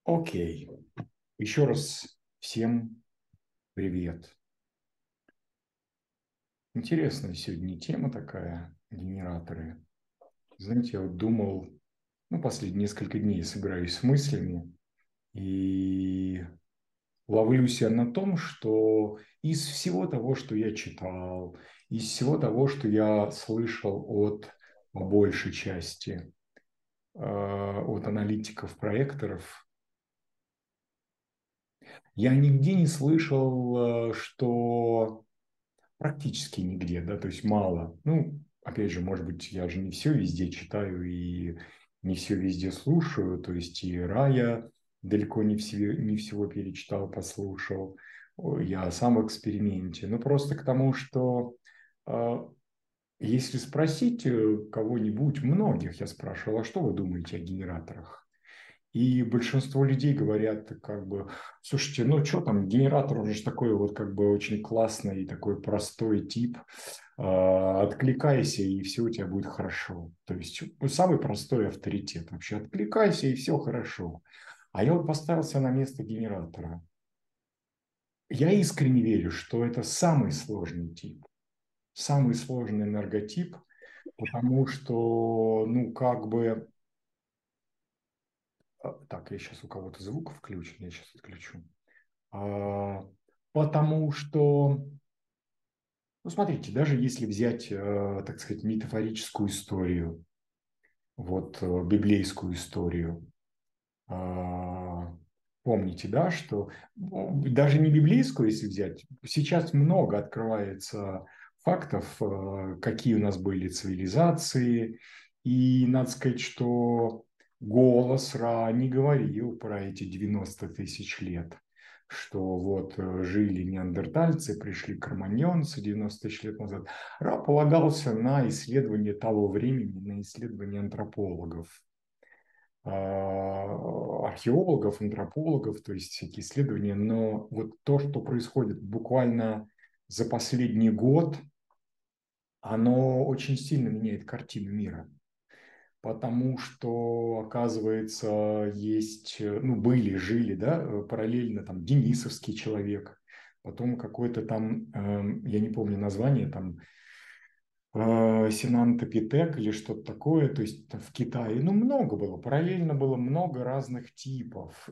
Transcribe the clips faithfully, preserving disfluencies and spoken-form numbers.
Окей. Еще раз всем привет. Интересная сегодня тема такая, генераторы. Знаете, я вот думал, ну, последние несколько дней собираюсь с мыслями и ловлю себя на том, что из всего того, что я читал, из всего того, что я слышал от, по большей части, э, от аналитиков, проекторов, я нигде не слышал, э, что практически нигде, да, то есть мало. Ну, опять же, может быть, я же не все везде читаю и не все везде слушаю, то есть и Рая далеко не, все, не всего перечитал, послушал. О, я сам в эксперименте. Ну, просто к тому, что э, если спросить э, кого-нибудь, многих я спрашивал, а что вы думаете о генераторах? И большинство людей говорят, как бы, слушайте, ну что там, генератор уже ж такой вот как бы очень классный, такой простой тип, а, откликайся, и все у тебя будет хорошо. То есть ну, самый простой авторитет вообще, откликайся, и все хорошо. А я вот поставился на место генератора. Я искренне верю, что это самый сложный тип, самый сложный энерготип, потому что, ну, как бы, а, так, я сейчас у кого-то звук включен, я сейчас отключу. А, Потому что, ну, смотрите, даже если взять, э, так сказать, метафорическую историю, вот э, библейскую историю, а, помните, да, что ну, даже не библейскую, если взять, сейчас много открывается фактов, э, какие у нас были цивилизации, и надо сказать, что голос Ра не говорил про эти девяносто тысяч лет, что вот э, жили неандертальцы, пришли кроманьонцы девяносто тысяч лет назад. Ра полагался на исследование того времени, на исследование антропологов, а, археологов, антропологов, то есть всякие исследования, но вот то, что происходит буквально за последний год, оно очень сильно меняет картину мира, потому что, оказывается, есть, ну, были, жили, да, параллельно там денисовский человек, потом какой-то там, эм, я не помню название, там э, Синантопитек или что-то такое, то есть там в Китае, ну, много было, параллельно было много разных типов,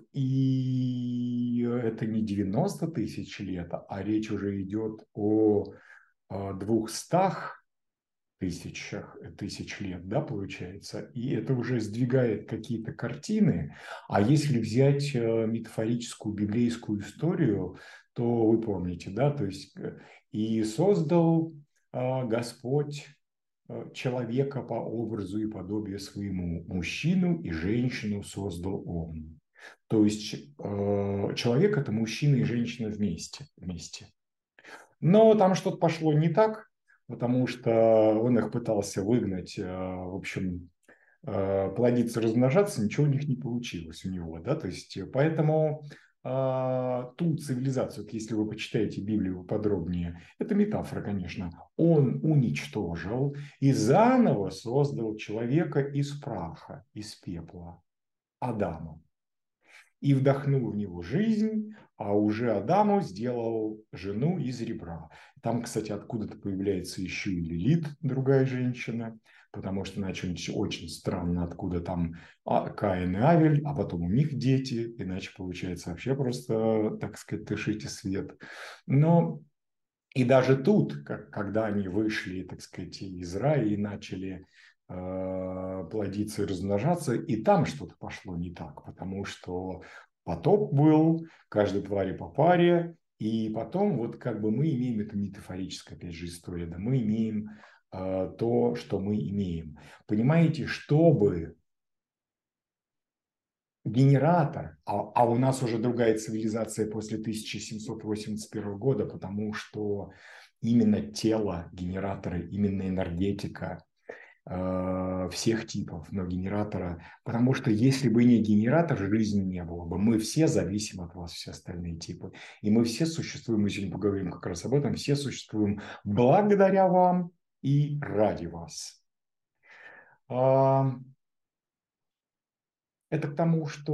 и это не девяносто тысяч лет, а речь уже идет о э, двухстах тысячах, тысяч лет, да, получается, и это уже сдвигает какие-то картины, а если взять э, метафорическую библейскую историю, то вы помните, да, то есть э, и создал э, Господь э, человека по образу и подобию своему, мужчину и женщину создал он. То есть э, человек – это мужчина и женщина вместе, вместе. Но там что-то пошло не так, потому что он их пытался выгнать, э, в общем, э, плодиться, размножаться, ничего у них не получилось у него, да, то есть э, поэтому э, ту цивилизацию, вот если вы почитаете Библию подробнее, это метафора, конечно, он уничтожил и заново создал человека из праха, из пепла, Адама, и вдохнул в него жизнь, а уже Адаму сделал жену из ребра. Там, кстати, откуда-то появляется еще и Лилит, другая женщина, потому что начали очень странно, откуда там а, Каин и Авель, а потом у них дети, иначе получается вообще просто, так сказать, тышите свет. Но и даже тут, как, когда они вышли, так сказать, из рая и начали э, плодиться и размножаться, и там что-то пошло не так, потому что потоп был, каждой твари по паре, и потом вот как бы мы имеем, это метафорическая, опять же, история, да, мы имеем э, то, что мы имеем. Понимаете, чтобы генератор, а, а у нас уже другая цивилизация после тысяча семьсот восемьдесят первого года, потому что именно тело генератора, именно энергетика э, всех типов, но генератора, потому что если бы не генератор, жизни не было бы. Мы все зависим от вас, все остальные типы. И мы все существуем, мы сегодня поговорим как раз об этом, все существуем благодаря вам и ради вас. А, Это к тому, что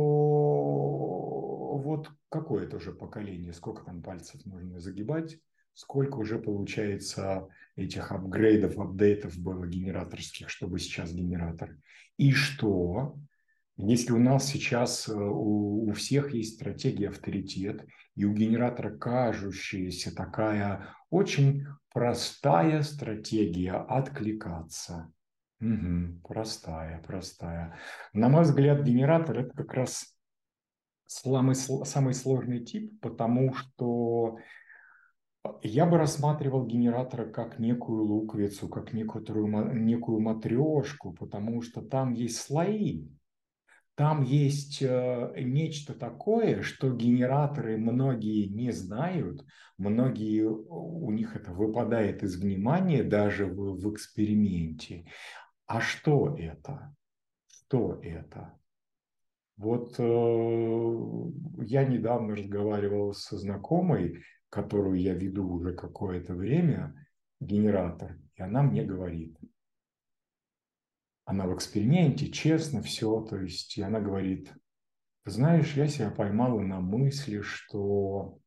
вот какое-то уже поколение, сколько там пальцев нужно загибать, сколько уже получается этих апгрейдов, апдейтов было генераторских, чтобы сейчас генератор. И что? Если у нас сейчас э, у, у всех есть стратегия авторитет, и у генератора кажущаяся такая очень простая стратегия откликаться. Мгм, простая, простая. На мой взгляд, генератор – это как раз самый, сл- самый сложный тип, потому что я бы рассматривал генератора как некую луковицу, как некоторую, ма- некую матрешку, потому что там есть слои. Там есть э, нечто такое, что генераторы многие не знают, многие э, у них это выпадает из внимания даже в, в эксперименте. А что это? Что это? Вот э, я недавно разговаривал со знакомой, которую я веду уже какое-то время, генератор, и она мне говорит, она в эксперименте, честно все, то есть, и она говорит, ты знаешь, я себя поймала на мысли, что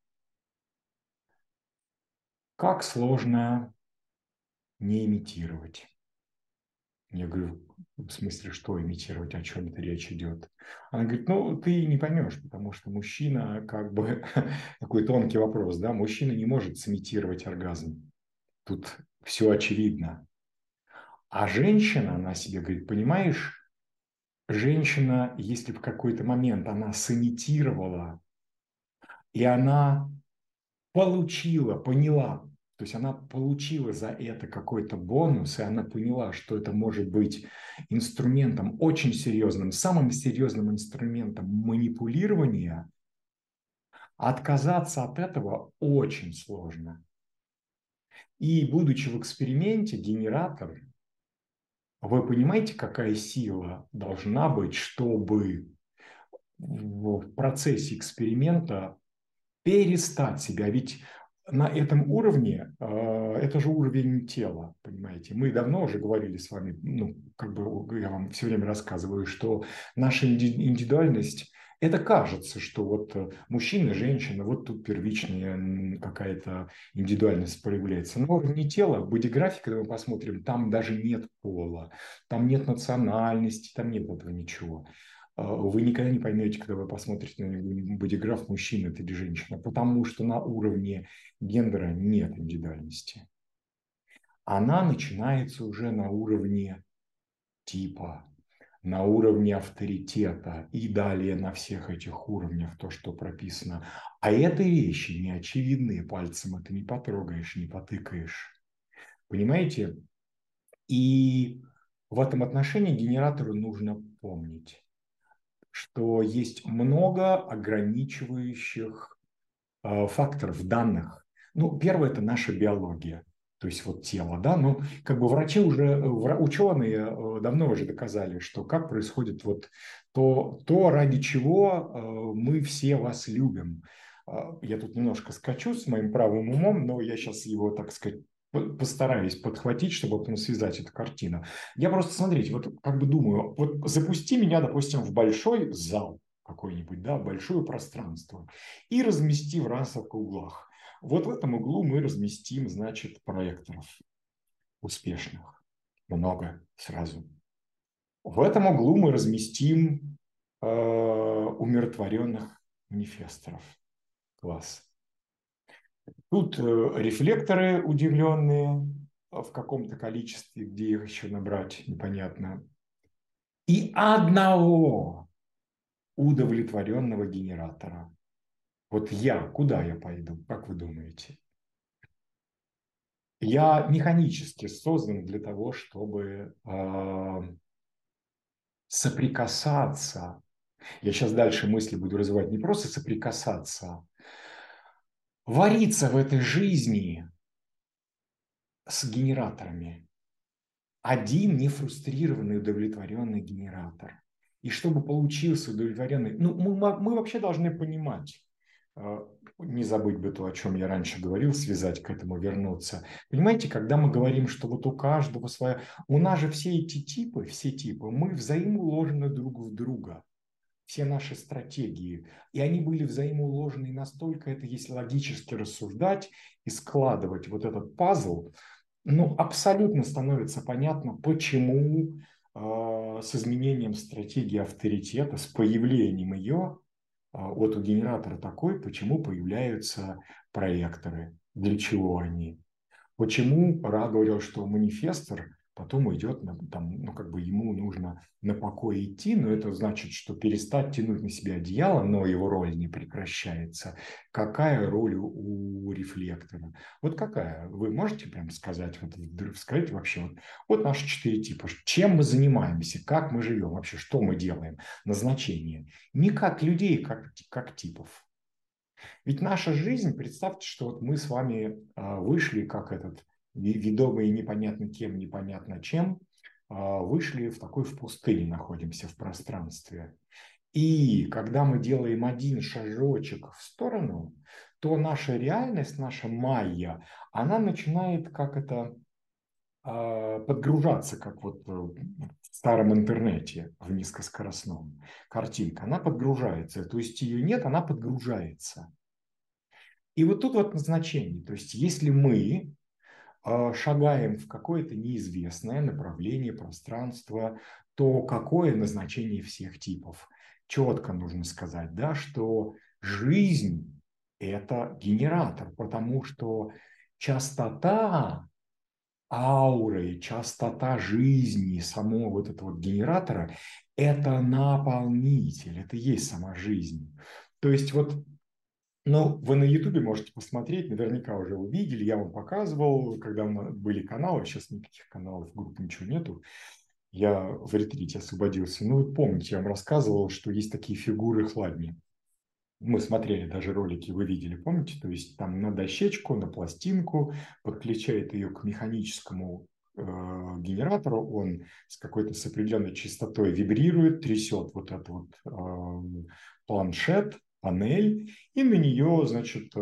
как сложно не имитировать. Я говорю, в смысле, что имитировать, о чем это речь идет? Она говорит, ну, ты не поймешь, потому что мужчина, как бы, такой тонкий вопрос, да, мужчина не может сымитировать оргазм. Тут все очевидно. А женщина, она себе говорит, понимаешь, женщина, если в какой-то момент она сымитировала, и она получила, поняла. То есть она получила за это какой-то бонус, и она поняла, что это может быть инструментом очень серьезным, самым серьезным инструментом манипулирования. А отказаться от этого очень сложно. И будучи в эксперименте, генератор, вы понимаете, какая сила должна быть, чтобы в процессе эксперимента перестать себя. Ведь на этом уровне, э, это же уровень тела, понимаете. Мы давно уже говорили с вами, ну, как бы я вам все время рассказываю, что наша индивидуальность, это кажется, что вот э, мужчина, женщина, вот тут первичная какая-то индивидуальность проявляется. На уровне тела, бодиграфик, когда мы посмотрим, там даже нет пола, там нет национальности, там нет этого ничего. Вы никогда не поймете, когда вы посмотрите на бодиграф, мужчина это или женщина, потому что на уровне гендера нет индивидуальности. Она начинается уже на уровне типа, на уровне авторитета и далее на всех этих уровнях то, что прописано. А это вещи не очевидные, пальцем это не потрогаешь, не потыкаешь. Понимаете? И в этом отношении генератору нужно помнить, что есть много ограничивающих э, факторов данных. Ну, первое – это наша биология, то есть вот тело, да, ну, как бы врачи уже, вра- ученые э, давно уже доказали, что как происходит вот то, то ради чего э, мы все вас любим. Э, Я тут немножко скачу с моим правым умом, но я сейчас его, так сказать, по- постараюсь подхватить, чтобы потом связать эту картину. Я просто, смотрите, вот как бы думаю, вот запусти меня, допустим, в большой зал какой-нибудь, да, большое пространство, и размести в разных углах. Вот в этом углу мы разместим, значит, проекторов успешных. Много сразу. В этом углу мы разместим э, умиротворенных манифесторов. Класс. Тут э, рефлекторы удивленные в каком-то количестве, где их еще набрать, непонятно. И одного удовлетворенного генератора. Вот я, куда я пойду, как вы думаете? Я механически создан для того, чтобы э, соприкасаться. Я сейчас дальше мысли буду развивать. Не просто соприкасаться, вариться в этой жизни с генераторами. Один нефрустрированный, удовлетворенный генератор. И чтобы получился удовлетворенный... Ну, мы, мы вообще должны понимать, не забыть бы то, о чем я раньше говорил, связать к этому, вернуться. Понимаете, когда мы говорим, что вот у каждого своя... У нас же все эти типы, все типы, мы взаимоуложены друг в друга. Все наши стратегии. И они были взаимоуложены настолько, это если логически рассуждать и складывать вот этот пазл, ну, абсолютно становится понятно, почему э, с изменением стратегии авторитета, с появлением ее, вот у генератора такой, почему появляются проекторы, для чего они. Почему Ра говорил, что манифестор потом идет, на, там, ну, как бы ему нужно на покой идти, но это значит, что перестать тянуть на себя одеяло, но его роль не прекращается. Какая роль у, у рефлектора? Вот какая? Вы можете прям сказать, вот, сказать вообще, вот, вот наши четыре типа, чем мы занимаемся, как мы живем, вообще, что мы делаем, назначение. Не как людей, как, как типов. Ведь наша жизнь, представьте, что вот мы с вами а, вышли, как этот, ведомые непонятно кем, непонятно чем, а, вышли в такой в пустыне, находимся в пространстве. И когда мы делаем один шажочек в сторону, то наша реальность, наша майя, она начинает как это а, подгружаться, как вот в старом интернете, в низкоскоростном. Картинка, она подгружается. То есть ее нет, она подгружается. И вот тут вот назначение. То есть если мы э, шагаем в какое-то неизвестное направление пространства, то какое назначение всех типов? Четко нужно сказать, да, что жизнь – это генератор, потому что частота ауры, частота жизни самого вот этого вот генератора – это наполнитель, это и есть сама жизнь. То есть вот ну, вы на Ютубе можете посмотреть, наверняка уже увидели, я вам показывал, когда были каналы, сейчас никаких каналов, групп, ничего нету. Я в ретрите освободился. Ну, вы помните, я вам рассказывал, что есть такие фигуры хладни. Мы смотрели даже ролики, вы видели, помните? То есть там на дощечку, на пластинку, подключает ее к механическому э, генератору, он с какой-то с определенной частотой вибрирует, трясет вот этот вот э, планшет, панель, и на нее, значит, э,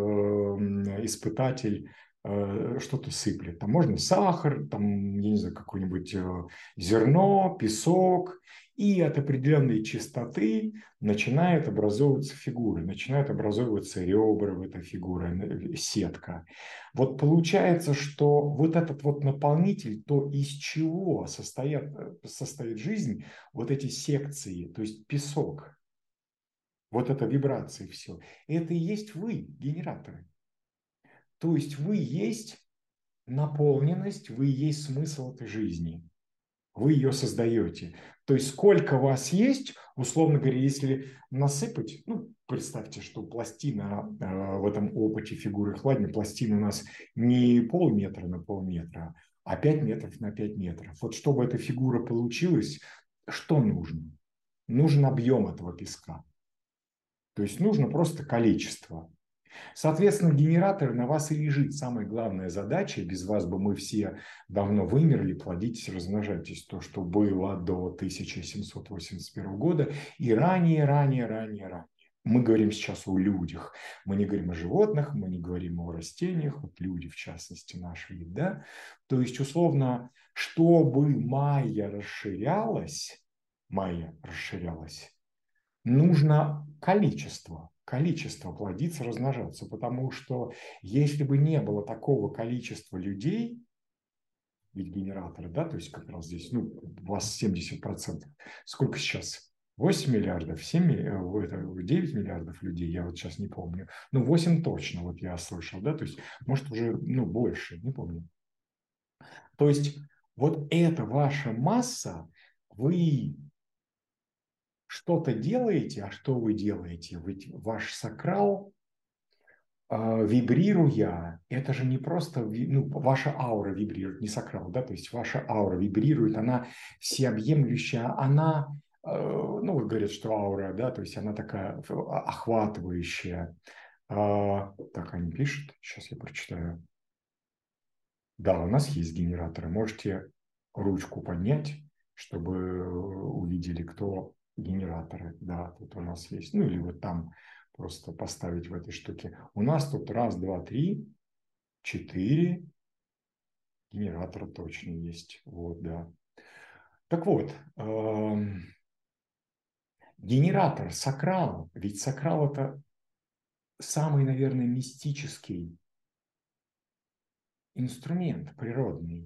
испытатель э, что-то сыплет. Там можно сахар, там, я не знаю, какое-нибудь э, зерно, песок, и от определенной частоты начинает образовываться фигуры, начинают образовываться ребра в этой фигуре, сетка. Вот получается, что вот этот вот наполнитель, то из чего состоят, состоит жизнь, вот эти секции, то есть песок, вот это вибрации все, это и есть вы, генераторы. То есть вы есть наполненность, вы есть смысл этой жизни. Вы ее создаете. То есть сколько вас есть, условно говоря, если насыпать, ну, представьте, что пластина э, в этом опыте фигуры хладни, пластина у нас не полметра на полметра, а пять метров на пять метров. Вот чтобы эта фигура получилась, что нужно? Нужен объем этого песка. То есть нужно просто количество. Соответственно, генератор на вас и лежит. Самая главная задача, без вас бы мы все давно вымерли, плодитесь, размножайтесь. То, что было до тысяча семьсот восемьдесят первого года и ранее, ранее, ранее, ранее. Мы говорим сейчас о людях. Мы не говорим о животных, мы не говорим о растениях, вот люди, в частности, наш вид. Да? То есть, условно, чтобы майя расширялась, майя расширялась, нужно количество, количество плодиться, размножаться, потому что если бы не было такого количества людей, ведь генераторы, да, то есть как раз здесь, ну, у вас семьдесят процентов, сколько сейчас? восемь миллиардов, семь, девять миллиардов людей, я вот сейчас не помню. Ну, восемь точно, вот я слышал, да, то есть, может, уже, ну, больше, не помню. То есть, вот эта ваша масса, вы что-то делаете, а что вы делаете? Ведь ваш сакрал, э, вибрируя, это же не просто, ну, ваша аура вибрирует, не сакрал, да, то есть ваша аура вибрирует, она всеобъемлющая, она, э, ну, вот говорят, что аура, да, то есть она такая охватывающая. А, так, они пишут, сейчас я прочитаю. Да, у нас есть генераторы, можете ручку поднять, чтобы увидели, кто генераторы, да, тут у нас есть, ну или вот там просто поставить в этой штуке. У нас тут раз, два, три, четыре генератора точно есть. Вот, да. Так вот, эм, генератор сакрал, ведь сакрал – это самый, наверное, мистический инструмент природный,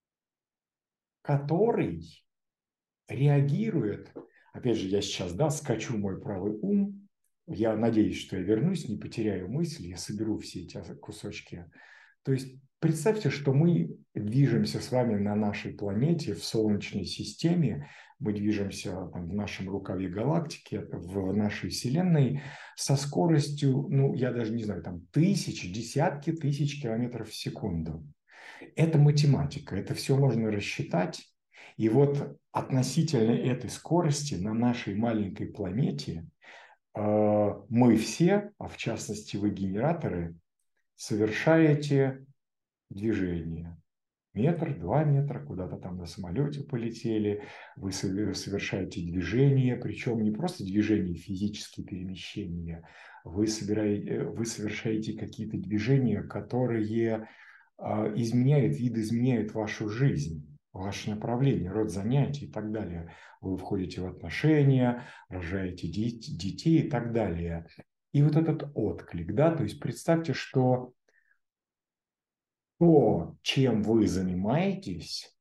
который реагирует, опять же, я сейчас, да, скачу мой правый ум, я надеюсь, что я вернусь, не потеряю мысли, я соберу все эти кусочки. То есть представьте, что мы движемся с вами на нашей планете, в Солнечной системе, мы движемся там, в нашем рукаве галактики, в нашей Вселенной со скоростью, ну, я даже не знаю, там тысячи, десятки тысяч километров в секунду. Это математика, это все можно рассчитать. И вот относительно этой скорости на нашей маленькой планете мы все, а в частности вы, генераторы, совершаете движение. Метр, два метра, куда-то там на самолете полетели, вы совершаете движение, причем не просто движение, физические перемещения, вы, собираете, вы совершаете какие-то движения, которые изменяют, видоизменяют вашу жизнь, ваше направление, род занятий и так далее. Вы входите в отношения, рожаете детей и так далее. И вот этот отклик, да, то есть представьте, что то, чем вы занимаетесь,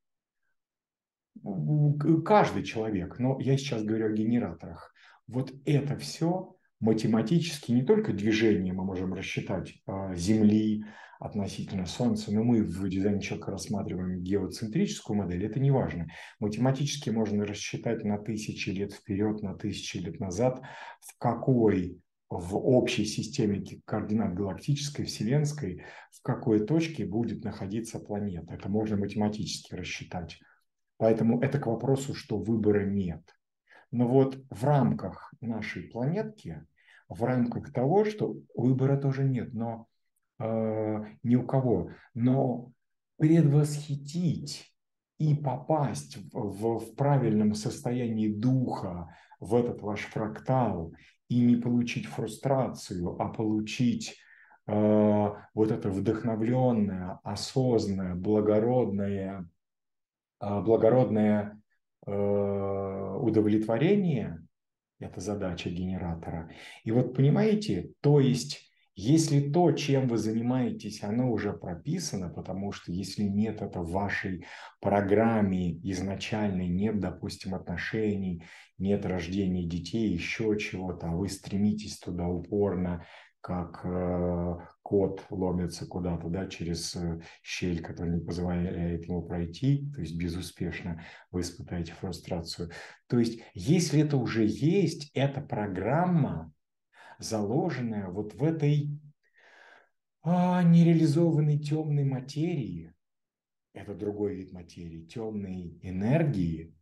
каждый человек, но я сейчас говорю о генераторах, вот это все математически, не только движение мы можем рассчитать Земли относительно Солнца, но мы в дизайне человека рассматриваем геоцентрическую модель, это не важно. Математически можно рассчитать на тысячи лет вперед, на тысячи лет назад, в какой в общей системе координат галактической, вселенской, в какой точке будет находиться планета. Это можно математически рассчитать. Поэтому это к вопросу, что выбора нет. Но вот в рамках нашей планетки, в рамках того, что выбора тоже нет, но э, ни у кого, но предвосхитить и попасть в, в, в правильном состоянии духа в этот ваш фрактал и не получить фрустрацию, а получить э, вот это вдохновленное, осознанное, благородное, благородное э, удовлетворение – это задача генератора. И вот понимаете, то есть если то, чем вы занимаетесь, оно уже прописано, потому что если нет это в вашей программе изначальной, нет, допустим, отношений, нет рождения детей, еще чего-то, а вы стремитесь туда упорно, как э, кот ломится куда-то, да, через э, щель, которая не позволяет ему пройти, то есть безуспешно вы испытаете фрустрацию. То есть если это уже есть, эта программа, заложенная вот в этой а, нереализованной темной материи, это другой вид материи, темной энергии,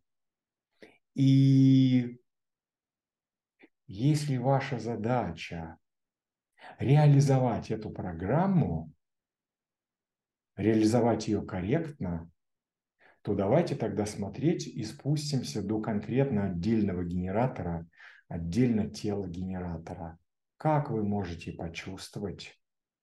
и если ваша задача реализовать эту программу, реализовать ее корректно, то давайте тогда смотреть и спустимся до конкретно отдельного генератора, отдельно тела генератора. Как вы можете почувствовать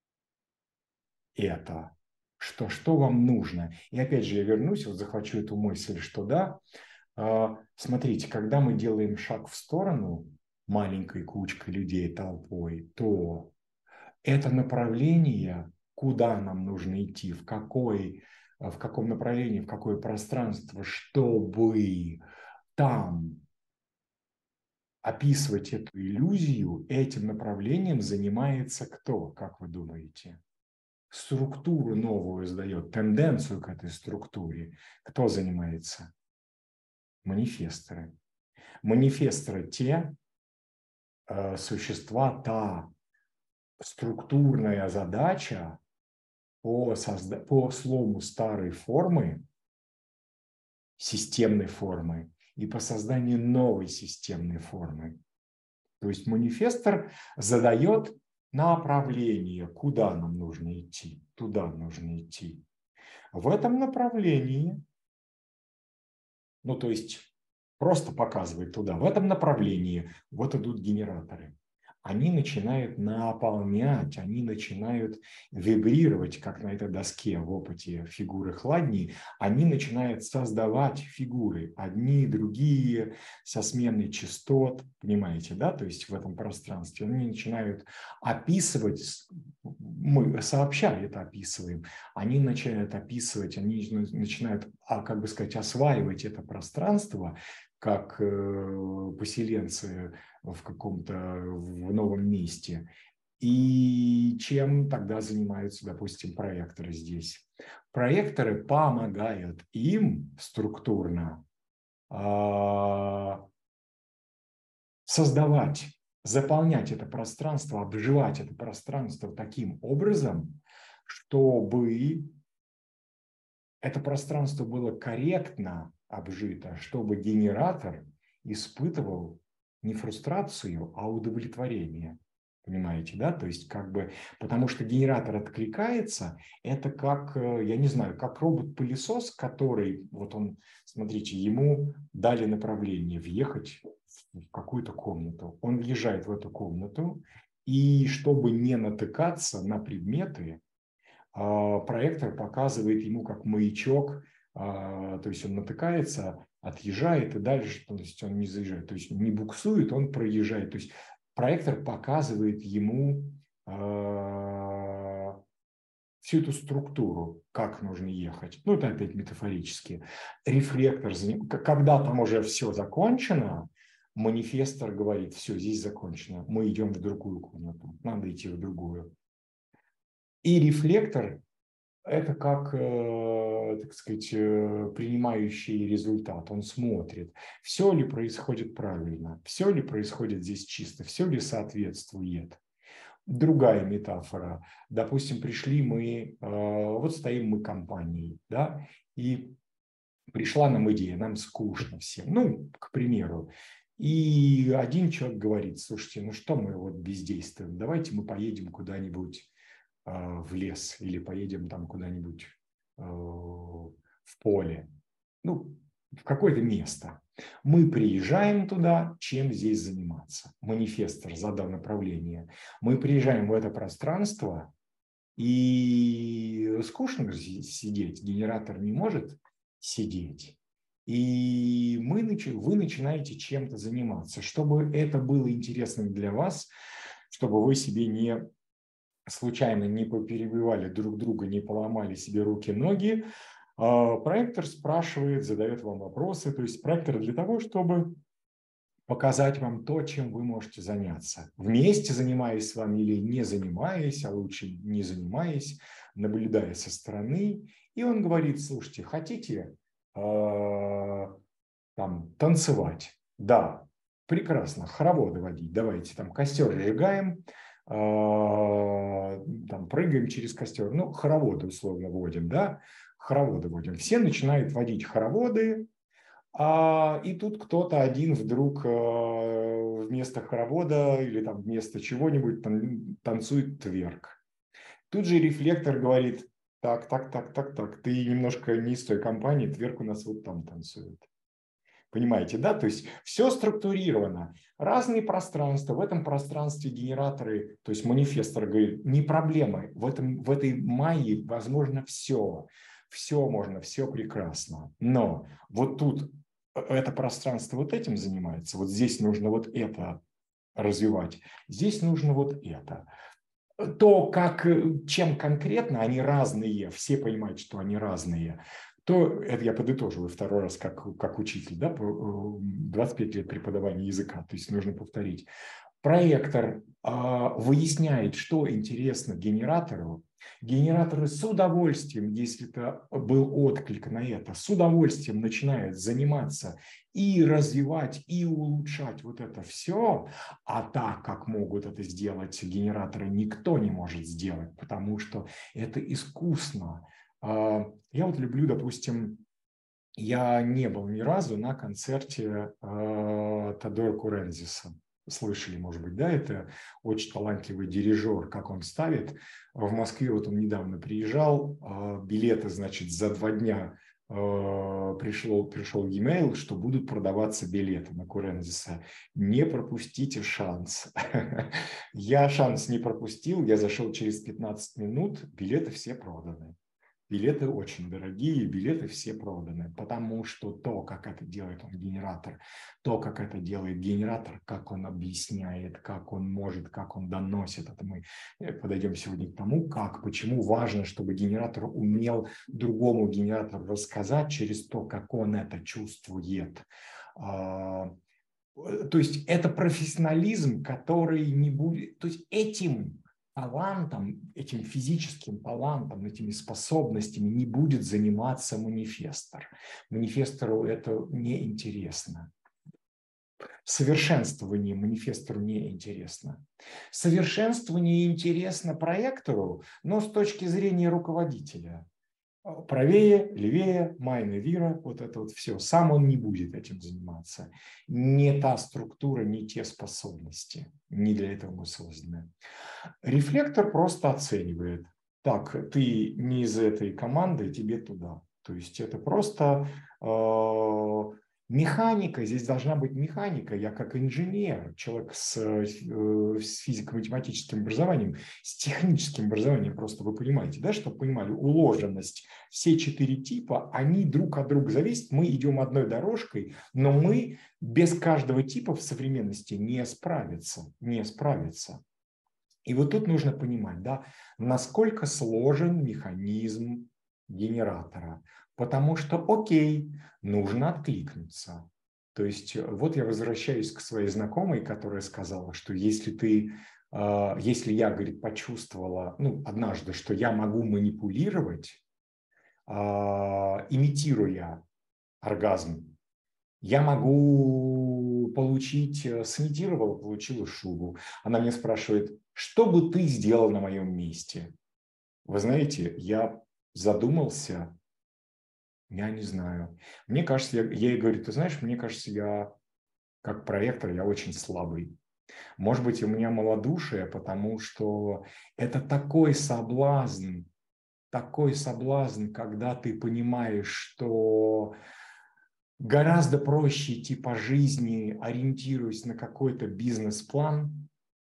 это? Что, что вам нужно? И опять же я вернусь, вот захвачу эту мысль, что да, смотрите, когда мы делаем шаг в сторону маленькой кучкой людей, толпой, то это направление, куда нам нужно идти, в, какой, в каком направлении, в какое пространство, чтобы там описывать эту иллюзию, этим направлением занимается кто, как вы думаете? Структуру новую сдает, тенденцию к этой структуре. Кто занимается? Манифесторы. Манифесторы те э, существа, та структурная задача по, созда... по слому старой формы, системной формы, и по созданию новой системной формы. То есть манифестор задает направление, куда нам нужно идти, туда нужно идти. В этом направлении, ну то есть просто показывает туда, в этом направлении вот идут генераторы. они начинают наполнять, они начинают вибрировать, как на этой доске в опыте фигуры Хладни, они начинают создавать фигуры, одни, другие, со сменой частот, понимаете, да, то есть в этом пространстве. Они начинают описывать, мы сообща это описываем, они начинают описывать, они начинают, как бы сказать, осваивать это пространство, как поселенцы в каком-то в новом месте. И чем тогда занимаются, допустим, проекторы здесь? Проекторы помогают им структурно создавать, заполнять это пространство, обживать это пространство таким образом, чтобы это пространство было корректно обжито, чтобы генератор испытывал не фрустрацию, а удовлетворение. Понимаете, да? То есть как бы, потому что генератор откликается, это как, я не знаю, как робот-пылесос, который, вот он, смотрите, ему дали направление въехать в какую-то комнату. Он въезжает в эту комнату, и чтобы не натыкаться на предметы, проектор показывает ему как маячок, то есть он натыкается, отъезжает и дальше, то есть он не заезжает, то есть не буксует, он проезжает. То есть проектор показывает ему всю эту структуру, как нужно ехать. Ну, это опять метафорически. Рефлектор, когда там уже все закончено, манифестор говорит: все, здесь закончено, мы идем в другую комнату, надо идти в другую. И рефлектор – это как, так сказать, принимающий результат. Он смотрит, все ли происходит правильно, все ли происходит здесь чисто, все ли соответствует. Другая метафора. Допустим, пришли мы, вот стоим мы компанией, да, и пришла нам идея, нам скучно всем, ну, к примеру. И один человек говорит: слушайте, ну что мы вот бездействуем, давайте мы поедем куда-нибудь в лес или поедем там куда-нибудь в поле, ну, в какое-то место. Мы приезжаем туда, чем здесь заниматься. Манифестор задал направление. Мы приезжаем в это пространство, и скучно сидеть, генератор не может сидеть. И мы, вы начинаете чем-то заниматься, чтобы это было интересным для вас, чтобы вы себе не случайно не поперебивали друг друга, не поломали себе руки-ноги. Проектор спрашивает, задает вам вопросы. То есть проектор для того, чтобы показать вам то, чем вы можете заняться. Вместе занимаясь с вами или не занимаясь, а лучше не занимаясь, наблюдая со стороны. И он говорит: слушайте, хотите э, там танцевать? Да, прекрасно, хороводы водить. Давайте там костер сжигаем, там прыгаем через костер, ну, хороводы условно водим, да, хороводы водим. Все начинают водить хороводы, а, и тут кто-то один вдруг вместо хоровода или там вместо чего-нибудь танцует тверк. Тут же рефлектор говорит: так, так, так, так, так, ты немножко не из той компании, тверк у нас вот там танцует. Понимаете, да? То есть все структурировано. Разные пространства. В этом пространстве генераторы, то есть манифестор говорит: не проблема. В, этом, в этой майе возможно все. Все можно, все прекрасно. Но вот тут это пространство вот этим занимается. Вот здесь нужно вот это развивать. Здесь нужно вот это. То, как, чем конкретно они разные, все понимают, что они разные, то это я подытоживаю второй раз как, как учитель, да, двадцать пять лет преподавания языка, то есть нужно повторить. Проектор а, выясняет, что интересно генератору. Генераторы с удовольствием, если это был отклик на это, с удовольствием начинают заниматься и развивать, и улучшать вот это все. А так, как могут это сделать генераторы, никто не может сделать, потому что это искусно. Я вот люблю, допустим, я не был ни разу на концерте Теодора Курензиса. Слышали, может быть, да, это очень талантливый дирижер, как он ставит. В Москве вот он недавно приезжал, билеты, значит, за два дня пришло, пришел e-mail, что будут продаваться билеты на Курензиса. Не пропустите шанс. Я шанс не пропустил, я зашел через пятнадцать минут, билеты все проданы. Билеты очень дорогие, билеты все проданы, потому что то, как это делает он генератор, то, как это делает генератор, как он объясняет, как он может, как он доносит, это мы подойдем сегодня к тому, как, почему важно, чтобы генератор умел другому генератору рассказать через то, как он это чувствует. То есть это профессионализм, который не будет, то есть этим талантом, этим физическим талантом, этими способностями не будет заниматься манифестор. Манифестору это неинтересно. Совершенствование манифестору неинтересно. Совершенствование интересно проектору, но с точки зрения руководителя. Правее, левее, майна вира, вот это вот все. Сам он не будет этим заниматься. Не та структура, не те способности. Не для этого мы созданы. Рефлектор просто оценивает. Так, ты не из этой команды, тебе туда. То есть это просто э, механика. Здесь должна быть механика. Я как инженер, человек с, э, с физико-математическим образованием, с техническим образованием, просто вы понимаете, да, чтобы понимали, уложенность. Все четыре типа, они друг от друга зависят. Мы идем одной дорожкой, но мы без каждого типа в современности не справиться, не справиться. И вот тут нужно понимать, да, насколько сложен механизм генератора. Потому что, окей, нужно откликнуться. То есть вот я возвращаюсь к своей знакомой, которая сказала, что если ты, если я, говорит, почувствовала, ну, однажды, что я могу манипулировать, имитируя оргазм, я могу получить, сымитировала, получила шубу. Она мне спрашивает, что бы ты сделал на моем месте? Вы знаете, я задумался, я не знаю. Мне кажется, я, я ей говорю, ты знаешь, мне кажется, я как проектор, я очень слабый. Может быть, у меня малодушие, потому что это такой соблазн, такой соблазн, когда ты понимаешь, что гораздо проще идти по жизни, ориентируясь на какой-то бизнес-план,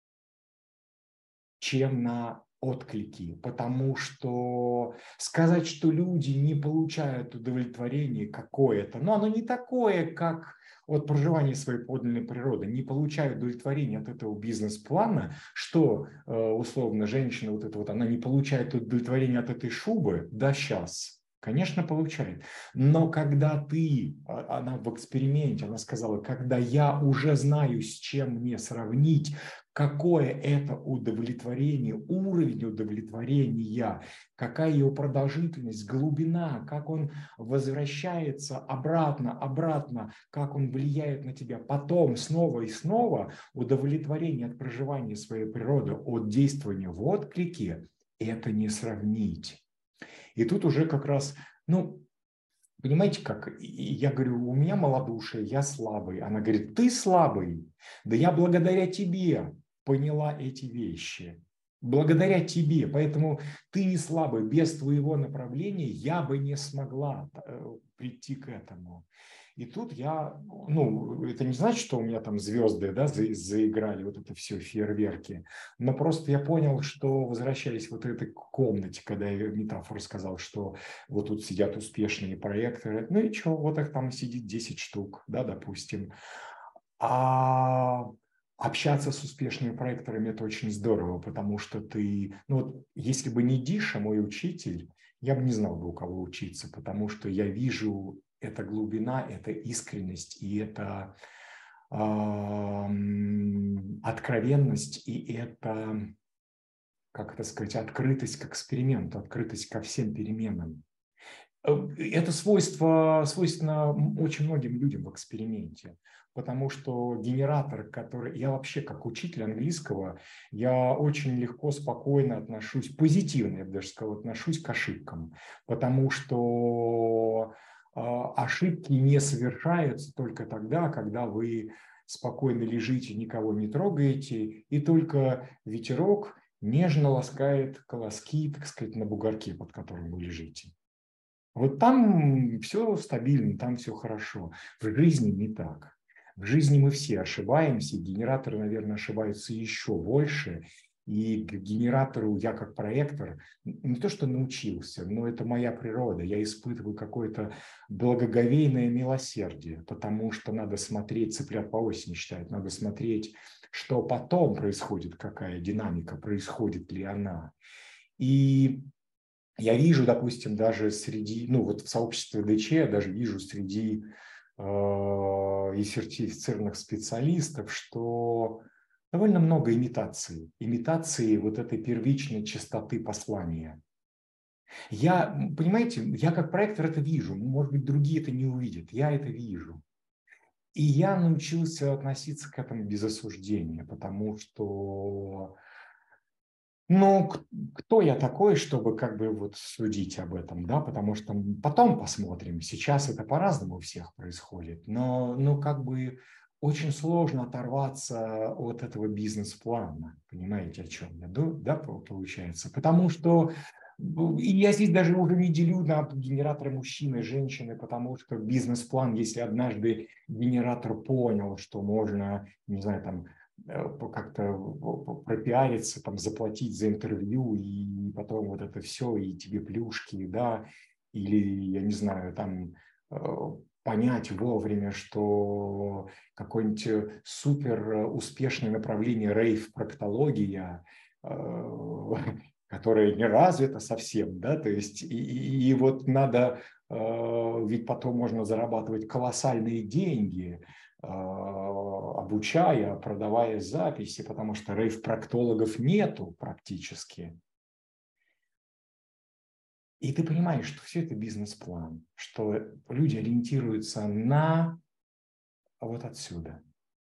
чем на отклики. Потому что сказать, что люди не получают удовлетворение какое-то, но оно не такое, как от проживания своей подлинной природы, не получают удовлетворения от этого бизнес-плана, что условно женщина вот эта вот, она не получает удовлетворения от этой шубы, да, сейчас. Конечно, получает. Но когда ты, она в эксперименте, она сказала, когда я уже знаю, с чем мне сравнить, какое это удовлетворение, уровень удовлетворения, какая его продолжительность, глубина, как он возвращается обратно, обратно, как он влияет на тебя потом снова и снова, удовлетворение от проживания своей природы, от действия в отклике, это не сравнить. И тут уже как раз, ну, понимаете как, я говорю, у меня малодушие, я слабый. Она говорит, ты слабый? Да я благодаря тебе поняла эти вещи. Благодаря тебе. Поэтому ты не слабый. Без твоего направления я бы не смогла прийти к этому. И тут я, ну, это не значит, что у меня там звезды, да, за, заиграли, вот это все, фейерверки, но просто я понял, что, возвращаясь вот к этой комнате, когда я метафору сказал, что вот тут сидят успешные проекторы, ну и что, вот их там сидит десять штук, да, допустим, а общаться с успешными проекторами – это очень здорово, потому что ты, ну вот, если бы не Диша, мой учитель, я бы не знал бы, у кого учиться, потому что я вижу, эта глубина, эта искренность и это э, откровенность, и это, как это сказать, открытость к эксперименту, открытость ко всем переменам. Это свойство, свойственно очень многим людям в эксперименте, потому что генератор, который… Я вообще как учитель английского, я очень легко, спокойно отношусь, позитивно, я бы даже сказал, отношусь к ошибкам, потому что ошибки не совершаются только тогда, когда вы спокойно лежите, никого не трогаете, и только ветерок нежно ласкает колоски, так сказать, на бугорке, под которым вы лежите. Вот там все стабильно, там все хорошо. В жизни не так. В жизни мы все ошибаемся, и генераторы, наверное, ошибаются еще больше. И к генератору я как проектор не то что научился, но это моя природа. Я испытываю какое-то благоговейное милосердие, потому что надо смотреть, цыплят по осени считают, надо смотреть, что потом происходит, какая динамика, происходит ли она. И я вижу, допустим, даже среди, ну вот в сообществе ДЧ, я даже вижу среди э, и сертифицированных специалистов, что довольно много имитации, имитации вот этой первичной чистоты послания. Я, понимаете, я как проектор это вижу, может быть, другие это не увидят, я это вижу. И я научился относиться к этому без осуждения, потому что ну, кто я такой, чтобы как бы вот судить об этом, да, потому что потом посмотрим. Сейчас это по-разному у всех происходит, но, ну, как бы очень сложно оторваться от этого бизнес-плана. Понимаете, о чем я, да, получается? Потому что и я здесь даже уже не делю на генераторы мужчины и женщины, потому что бизнес-план, если однажды генератор понял, что можно, не знаю, там, как-то пропиариться, там, заплатить за интервью, и потом вот это все, и тебе плюшки, да, или, я не знаю, там, понять вовремя, что какое-нибудь супер успешное направление рейв-проктология, которое не развито совсем, да, то есть, и, и, и вот надо, ведь потом можно зарабатывать колоссальные деньги, обучая, продавая записи, потому что рейв-проктологов нету практически. И ты понимаешь, что все это бизнес-план, что люди ориентируются на вот отсюда.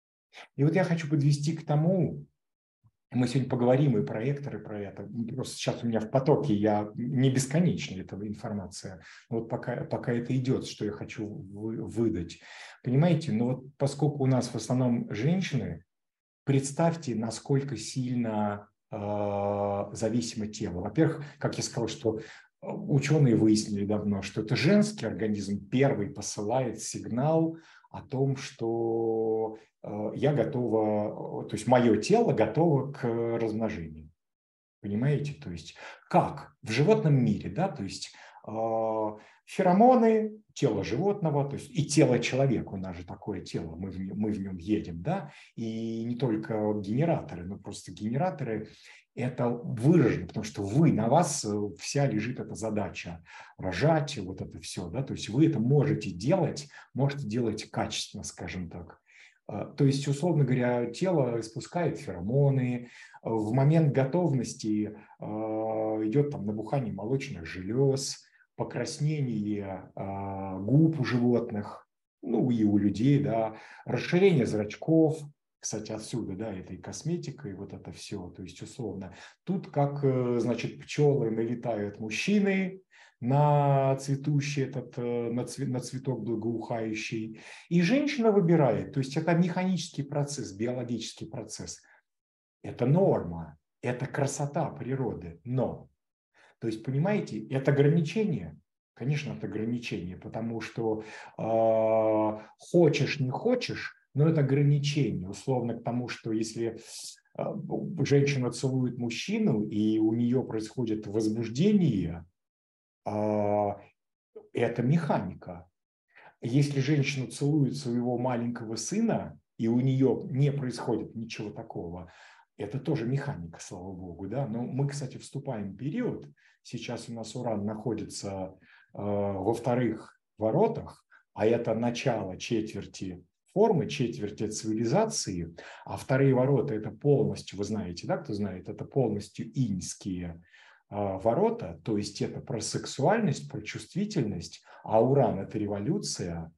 И вот я хочу подвести к тому, мы сегодня поговорим и про Эктор, и про это. Просто сейчас у меня в потоке, я не бесконечна эта информация. Вот пока, пока это идет, что я хочу вы, выдать. Понимаете, но вот поскольку у нас в основном женщины, представьте, насколько сильно э, зависимо тело. Во-первых, как я сказал, что ученые выяснили давно, что это женский организм первый посылает сигнал о том, что э, я готова, то есть мое тело готово к размножению. Понимаете? То есть как? В животном мире, да, то есть э, феромоны, тело животного, то есть и тело человека, у нас же такое тело, мы в, нем, мы в нем едем, да, и не только генераторы, но просто генераторы, это выражено, потому что вы, на вас вся лежит эта задача рожать, вот это все, да, то есть вы это можете делать, можете делать качественно, скажем так. То есть, условно говоря, тело испускает феромоны, в момент готовности идет там набухание молочных желез, покраснение губ у животных, ну и у людей, да, расширение зрачков, кстати, отсюда, да, это и косметика, и вот это все, то есть условно. Тут как, значит, пчелы налетают мужчины на цветущий этот, на, цвет, на цветок благоухающий, и женщина выбирает, то есть это механический процесс, биологический процесс. Это норма, это красота природы, но, то есть, понимаете, это ограничение, конечно, это ограничение, потому что э, хочешь, не хочешь, но это ограничение, условно к тому, что если э, женщина целует мужчину, и у нее происходит возбуждение, э, это механика. Если женщина целует своего маленького сына, и у нее не происходит ничего такого, это тоже механика, слава богу, да. Но мы, кстати, вступаем в период. Сейчас у нас Уран находится э, во вторых воротах, а это начало четверти формы, четверти цивилизации, а вторые ворота – это полностью, вы знаете, да, кто знает, это полностью иньские э, ворота, то есть это про сексуальность, про чувствительность, а Уран – это революция.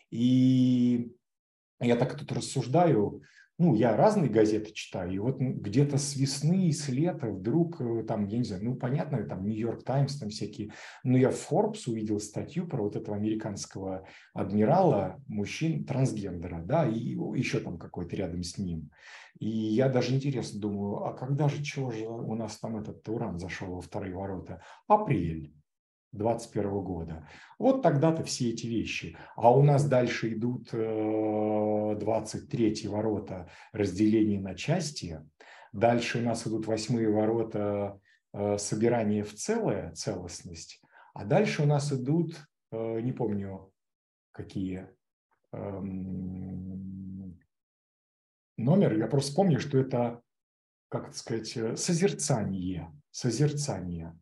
И я так тут рассуждаю, ну, я разные газеты читаю, и вот где-то с весны и с лета вдруг там, я не знаю, ну, понятно, там Нью-Йорк Таймс, там всякие, но я в Forbes увидел статью про вот этого американского адмирала, мужчин, трансгендера, да, и еще там какой-то рядом с ним. И я даже интересно думаю, а когда же, чего же у нас там этот Уран зашел во вторые ворота? Апрель. двадцать первого года. Вот тогда-то все эти вещи. А у нас дальше идут двадцать третьи ворота разделения на части. Дальше у нас идут восьмые ворота собирания в целое, целостность. А дальше у нас идут, не помню, какие номер. Я просто помню, что это, как это сказать, созерцание. Созерцание.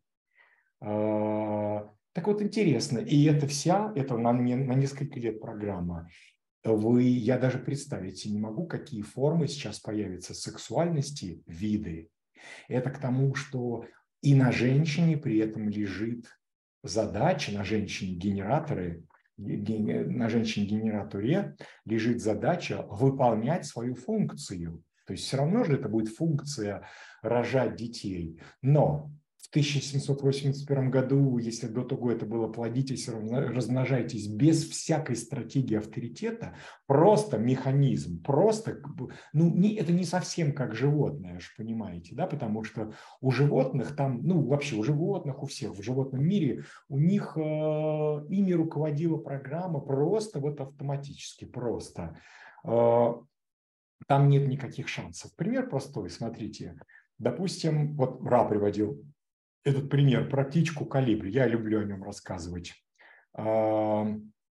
Так вот, интересно, и это вся, это на, на несколько лет программа. Вы, я даже представить себе не могу, какие формы сейчас появятся сексуальности, виды. Это к тому, что и на женщине при этом лежит задача, на женщине-генераторы, на женщине-генераторе лежит задача выполнять свою функцию. То есть все равно же это будет функция рожать детей. Но в тысяча семьсот восемьдесят первом году, если до того это было плодитесь, размножайтесь без всякой стратегии авторитета, просто механизм, просто, ну, не, это не совсем как животное, вы же понимаете, да, потому что у животных там, ну, вообще у животных, у всех, в животном мире, у них э, ими руководила программа просто вот автоматически, просто. Э, там нет никаких шансов. Пример простой, смотрите, допустим, вот Ра приводил этот пример про птичку колибри. Я люблю о нем рассказывать. В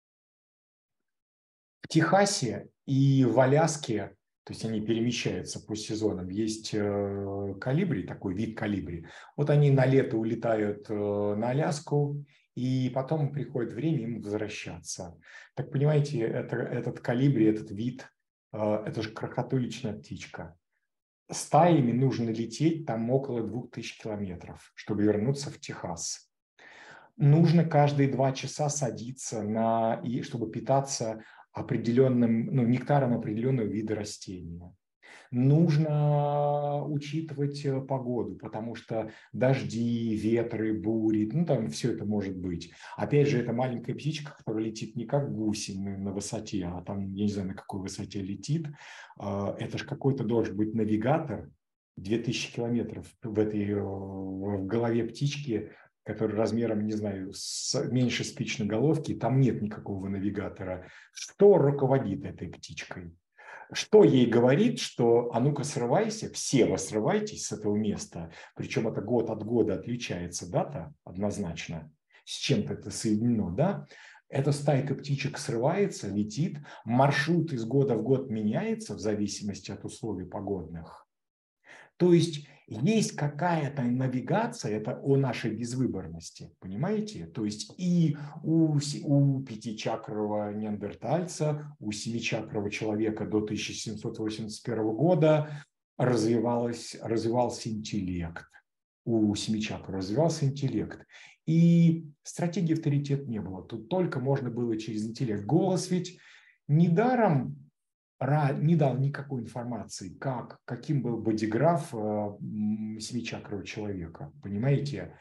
Техасе и в Аляске, то есть они перемещаются по сезонам, есть колибри, такой вид колибри. Вот они на лето улетают на Аляску, и потом приходит время им возвращаться. Так понимаете, это, этот колибри, этот вид, это же крохотуличная птичка. Стаями нужно лететь там около двух тысяч километров, чтобы вернуться в Техас. Нужно каждые два часа садиться на, и чтобы питаться определенным, ну, нектаром определенного вида растения. Нужно учитывать погоду, потому что дожди, ветры, бури, ну там все это может быть. Опять же, это маленькая птичка, которая летит не как гусень на высоте, а там, я не знаю, на какой высоте летит. Это же какой-то должен быть навигатор, две тысячи километров в этой в голове птички, который размером, не знаю, с, меньше спичной головки, там нет никакого навигатора. Что руководит этой птичкой? Что ей говорит, что а ну-ка срывайся, все вы срывайтесь с этого места, причем это год от года отличается дата однозначно, с чем-то это соединено, да? Эта стайка птичек срывается, летит, маршрут из года в год меняется в зависимости от условий погодных. То есть есть какая-то навигация, это о нашей безвыборности, понимаете? То есть и у, у пятичакрового неандертальца, у семичакрового человека до тысяча семьсот восемьдесят первого года развивалась, развивался интеллект. У семичакрова развивался интеллект. И стратегии авторитет не было. Тут только можно было через интеллект. Голос ведь недаром не дал никакой информации, как, каким был бодиграф семичакрового человека, понимаете?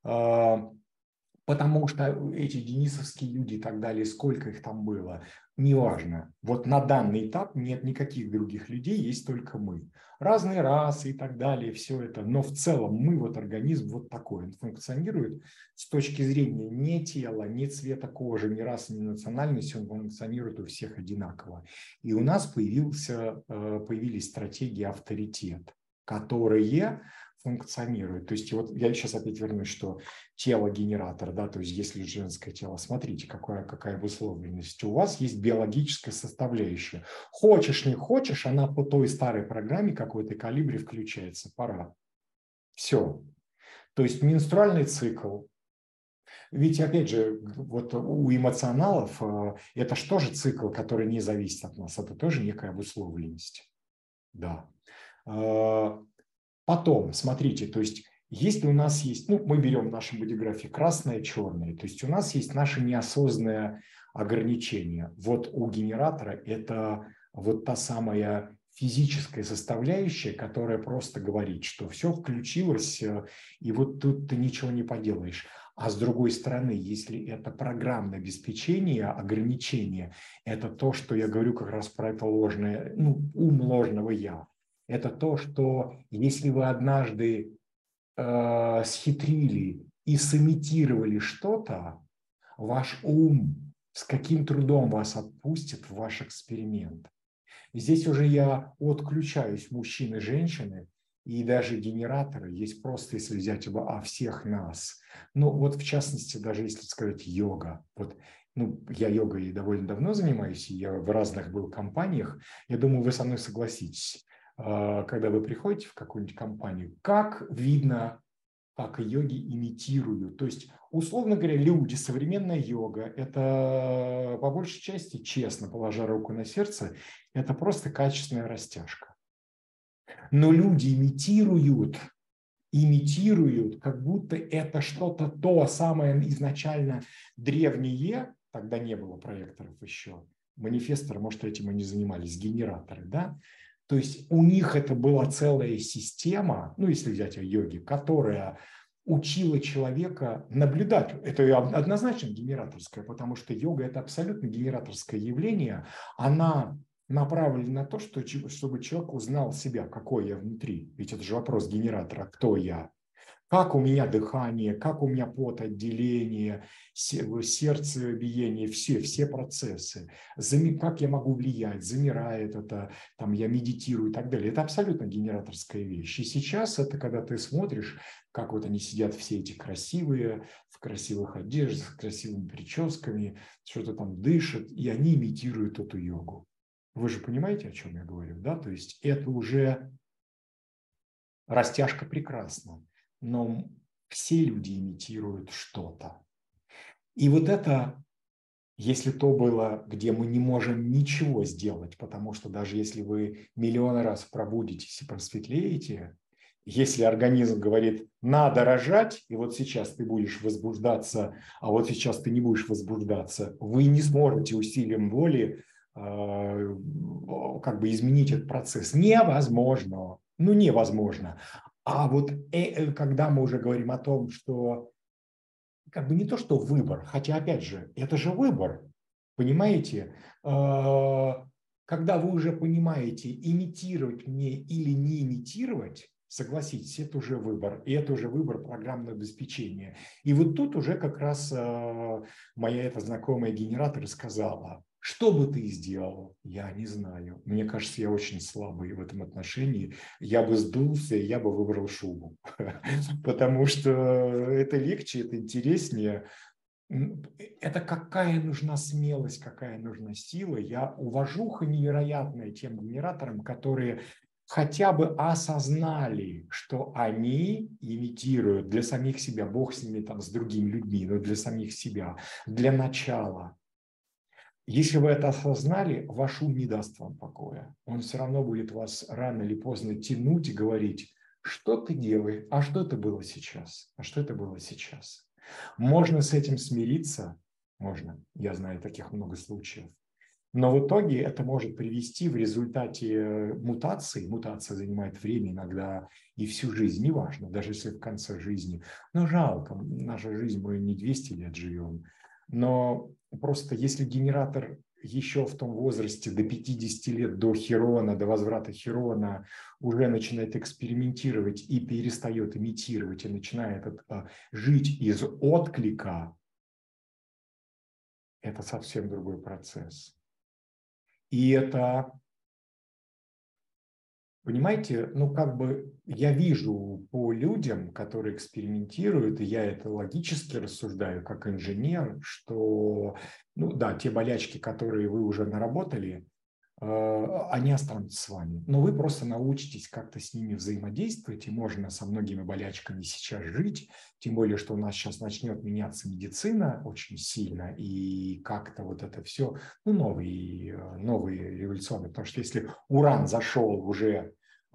Потому что эти денисовские люди и так далее, сколько их там было, неважно. Вот на данный этап нет никаких других людей, есть только мы. Разные расы и так далее, все это. Но в целом мы, вот организм вот такой, он функционирует с точки зрения не тела, не цвета кожи, ни расы, ни национальности, он функционирует у всех одинаково. И у нас появился, появились стратегии авторитет, которые функционирует. То есть вот я сейчас опять вернусь, что тело генератор, да, то есть если женское тело, смотрите, какая, какая обусловленность. У вас есть биологическая составляющая. Хочешь, не хочешь, она по той старой программе какой-то колибри включается. Пора. Все. То есть менструальный цикл. Ведь, опять же, вот у эмоционалов это что же цикл, который не зависит от нас? Это тоже некая обусловленность. Да. Потом, смотрите, то есть если у нас есть, ну, мы берем в нашем бодиграфе красное, черное, то есть у нас есть наше неосознанное ограничение. Вот у генератора это вот та самая физическая составляющая, которая просто говорит, что все включилось, и вот тут ты ничего не поделаешь. А с другой стороны, если это программное обеспечение, ограничение, это то, что я говорю как раз про это ложное, ну, ум ложного «я». Это то, что если вы однажды э, схитрили и сымитировали что-то, ваш ум с каким трудом вас отпустит в ваш эксперимент. И здесь уже я отключаюсь, мужчин и женщины, и даже генераторы есть просто, если взять его о всех нас. Ну вот в частности, даже если сказать йога. Вот, ну, я йогой довольно давно занимаюсь, и я в разных был компаниях. Я думаю, вы со мной согласитесь. Когда вы приходите в какую-нибудь компанию, как видно, как йоги имитируют. То есть, условно говоря, люди, современная йога, это по большей части, честно, положа руку на сердце, это просто качественная растяжка. Но люди имитируют, имитируют, как будто это что-то то самое изначально древнее, тогда не было проекторов еще, манифесторы, может, этим и не занимались, генераторы, да? То есть у них это была целая система, ну, если взять о йоге, которая учила человека наблюдать. Это однозначно генераторское, потому что йога – это абсолютно генераторское явление. Она направлена на то, что, чтобы человек узнал себя, какой я внутри. Ведь это же вопрос генератора, кто я. Как у меня дыхание, как у меня потоотделение, сердцебиение, все, все процессы, как я могу влиять, замирает это, там, я медитирую и так далее. Это абсолютно генераторская вещь. И сейчас это, когда ты смотришь, как вот они сидят все эти красивые, в красивых одеждах, с красивыми прическами, что-то там дышат, и они имитируют эту йогу. Вы же понимаете, о чем я говорю, да? То есть это уже растяжка прекрасна. Но все люди имитируют что-то. И вот это, если то было, где мы не можем ничего сделать, потому что даже если вы миллион раз пробудитесь и просветлеете, если организм говорит, надо рожать, и вот сейчас ты будешь возбуждаться, а вот сейчас ты не будешь возбуждаться, вы не сможете усилием воли э, как бы изменить этот процесс. Невозможно. Ну, невозможно. А вот э, когда мы уже говорим о том, что как бы не то, что выбор, хотя, опять же, это же выбор, понимаете? Когда вы уже понимаете, имитировать мне или не имитировать, согласитесь, это уже выбор, и это уже выбор программного обеспечения. И вот тут уже как раз моя эта знакомая генератор сказала, что бы ты сделал? Я не знаю. Мне кажется, я очень слабый в этом отношении. Я бы сдулся, я бы выбрал шубу. Потому что это легче, это интереснее. Это какая нужна смелость, какая нужна сила. Я уважуха невероятная тем генераторам, которые хотя бы осознали, что они имитируют для самих себя, Бог с ними, там, с другими людьми, но для самих себя, для начала. Если вы это осознали, ваш ум не даст вам покоя. Он все равно будет вас рано или поздно тянуть и говорить, что ты делаешь, а что это было сейчас, а что это было сейчас. Можно с этим смириться, можно, я знаю таких много случаев, но в итоге это может привести в результате мутации, мутация занимает время иногда и всю жизнь, неважно, даже если в конце жизни, но жалко, наша жизнь, мы не двести лет живем, но просто если генератор еще в том возрасте до пятидесяти лет, до херона, до возврата херона уже начинает экспериментировать и перестает имитировать, и начинает это, жить из отклика, это совсем другой процесс. И это, понимаете, ну как бы я вижу по людям, которые экспериментируют, и я это логически рассуждаю как инженер, что, ну да, те болячки, которые вы уже наработали, они останутся с вами. Но вы просто научитесь как-то с ними взаимодействовать, и можно со многими болячками сейчас жить, тем более, что у нас сейчас начнет меняться медицина очень сильно, и как-то вот это все, ну, новые, новые революционные, потому что если уран зашел уже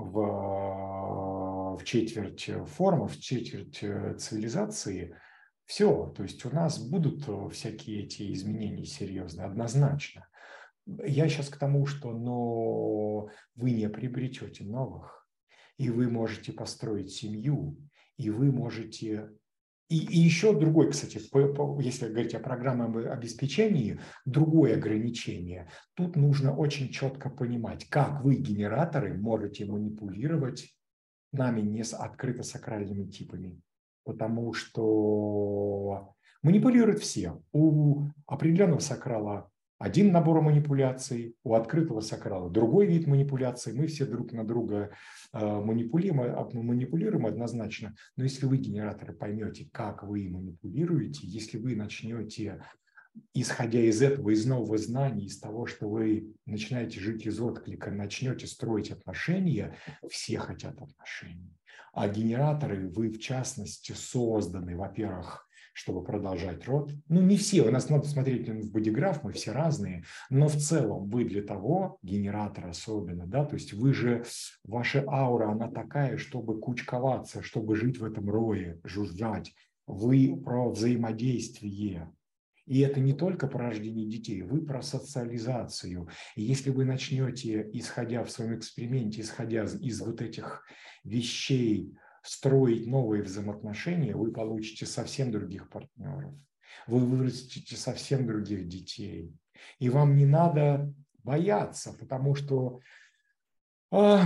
в, в четверть формы, в четверть цивилизации, все, то есть у нас будут всякие эти изменения серьезные, однозначно. Я сейчас к тому, что но вы не приобретете новых, и вы можете построить семью, и вы можете... И, и еще другой, кстати, если говорить о программном обеспечении, другое ограничение. Тут нужно очень четко понимать, как вы, генераторы, можете манипулировать нами не с открыто сакральными типами. потому что манипулируют все. У определенного сакрала один набор манипуляций, у открытого сакрала другой вид манипуляций. Мы все друг на друга манипулируем, манипулируем однозначно. Но если вы, генераторы, поймете, как вы манипулируете, если вы начнете, исходя из этого, из нового знания, из того, что вы начинаете жить из отклика, начнете строить отношения, все хотят отношений. А генераторы, вы в частности созданы, во-первых, чтобы продолжать род. Ну, не все, у нас надо смотреть в бодиграф, мы все разные, но в целом вы для того, генератор особенно, да, то есть вы же, ваша аура, она такая, чтобы кучковаться, чтобы жить в этом рое, жужжать. Вы про взаимодействие. И это не только про рождение детей, вы про социализацию. И если вы начнете, исходя в своем эксперименте, исходя из вот этих вещей, строить новые взаимоотношения, вы получите совсем других партнеров. Вы вырастите совсем других детей. И вам не надо бояться, потому что... А,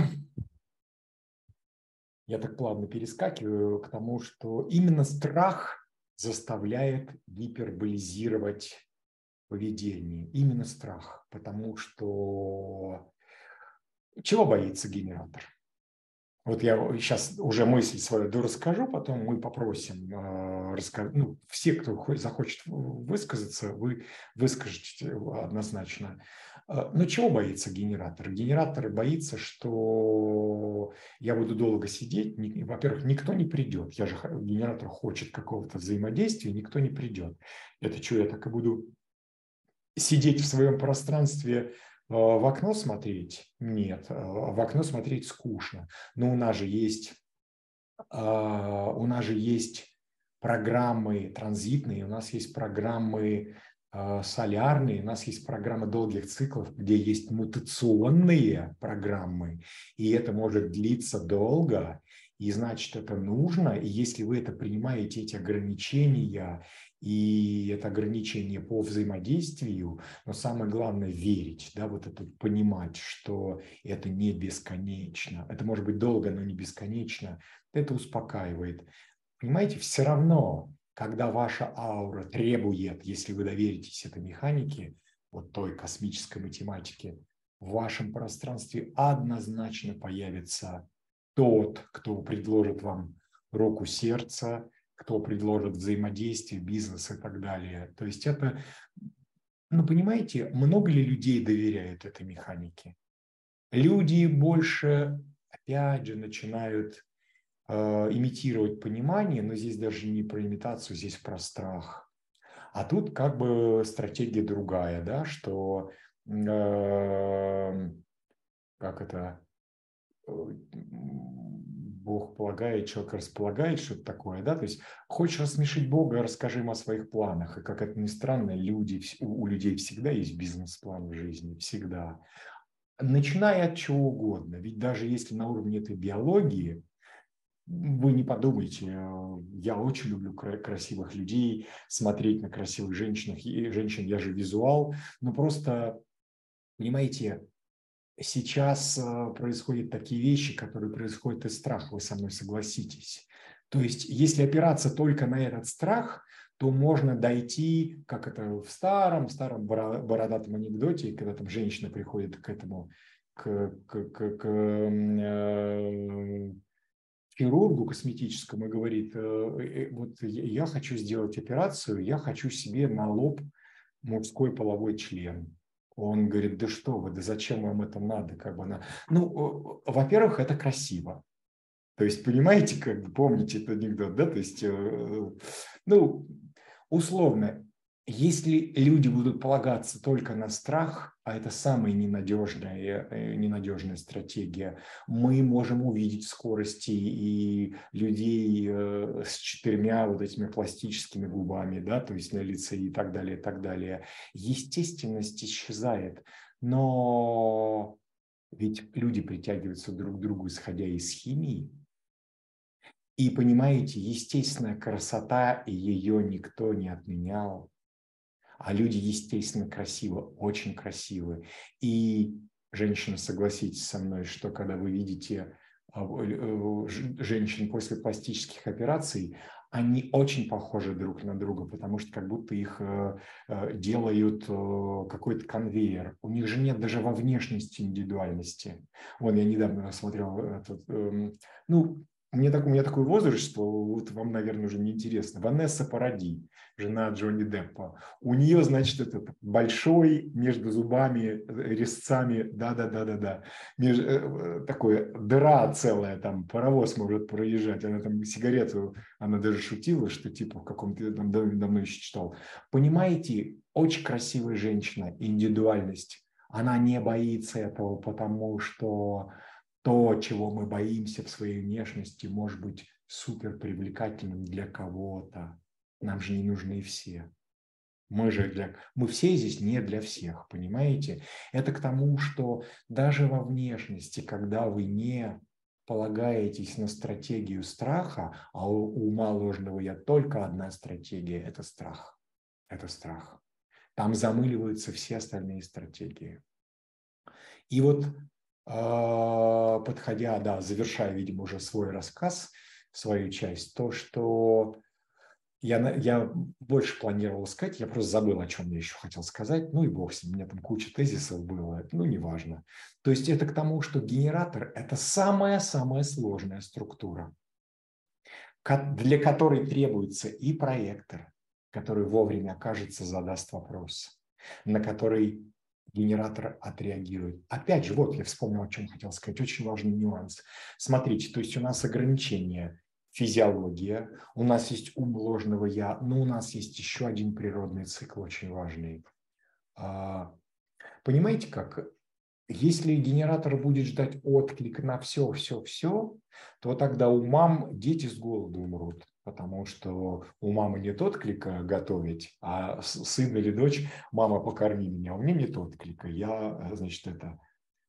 я так плавно перескакиваю к тому, что именно страх заставляет гиперболизировать поведение. Именно страх. Потому что чего боится генератор? Вот я сейчас уже мысль свою расскажу, потом мы попросим, э, ну, все, кто захочет высказаться, вы выскажете однозначно. Но чего боится генератор? Генератор боится, что я буду долго сидеть. Во-первых, никто не придет. Я же, генератор хочет какого-то взаимодействия, никто не придет. Это что, я так и буду сидеть в своем пространстве, в окно смотреть? Нет, в окно смотреть скучно. Но у нас же есть, у нас же есть программы транзитные, у нас есть программы солярные, у нас есть программы долгих циклов, где есть мутационные программы, и это может длиться долго, и значит, это нужно. И если вы это принимаете, эти ограничения, и это ограничение по взаимодействию, но самое главное верить, да, вот это понимать, что это не бесконечно. Это может быть долго, но не бесконечно. Это успокаивает. Понимаете, все равно, когда ваша аура требует, если вы доверитесь этой механике, вот той космической математике, в вашем пространстве однозначно появится тот, кто предложит вам руку сердца, кто предложит взаимодействие, бизнес и так далее. То есть это, ну, понимаете, много ли людей доверяют этой механике? Люди больше, опять же, начинают э, имитировать понимание, но здесь даже не про имитацию, здесь про страх. А тут как бы стратегия другая, да, что э, как это... Бог полагает, человек располагает, что-то такое, да, то есть хочешь рассмешить Бога, расскажи им о своих планах, и как это ни странно, люди, у людей всегда есть бизнес-план в жизни, всегда, начиная от чего угодно, ведь даже если на уровне этой биологии, вы не подумайте, я очень люблю красивых людей, смотреть на красивых женщин, женщин, я же визуал, но просто, понимаете, сейчас происходят такие вещи, которые происходят из страха, вы со мной согласитесь. То есть, если опираться только на этот страх, то можно дойти, как это в старом, в старом бородатом анекдоте, когда там женщина приходит к этому, к, к, к, к э, хирургу косметическому и говорит, э, вот я хочу сделать операцию, я хочу себе на лоб мужской половой член. Он говорит, да что вы, да зачем вам это надо? Как бы она... Ну, во-первых, это красиво. То есть, понимаете, как бы помните этот анекдот, да? То есть, ну, условно, если люди будут полагаться только на страх, а это самая ненадежная, ненадежная стратегия, мы можем увидеть скорости и людей с четырьмя вот этими пластическими губами, да, то есть на лице и так далее, и так далее. Естественность исчезает, но ведь люди притягиваются друг к другу, исходя из химии. И понимаете, естественная красота, ее никто не отменял. А люди, естественно, красивы, очень красивы. И, женщина, согласитесь со мной, что когда вы видите женщин после пластических операций, они очень похожи друг на друга, потому что как будто их делают какой-то конвейер. У них же нет даже во внешности индивидуальности. Вон я недавно смотрел этот, ну, мне так, у меня такой возраст, что вот вам, наверное, уже неинтересно. Ванесса Паради, жена Джонни Деппа. У нее, значит, этот большой между зубами, резцами, да-да-да-да-да, такое дыра целая, там паровоз может проезжать. Она там сигарету, она даже шутила, что типа в каком-то, там давно еще читал. Понимаете, очень красивая женщина, индивидуальность. Она не боится этого, потому что то, чего мы боимся в своей внешности, может быть супер привлекательным для кого-то. Нам же не нужны все. Мы же для... Мы все здесь не для всех, понимаете? Это к тому, что даже во внешности, когда вы не полагаетесь на стратегию страха, а у ума ложного я только одна стратегия – это страх. Это страх. Там замыливаются все остальные стратегии. И вот, подходя, да, завершая, видимо, уже свой рассказ, свою часть, то, что я, я больше планировал сказать, я просто забыл, о чем я еще хотел сказать, ну и бог с ним, у меня там куча тезисов было, ну неважно. То есть это к тому, что генератор – это самая-самая сложная структура, для которой требуется и проектор, который вовремя, кажется, задаст вопрос, на который генератор отреагирует. Опять же, вот я вспомнил, о чем хотел сказать, очень важный нюанс. Смотрите, то есть у нас ограничение физиология, у нас есть ум ложного я, но у нас есть еще один природный цикл очень важный. Понимаете как? Если генератор будет ждать отклик на все, все, все, то тогда у мам дети с голоду умрут, потому что у мамы нет отклика готовить, а сын или дочь: мама, покорми меня, у меня нет отклика, я, значит, это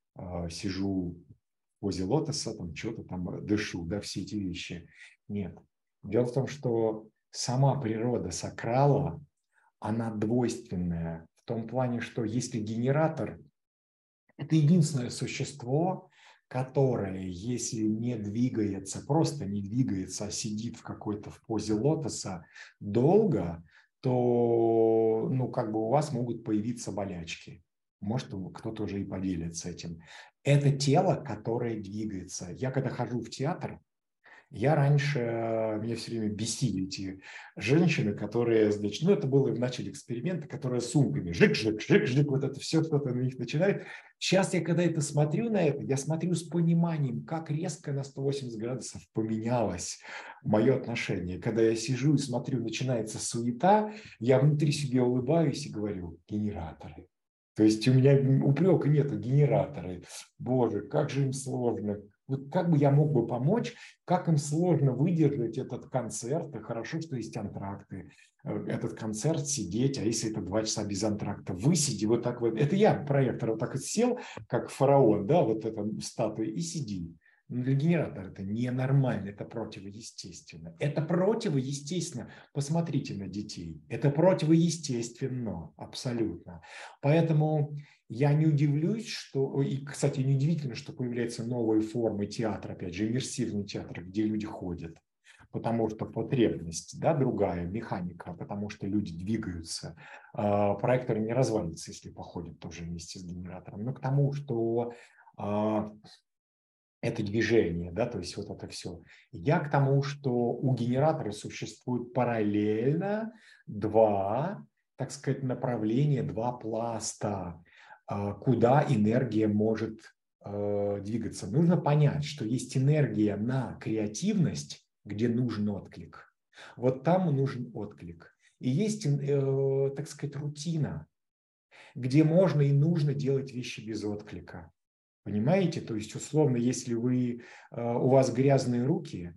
сижу возле лотоса, там что-то там дышу, да, все эти вещи. Нет. Дело в том, что сама природа сакрала, она двойственная в том плане, что если генератор – это единственное существо, которое, если не двигается, просто не двигается, а сидит в какой-то в позе лотоса долго, то, ну, как бы у вас могут появиться болячки. Может, кто-то уже и поделится этим. Это тело, которое двигается. Я когда хожу в театр, я раньше, меня все время бесили эти женщины, которые, значит, ну это было в начале эксперимента, которые сумками, жик-жик, жик-жик, вот это все что-то на них начинает. Сейчас я, когда это смотрю на это, я смотрю с пониманием, как резко на сто восемьдесят градусов поменялось мое отношение. Когда я сижу и смотрю, начинается суета, я внутри себе улыбаюсь и говорю: генераторы. То есть у меня упрека нету, генераторы. Боже, как же им сложно. Вот как бы я мог бы помочь, как им сложно выдержать этот концерт. И хорошо, что есть антракты. Этот концерт сидеть, а если это два часа без антракта, высиди вот так вот. Это я, проектор, вот так вот сел, как фараон, да, вот эта статуя, и сиди. Но для генератора это ненормально, это противоестественно. Это противоестественно. Посмотрите на детей. Это противоестественно, абсолютно. Поэтому я не удивлюсь, что... И, кстати, неудивительно, что появляются новые формы театра, опять же, иммерсивный театр, где люди ходят. Потому что потребность, да, другая, механика, потому что люди двигаются. Проектор не развалится, если походит тоже вместе с генератором. Но к тому, что... это движение, да, то есть вот это все. Я к тому, что у генератора существует параллельно два, так сказать, направления, два пласта, куда энергия может двигаться. Нужно понять, что есть энергия на креативность, где нужен отклик. Вот там нужен отклик. И есть, так сказать, рутина, где можно и нужно делать вещи без отклика. Понимаете? То есть, условно, если вы, у вас грязные руки,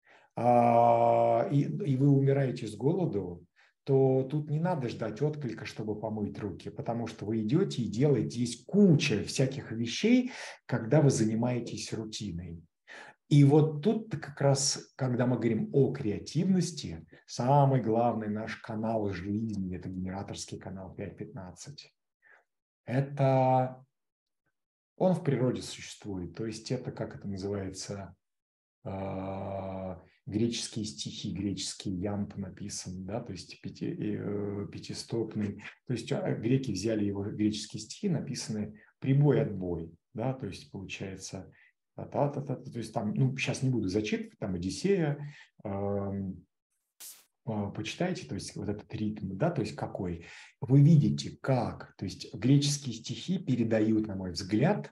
и, и вы умираете с голоду, то тут не надо ждать отклика, чтобы помыть руки, потому что вы идете и делаете, есть куча всяких вещей, когда вы занимаетесь рутиной. И вот тут как раз, когда мы говорим о креативности, самый главный наш канал жизни – это генераторский канал пять пятнадцать. Это Он в природе существует. То есть это, как это называется, греческие стихи, греческий ямб написан, да, то есть пяти, э, пятистопный. То есть греки взяли его греческие стихи, написаны прибой-отбой, да, то есть получается, та-та-та-та, то есть там, ну, сейчас не буду зачитывать, там Одиссея, э, почитайте, то есть вот этот ритм, да, то есть какой. Вы видите, как, то есть греческие стихи передают, на мой взгляд,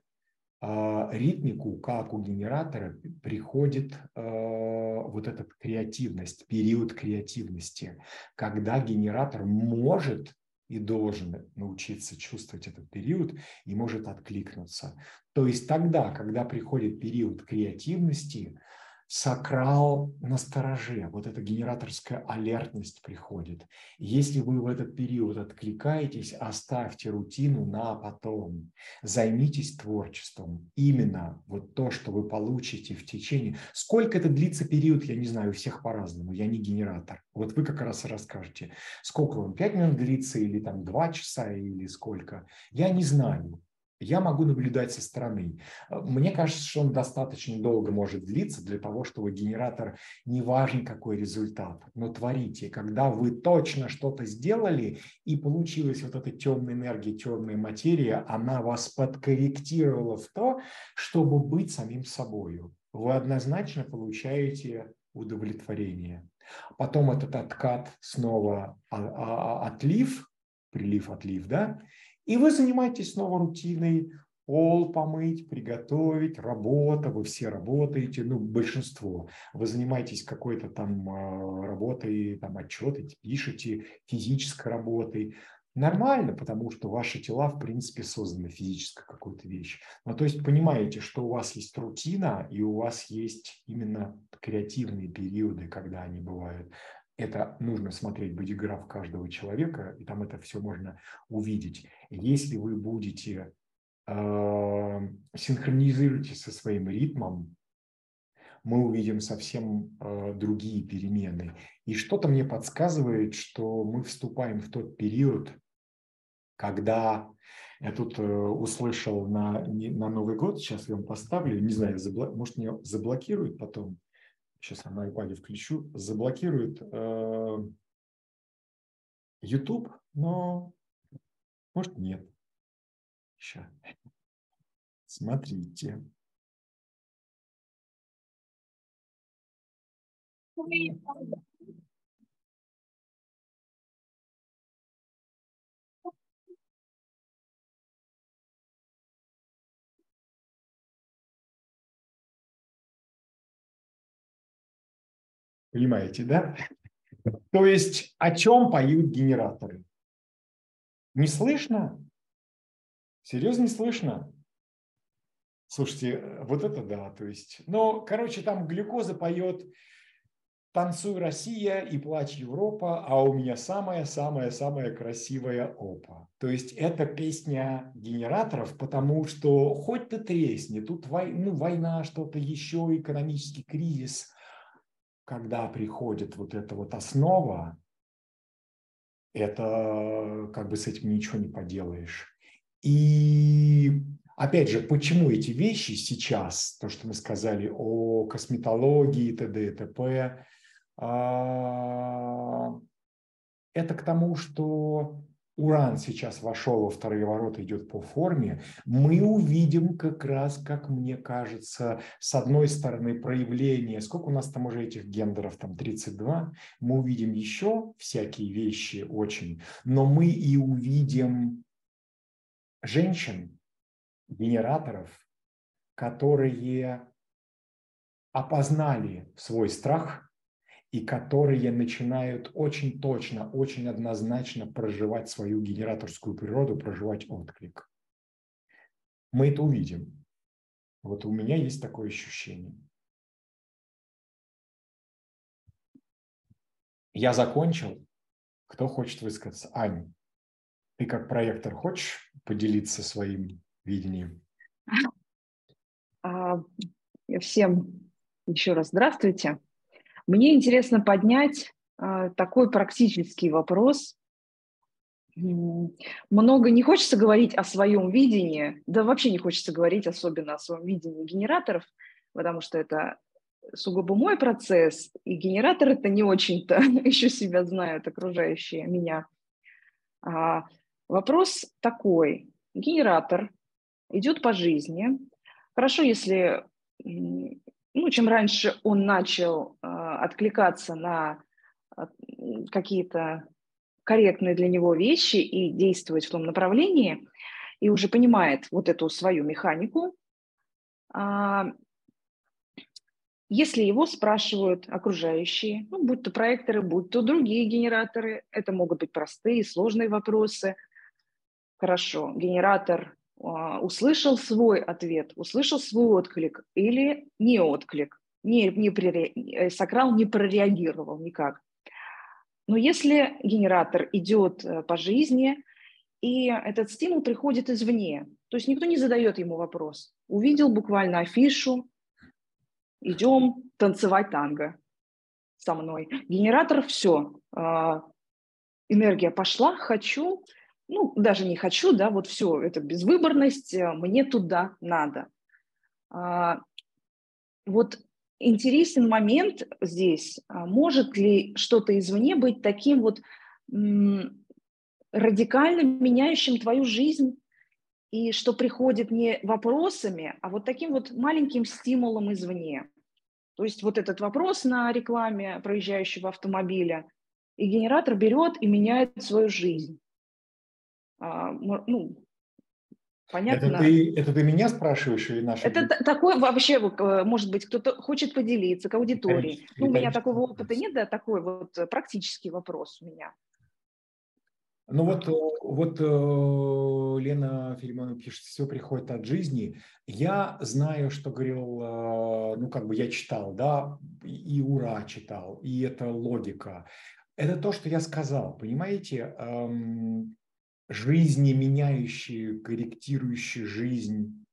ритмику, как у генератора приходит э, вот эта креативность, период креативности, когда генератор может и должен научиться чувствовать этот период и может откликнуться. То есть тогда, когда приходит период креативности, сакрал настороже, вот эта генераторская алертность приходит. Если вы в этот период откликаетесь, оставьте рутину на потом. Займитесь творчеством. Именно вот то, что вы получите в течение... Сколько это длится период, я не знаю, у всех по-разному, я не генератор. Вот вы как раз и расскажете, сколько он, пять минут длится или там два часа или сколько. Я не знаю. Я могу наблюдать со стороны. Мне кажется, что он достаточно долго может длиться для того, чтобы генератор, неважно какой результат, но творите. Когда вы точно что-то сделали и получилась вот эта темная энергия, темная материя, она вас подкорректировала в то, чтобы быть самим собою. Вы однозначно получаете удовлетворение. Потом этот откат снова отлив, прилив, отлив, да, и вы занимаетесь снова рутиной, пол помыть, приготовить, работа, вы все работаете, ну, большинство. Вы занимаетесь какой-то там работой, там отчеты пишете, физической работой. Нормально, потому что ваши тела, в принципе, созданы физической какой-то вещь. Ну, то есть понимаете, что у вас есть рутина, и у вас есть именно креативные периоды, когда они бывают. Это нужно смотреть бодиграф каждого человека, и там это все можно увидеть. Если вы будете э, синхронизируйтесь со своим ритмом, мы увидим совсем э, другие перемены. И что-то мне подсказывает, что мы вступаем в тот период, когда я тут э, услышал на, не, на Новый год, сейчас я вам поставлю, не знаю, забло, может, меня заблокируют потом, сейчас я на iPad включу, заблокируют э, YouTube, но может нет. Сейчас. Смотрите. Понимаете, да? То есть о чем поют генераторы? Не слышно? Серьезно не слышно? Слушайте, вот это да, то есть, ну, короче, там глюкоза поет «Танцуй, Россия» и «Плачь, Европа», а у меня самая-самая-самая красивая опа. То есть это песня генераторов, потому что хоть ты тресни, тут вой, ну, война, что-то еще, экономический кризис, когда приходит вот эта вот основа, это как бы с этим ничего не поделаешь. И опять же, почему эти вещи сейчас, то, что мы сказали о косметологии, т.д. и т.п., это к тому, что Уран сейчас вошел во вторые ворота, идет по форме, мы увидим как раз, как мне кажется, с одной стороны проявление, сколько у нас там уже этих гендеров, там тридцать два, мы увидим еще всякие вещи очень, но мы и увидим женщин, генераторов, которые опознали свой страх, и которые начинают очень точно, очень однозначно проживать свою генераторскую природу, проживать отклик. Мы это увидим. Вот у меня есть такое ощущение. Я закончил. Кто хочет высказаться? Аня, ты как проектор хочешь поделиться своим видением? Всем еще раз здравствуйте. Мне интересно поднять такой практический вопрос. Много не хочется говорить о своем видении, да вообще не хочется говорить особенно о своем видении генераторов, потому что это сугубо мой процесс, и генераторы-то не очень-то еще себя знают, окружающие меня. А, вопрос такой. Генератор идет по жизни. Хорошо, если ну, чем раньше он начал а, откликаться на а, какие-то корректные для него вещи и действовать в том направлении, и уже понимает вот эту свою механику. А, если его спрашивают окружающие, ну, будь то проекторы, будь то другие генераторы, это могут быть простые, сложные вопросы. Хорошо, генератор а, услышал свой ответ, услышал свой отклик или не отклик, не, не прере... Сокрал не прореагировал никак. Но если генератор идет по жизни, и этот стимул приходит извне, то есть никто не задает ему вопрос. Увидел буквально афишу, идем танцевать танго со мной. Генератор, все, энергия пошла, хочу, ну, даже не хочу, да, вот все, это безвыборность, мне туда надо. Вот интересен момент здесь, может ли что-то извне быть таким вот радикально меняющим твою жизнь, и что приходит не вопросами, а вот таким вот маленьким стимулом извне. То есть вот этот вопрос на рекламе проезжающего автомобиля, и генератор берет и меняет свою жизнь. А, ну, понятно? Это ты, это ты меня спрашиваешь или наши? Это такой вообще, может быть, кто-то хочет поделиться к аудитории. Риторический, Ну, у меня риторический такого вопрос. опыта нет, да, такой вот практический вопрос у меня. Ну вот, вот Лена Филимонова пишет, все приходит от жизни. Я знаю, что говорил, ну как бы я читал, да, и ура читал, и это логика. Это то, что я сказал, понимаете, жизни меняющие, корректирующие жизнь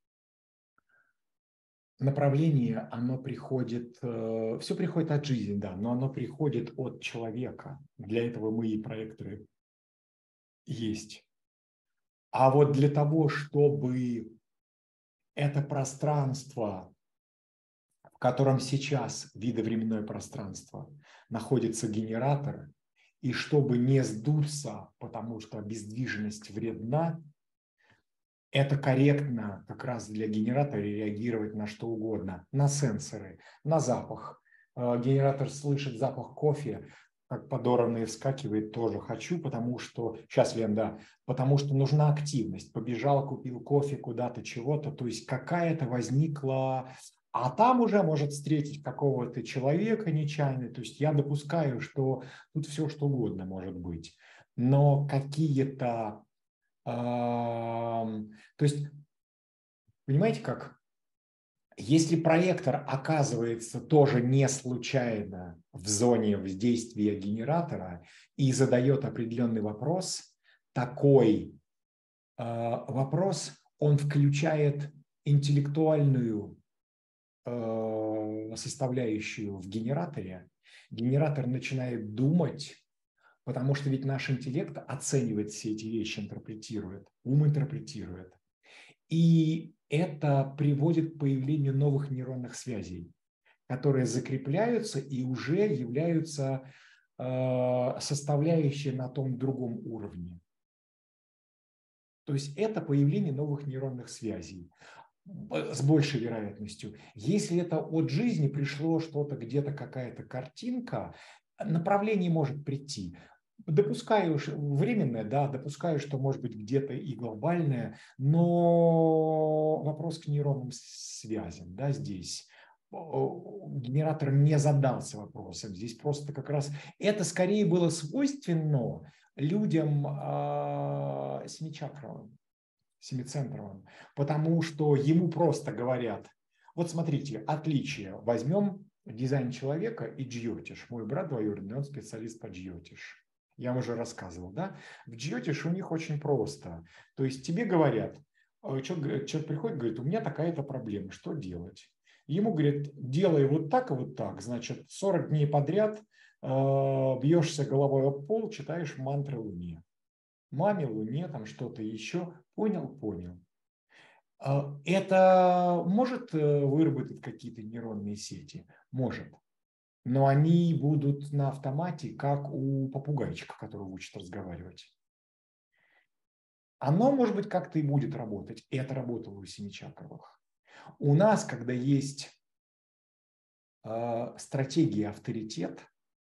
направление, оно приходит, все приходит от жизни, да, но оно приходит от человека. Для этого мы и проекторы есть. А вот для того, чтобы это пространство, в котором сейчас видовременное пространство, находится генератор, и чтобы не сдуться, потому что обездвиженность вредна, это корректно как раз для генератора реагировать на что угодно, на сенсоры, на запах. Генератор слышит запах кофе, как подорванный вскакивает, тоже хочу, потому что, сейчас, Лен, да, потому что нужна активность. Побежал, купил кофе куда-то, чего-то, то есть какая-то возникла, а там уже может встретить какого-то человека нечаянно, то есть я допускаю, что тут все что угодно может быть, но какие-то, э, то есть, понимаете как? Если проектор оказывается тоже не случайно в зоне воздействия генератора и задает определенный вопрос, такой э, вопрос, он включает интеллектуальную э, составляющую в генераторе. Генератор начинает думать, потому что ведь наш интеллект оценивает все эти вещи, интерпретирует, ум интерпретирует. И это приводит к появлению новых нейронных связей, которые закрепляются и уже являются э, составляющей на том другом уровне. То есть это появление новых нейронных связей с большей вероятностью. Если это от жизни пришло что-то, где-то какая-то картинка, направление может прийти. Допускаю временное, да, допускаю, что может быть где-то и глобальное, но вопрос к нейронным связям, да, здесь. Генератор не задался вопросом. Здесь просто как раз это скорее было свойственно людям э, семичакровым, семицентровым, потому что ему просто говорят, вот смотрите, отличие, возьмем дизайн человека и джиотиш. Мой брат двоюродный, он специалист по джиотиш. Я вам уже рассказывал, да? В джиотиш у них очень просто. То есть тебе говорят, человек, человек приходит, говорит, у меня такая-то проблема, что делать? Ему говорят, делай вот так и вот так, значит, сорок дней подряд э, бьешься головой об пол, читаешь мантры Луне. маме, Луне, там что-то еще. Понял, понял. Это может выработать какие-то нейронные сети? Может. Но они будут на автомате, как у попугайчика, которого учат разговаривать. Оно, может быть, как-то и будет работать. И это работало у семичакровых. У нас, когда есть э, стратегия авторитет,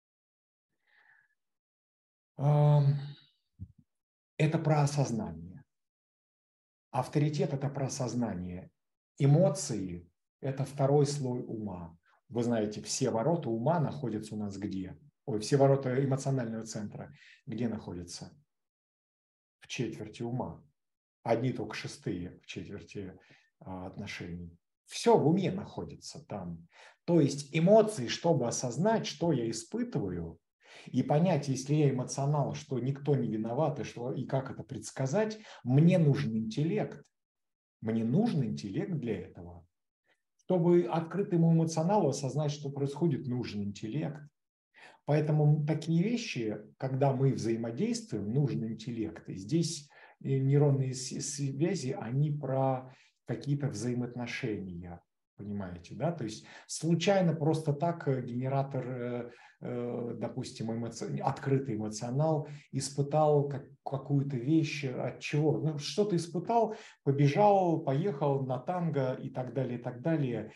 э, это про осознание. Авторитет – это про осознание. Эмоции – это второй слой ума. Вы знаете, все ворота ума находятся у нас где? Ой, все ворота эмоционального центра где находятся? В четверти ума. Одни только шестые в четверти а, отношений. Все в уме находится там. То есть эмоции, чтобы осознать, что я испытываю, и понять, если я эмоционал, что никто не виноват, и, что, и как это предсказать, мне нужен интеллект. Мне нужен интеллект для этого. Чтобы открытому эмоционалу осознать, что происходит, нужен интеллект. Поэтому такие вещи, когда мы взаимодействуем, нужен интеллект. И здесь нейронные связи, они про какие-то взаимоотношения, понимаете, да? То есть случайно просто так генератор, допустим, эмоци... открытый эмоционал испытал как, какую-то вещь, от чего? Ну, что-то испытал, побежал, поехал на танго и так далее, и так далее.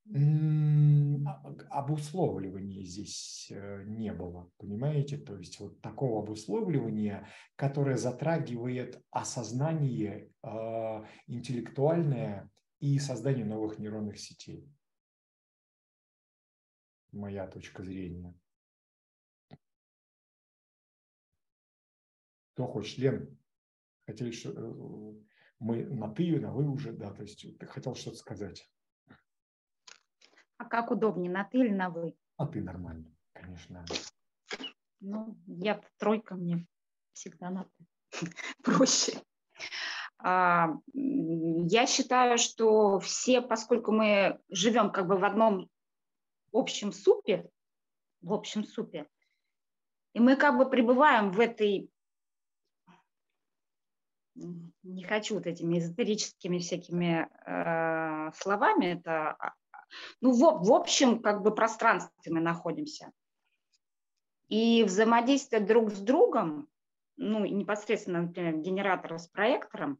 Обусловливания здесь не было, понимаете? То есть вот такого обусловливания, которое затрагивает осознание э, интеллектуальное и создание новых нейронных сетей. Моя точка зрения. Кто хочет? Лен, хотели, что мы на ты, на вы уже, да, то есть ты хотел что-то сказать. А как удобнее, на ты или на вы? А ты нормально, конечно. Ну, я тройка, мне всегда на ты. Проще. А, я считаю, что все, поскольку мы живем как бы в одном общем супе, в общем супе, и мы как бы пребываем в этой, не хочу вот этими эзотерическими всякими э, словами, это, ну, в, в общем как бы пространстве мы находимся. И взаимодействие друг с другом, ну, непосредственно, например, генератора с проектором,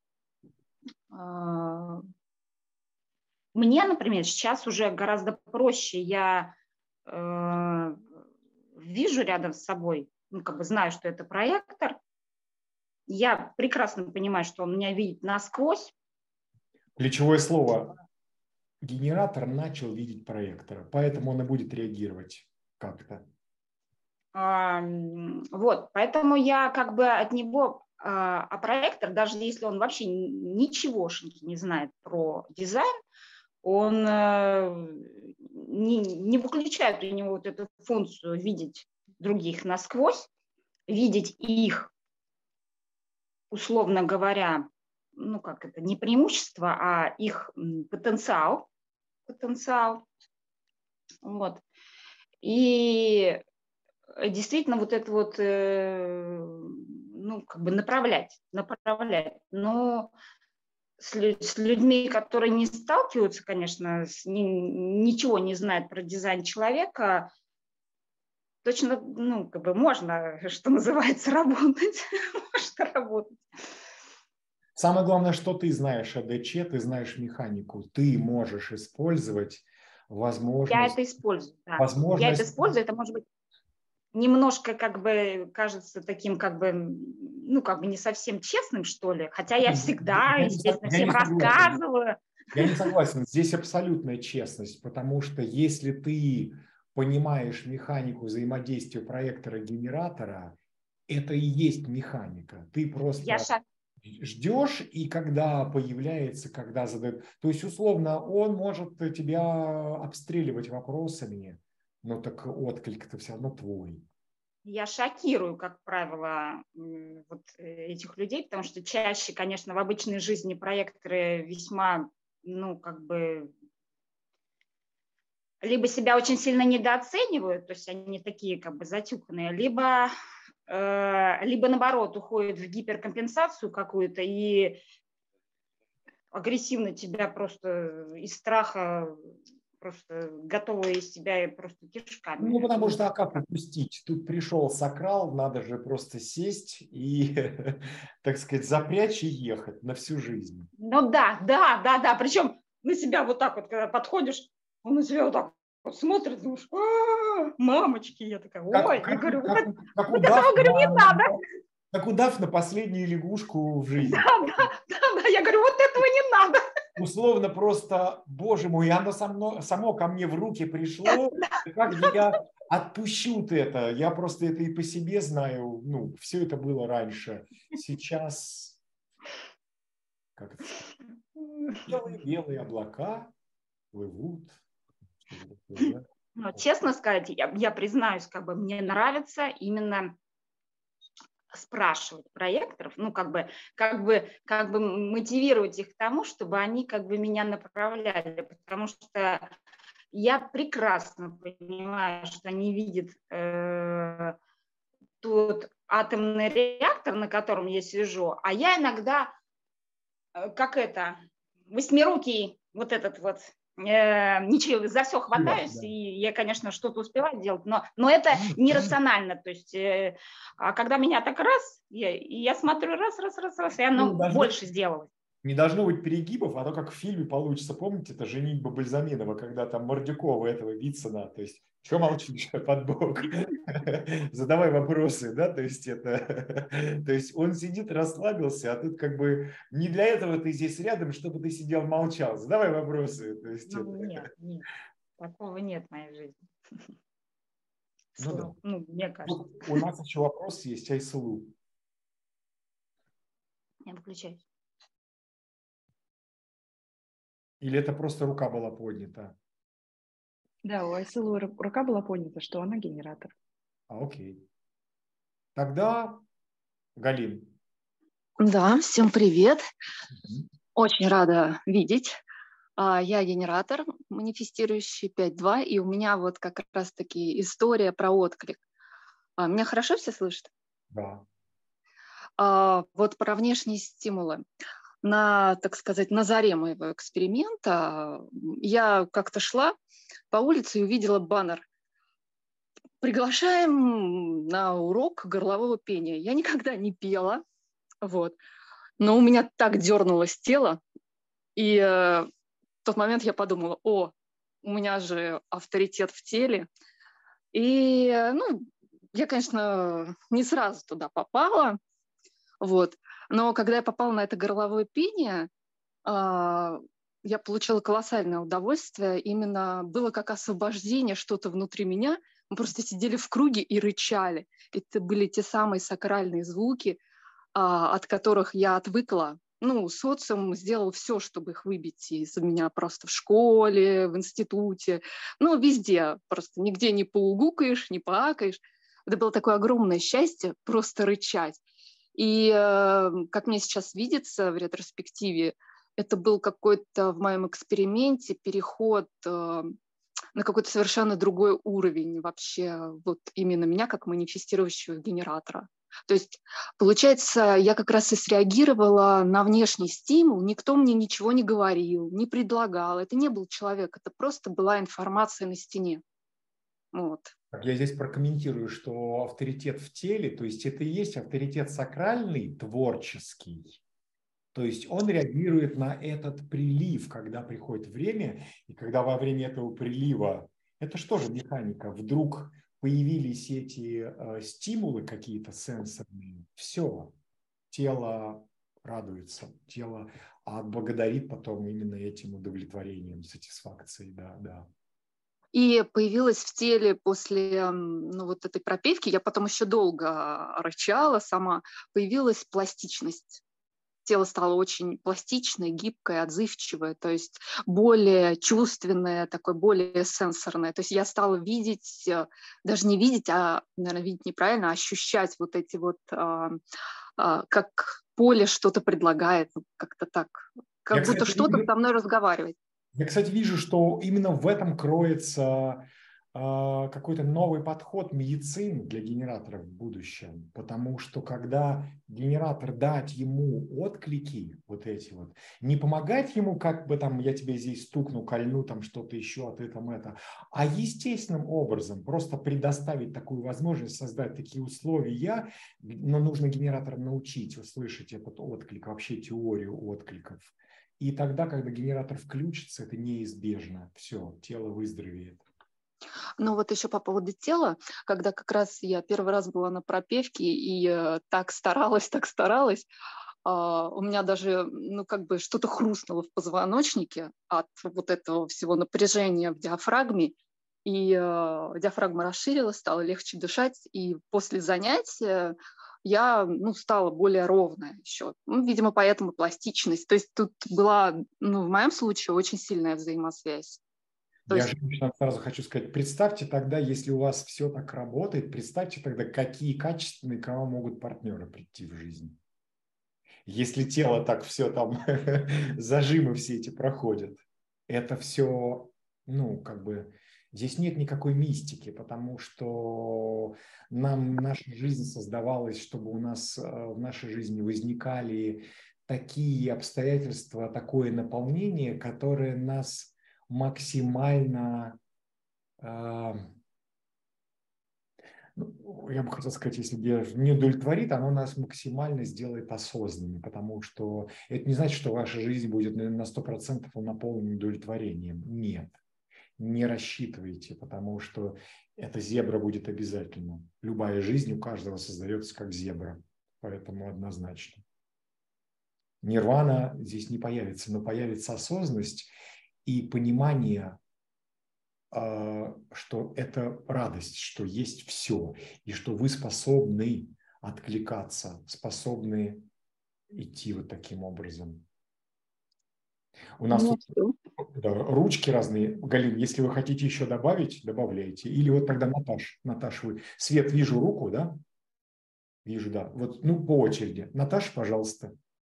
э, мне, например, сейчас уже гораздо проще. Я э, вижу рядом с собой, ну, как бы знаю, что это проектор. Я прекрасно понимаю, что он меня видит насквозь. Ключевое слово. Генератор начал видеть проектора, поэтому он и будет реагировать как-то. А, вот, поэтому я как бы от него, а, а проектор, даже если он вообще ничегошеньки не знает про дизайн, он не, не выключает у него вот эту функцию видеть других насквозь, видеть их, условно говоря, ну как это, не преимущество, а их потенциал, потенциал, вот. И действительно вот это вот, ну как бы направлять, направлять, но с людьми, которые не сталкиваются, конечно, с, ни, ничего не знают про дизайн человека, точно, ну, как бы можно, что называется, работать. Можно работать. Самое главное, что ты знаешь о ДЧ, ты знаешь механику. Ты можешь использовать возможность... Я это использую, да. Возможность... Я это использую, это может быть немножко, как бы, кажется таким, как бы, ну, как бы не совсем честным, что ли. Хотя я всегда, я естественно, всем рассказываю. Я не согласен. Здесь абсолютная честность, потому что если ты понимаешь механику взаимодействия проектора-генератора, это и есть механика. Ты просто я ждешь, и когда появляется, когда задает... То есть, условно, он может тебя обстреливать вопросами, но так отклик-то все равно твой. Я шокирую, как правило, вот этих людей, потому что чаще, конечно, в обычной жизни проекторы весьма, ну, как бы, либо себя очень сильно недооценивают, то есть они такие, как бы, затюканные, либо либо наоборот уходит в гиперкомпенсацию какую-то и агрессивно тебя просто из страха просто готовы из тебя просто кишками. Ну, потому что, а как упустить? Тут пришел сакрал, надо же просто сесть и, так сказать, запрячь и ехать на всю жизнь. Ну да, да, да, да. Причем на себя вот так вот, когда подходишь, он на себя вот так вот смотрит, думаешь, «А, мамочки, я такая, ой, Как, я как, говорю, как, вот, как вот удав этого, говорю, не на- надо. Как удав на последнюю лягушку в жизни. Да, да, да, да, я говорю, вот этого не надо. Условно просто, боже мой, оно само, само ко мне в руки пришло, как же я отпущу это? Я просто это и по себе знаю, ну, все это было раньше. Сейчас, как это сказать, белые, белые облака плывут. Но, честно сказать, я, я признаюсь, как бы мне нравится именно спрашивать проекторов, ну, как бы, как бы, как бы мотивировать их к тому, чтобы они как бы меня направляли, потому что я прекрасно понимаю, что они видят э, тот атомный реактор, на котором я сижу, а я иногда, э, как это, восьмирукий вот этот вот, э, ничего, за все хватаюсь, Да, да. и я, конечно, что-то успеваю делать, но, но это нерационально, то есть, э, а когда меня так раз, я, я смотрю раз, раз, раз, раз, и оно Ну, больше сделалось. Не должно быть перегибов, а то как в фильме получится. Помните, это «Женитьба Бальзаминова», когда там Мордюкова этого Вицина, то есть, что молчишь под бок? Задавай вопросы, да, то есть это, то есть он сидит, расслабился, а тут как бы не для этого ты здесь рядом, чтобы ты сидел, молчал. Задавай вопросы. То есть Ну, это... нет, нет, такого нет в моей жизни. Ну, да. Ну, мне кажется. Вот у нас еще вопрос есть, Айсулу. Я выключаюсь. Или это просто рука была поднята? Да, у Айсылу рука была поднята, что она генератор. А, окей. Тогда Галин. Да, всем привет. Мгм. Очень рада видеть. А, Я генератор, манифестирующий пять два, и у меня вот как раз-таки история про отклик. А, Меня хорошо все слышат? Да. А, Вот про внешние стимулы. На, так сказать, на заре моего эксперимента я как-то шла по улице и увидела баннер: приглашаем на урок горлового пения. Я никогда не пела, вот, но у меня так дернулось тело, и э, в тот момент я подумала: о, у меня же авторитет в теле. И, э, ну, я, конечно, не сразу туда попала, вот, но когда я попала на это горловое пение, а, я получила колоссальное удовольствие. Именно было как освобождение, что-то внутри меня. Мы просто сидели в круге и рычали. Это были те самые сакральные звуки, а, от которых я отвыкла. Ну, социум сделал все, чтобы их выбить из меня просто в школе, в институте, ну, везде. Просто нигде не поугукаешь, не поакаешь. Это было такое огромное счастье просто рычать. И, э, как мне сейчас видится в ретроспективе, это был какой-то в моем эксперименте переход э, на какой-то совершенно другой уровень вообще вот именно меня как манифестирующего генератора. То есть, получается, я как раз и среагировала на внешний стимул, никто мне ничего не говорил, не предлагал, это не был человек, это просто была информация на стене. Вот. Я здесь прокомментирую, что авторитет в теле, то есть это и есть авторитет сакральный, творческий. То есть он реагирует на этот прилив, когда приходит время, и когда во время этого прилива, это что же механика, вдруг появились эти э, стимулы какие-то сенсорные, все, тело радуется, тело отблагодарит потом именно этим удовлетворением, сатисфакцией, да, да. И появилась в теле после ну, вот этой пропитки, я потом еще долго рычала сама, появилась пластичность. Тело стало очень пластичное, гибкое, отзывчивое, то есть более чувственное, такое более сенсорное. То есть я стала видеть, даже не видеть, а, наверное, видеть неправильно, а ощущать вот эти вот, а, а, как поле что-то предлагает, ну, как-то так, как Я, будто кстати, что-то вижу, со мной разговаривает. я, кстати, вижу, что именно в этом кроется какой-то новый подход медицины для генераторов в будущем, потому что когда генератор дать ему отклики, вот эти вот, не помогать ему, как бы там я тебе здесь стукну, кольну, там что-то еще, а ты там это, а естественным образом просто предоставить такую возможность, создать такие условия, но нужно генераторам научить услышать этот отклик, вообще теорию откликов. И тогда, когда генератор включится, это неизбежно, все, тело выздоровеет. Ну вот еще по поводу тела, когда как раз я первый раз была на пропевке и э, так старалась, так старалась, э, у меня даже, ну как бы что-то хрустнуло в позвоночнике от вот этого всего напряжения в диафрагме, и э, диафрагма расширилась, стало легче дышать, и после занятия я, ну, стала более ровная еще. Ну, видимо, поэтому пластичность. То есть тут была, ну, в моем случае очень сильная взаимосвязь. То Я есть... же сразу хочу сказать, представьте тогда, если у вас все так работает, представьте тогда, какие качественные к вам могут партнеры прийти в жизнь. Если тело так все там, зажимы все эти проходят, это все, ну, как бы, здесь нет никакой мистики, потому что нам наша жизнь создавалась, чтобы у нас в нашей жизни возникали такие обстоятельства, такое наполнение, которое нас максимально, э, ну, я бы хотел сказать, если не удовлетворит, оно нас максимально сделает осознанными, потому что это не значит, что ваша жизнь будет на сто процентов наполнена удовлетворением. Нет, не рассчитывайте, потому что эта зебра будет обязательно. Любая жизнь у каждого создается как зебра, поэтому однозначно. Нирвана здесь не появится, но появится осознанность и понимание, что это радость, что есть все, и что вы способны откликаться, способны идти вот таким образом. У нас Ну, тут да, ручки разные. Галин, если вы хотите еще добавить, добавляйте. Или вот тогда Наташ, Наташ, вы. Свет, вижу руку, да? Вижу, да. Вот, ну, по очереди. Наташа, пожалуйста.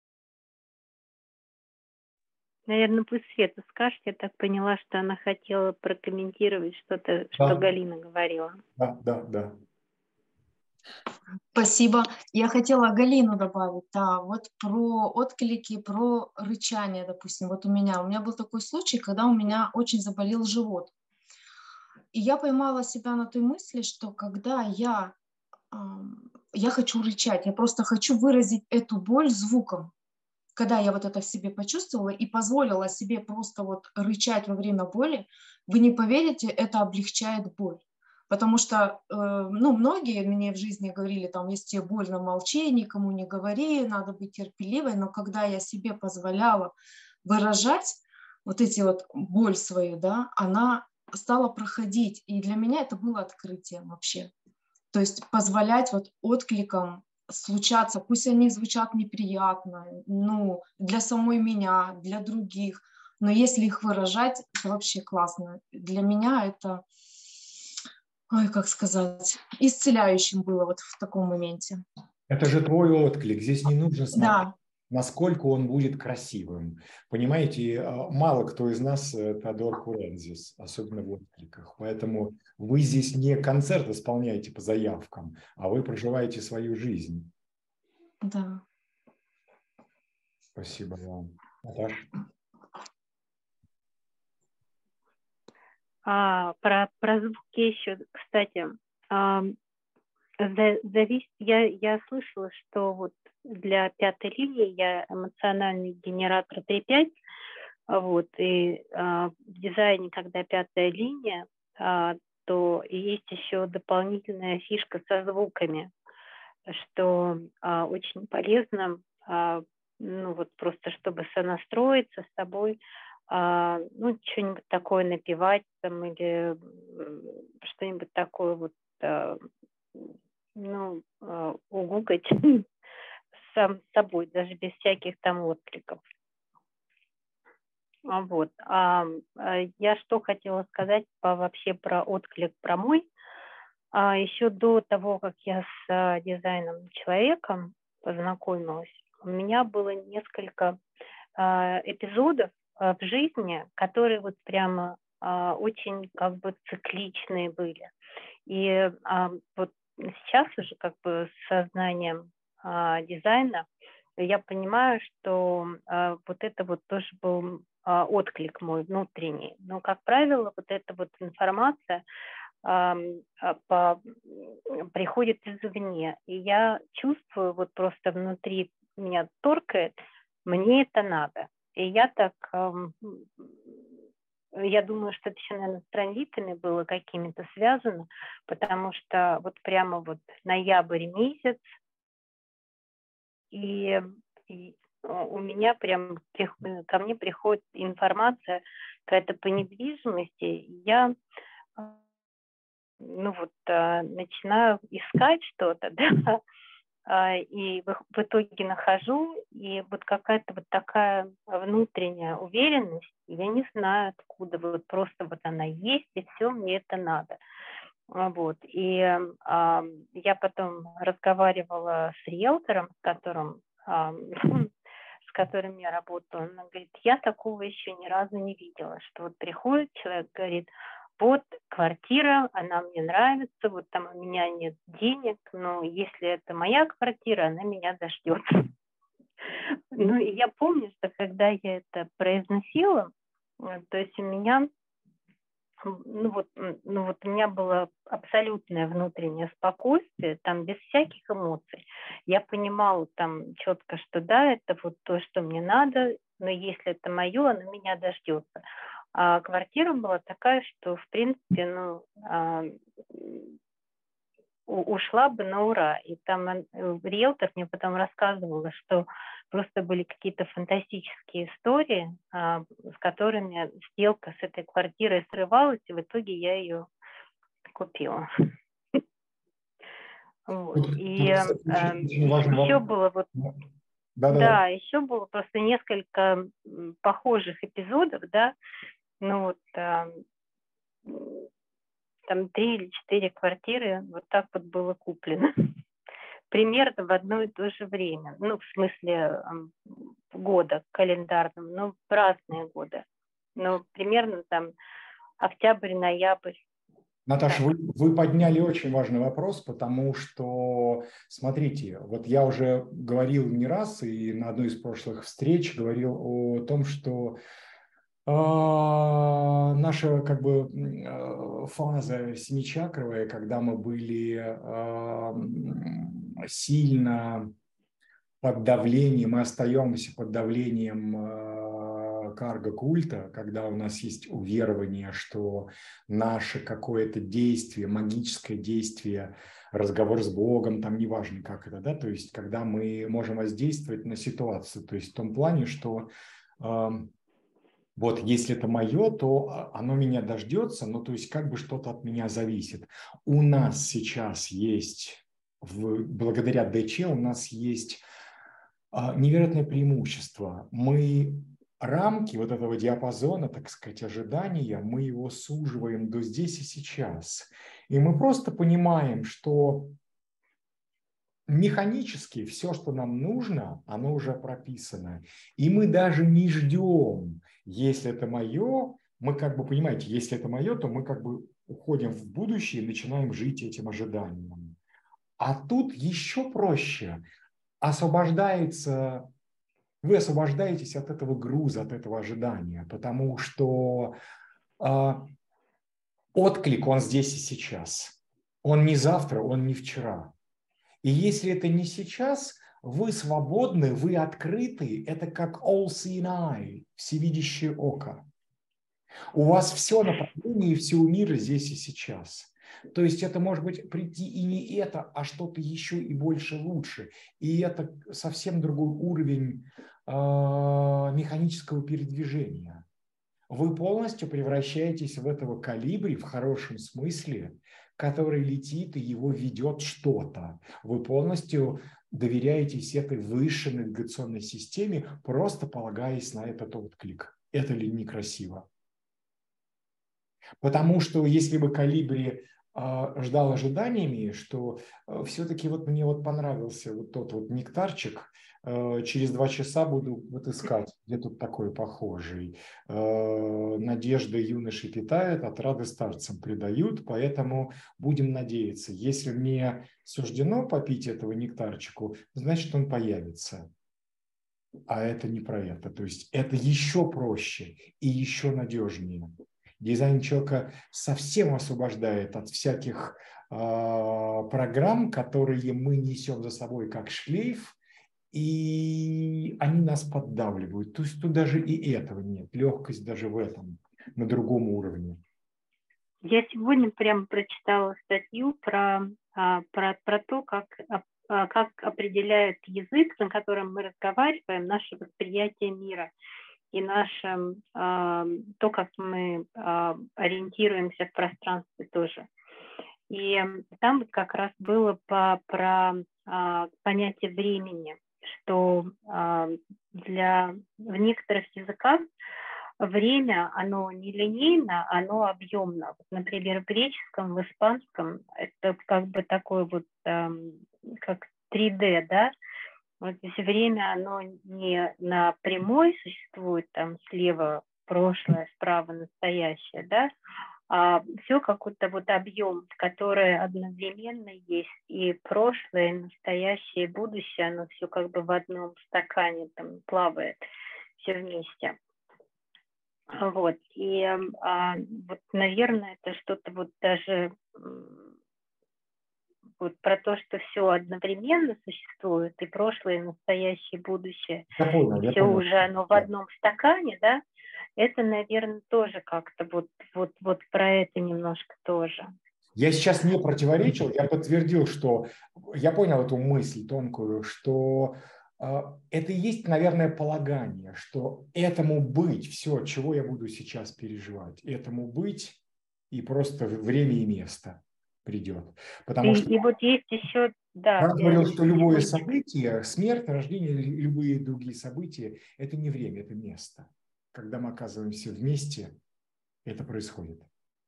Наверное, пусть Света скажет. Я так поняла, что она хотела прокомментировать что-то, Да. что Галина говорила. Да, да, да. Спасибо. Я хотела Галину добавить, да, вот про отклики, про рычание, допустим, вот у меня. У меня был такой случай, когда у меня очень заболел живот. И я поймала себя на той мысли, что когда я, я хочу рычать, я просто хочу выразить эту боль звуком. Когда я вот это в себе почувствовала и позволила себе просто вот рычать во время боли, вы не поверите, это облегчает боль. Потому что, э, ну, многие мне в жизни говорили, там, если тебе больно, молчи, никому не говори, надо быть терпеливой. Но когда я себе позволяла выражать вот эти вот боль свою, да, она стала проходить. И для меня это было открытием вообще. То есть позволять вот откликам случаться, пусть они звучат неприятно, ну, для самой меня, для других, но если их выражать, это вообще классно. Для меня это, ой, как сказать, исцеляющим было вот в таком моменте. Это же твой отклик. Здесь не нужно смотреть, Да. насколько он будет красивым. Понимаете, мало кто из нас Теодор Курензис, особенно в откликах. Поэтому вы здесь не концерт исполняете по заявкам, а вы проживаете свою жизнь. Да. Спасибо вам. Наташа? А, про, про звуки еще, кстати, а, зависит, я, я слышала, что вот для пятой линии я эмоциональный генератор три пять, вот, и а, в дизайне, когда пятая линия, а, то есть еще дополнительная фишка со звуками, что а, очень полезно, а, ну вот просто чтобы сонастроиться с тобой, а, ну что-нибудь такое напевать там или что-нибудь такое вот, а, ну, а, угукать сам с собой, даже без всяких там откликов. Вот. А, я что хотела сказать по, вообще про отклик, про мой. А еще до того, как я с а, дизайном человеком познакомилась, у меня было несколько а, эпизодов а, в жизни, которые вот прямо а, очень как бы цикличные были. И а, вот сейчас уже как бы с сознанием а, дизайна я понимаю, что а, вот это вот тоже был а, отклик мой внутренний. Но, как правило, вот эта вот информация а, а, по, приходит извне. И я чувствую, вот просто внутри меня торкает, мне это надо. И я так, эм, я думаю, что это еще, наверное, с транзитами было какими-то связано, потому что вот прямо вот ноябрь месяц, и, и у меня прям ко мне приходит информация какая-то по недвижимости, я ну вот начинаю искать что-то, да, и в итоге нахожу, и вот какая-то вот такая внутренняя уверенность, я не знаю откуда, вот просто вот она есть, и все, мне это надо. Вот. И а, я потом разговаривала с риэлтором, с которым, а, с которым я работаю, она говорит, я такого еще ни разу не видела, что вот приходит человек, говорит, вот квартира, она мне нравится, вот там у меня нет денег, но если это моя квартира, она меня дождется. Ну, и я помню, что когда я это произносила, то есть у меня, ну вот, ну вот у меня было абсолютное внутреннее спокойствие, там без всяких эмоций. Я понимала там четко, что да, это вот то, что мне надо, но если это мое, оно меня дождется. А квартира была такая, что, в принципе, ну, а, ушла бы на ура. И там риэлтор мне потом рассказывала, что просто были какие-то фантастические истории, а, с которыми сделка с этой квартирой срывалась, и в итоге я ее купила. И еще было вот... Да, еще было просто несколько похожих эпизодов, да, ну вот а, там три или четыре квартиры вот так вот было куплено. Примерно в одно и то же время. Ну, в смысле года календарном, но в разные годы. Ну, примерно там октябрь, ноябрь. Наташа, вы, вы подняли очень важный вопрос, потому что, смотрите, вот я уже говорил не раз и на одной из прошлых встреч говорил о том, что э, наша как бы э, фаза семичакровая, когда мы были э, сильно под давлением, мы остаемся под давлением э, карго-культа, когда у нас есть уверование, что наше какое-то действие, магическое действие, разговор с Богом, там неважно как это, да, то есть когда мы можем воздействовать на ситуацию, то есть в том плане, что э, вот если это мое, то оно меня дождется, ну то есть как бы что-то от меня зависит. У нас сейчас есть, в, благодаря ДЧ у нас есть невероятное преимущество. Мы рамки вот этого диапазона, так сказать, ожидания, мы его суживаем до здесь и сейчас. И мы просто понимаем, что механически все, что нам нужно, оно уже прописано. И мы даже не ждем, если это мое, мы как бы, понимаете, если это мое, то мы как бы уходим в будущее и начинаем жить этим ожиданием. А тут еще проще. Освобождается, вы освобождаетесь от этого груза, от этого ожидания, потому что э, отклик, он здесь и сейчас. Он не завтра, он не вчера. И если это не сейчас, вы свободны, вы открыты, это как all-seeing eye, всевидящее око. У вас все направление и все у мира здесь и сейчас. То есть это может быть прийти и не это, а что-то еще и больше лучше. И это совсем другой уровень э, механического передвижения. Вы полностью превращаетесь в этого колибри в хорошем смысле, который летит и его ведет что-то. Вы полностью доверяетесь этой высшей навигационной системе, просто полагаясь на этот отклик. Это ли некрасиво? Потому что если бы колибри э, ждал ожиданиями, что э, все-таки вот мне вот понравился вот тот вот нектарчик, через два часа буду вот искать, где тут такой похожий. Надежды юноши питают, отрады старцам придают, поэтому будем надеяться. Если мне суждено попить этого нектарчику, значит, он появится. А это не про это. То есть это еще проще и еще надежнее. Дизайн человека совсем освобождает от всяких э, программ, которые мы несем за собой как шлейф, и они нас поддавливают. То есть тут даже и этого нет. Легкость даже в этом, на другом уровне. Я сегодня прямо прочитала статью про, про, про то, как, как определяет язык, на котором мы разговариваем, наше восприятие мира и наше, то, как мы ориентируемся в пространстве тоже. И там как раз было по, про понятие времени, что для, в некоторых языках время, оно не линейно, оно объемно. Например, в греческом, в испанском это как бы такое вот, как три дэ, да? Вот здесь время, оно не на прямой существует, там слева прошлое, справа настоящее, да? А все какой-то вот объем, который одновременно есть и прошлое, и настоящее, и будущее, оно все как бы в одном стакане там плавает, все вместе. Вот, и а, вот, наверное, это что-то вот даже вот про то, что все одновременно существует, и прошлое, и настоящее, и будущее, я понял, и я все понял. уже оно в одном стакане, да, это, наверное, тоже как-то вот, вот, вот про это немножко тоже. Я сейчас не противоречил, я подтвердил, что я понял эту мысль тонкую, что э, это и есть, наверное, полагание, что этому быть, все, чего я буду сейчас переживать, этому быть, и просто время и место придет. Потому и, что и вот есть еще, да. я говорил, что любое секундочку. событие, смерть, рождение, любые другие события, это не время, это место. Когда мы оказываемся вместе, это происходит.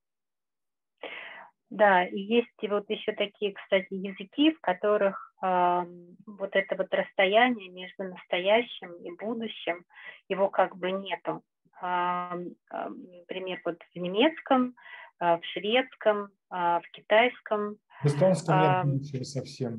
Да, и есть и вот еще такие, кстати, языки, в которых э, вот это вот расстояние между настоящим и будущим, его как бы нету. Э, э, например, вот в немецком, э, в шведском, э, в китайском. В эстонском нет Э, будущего совсем.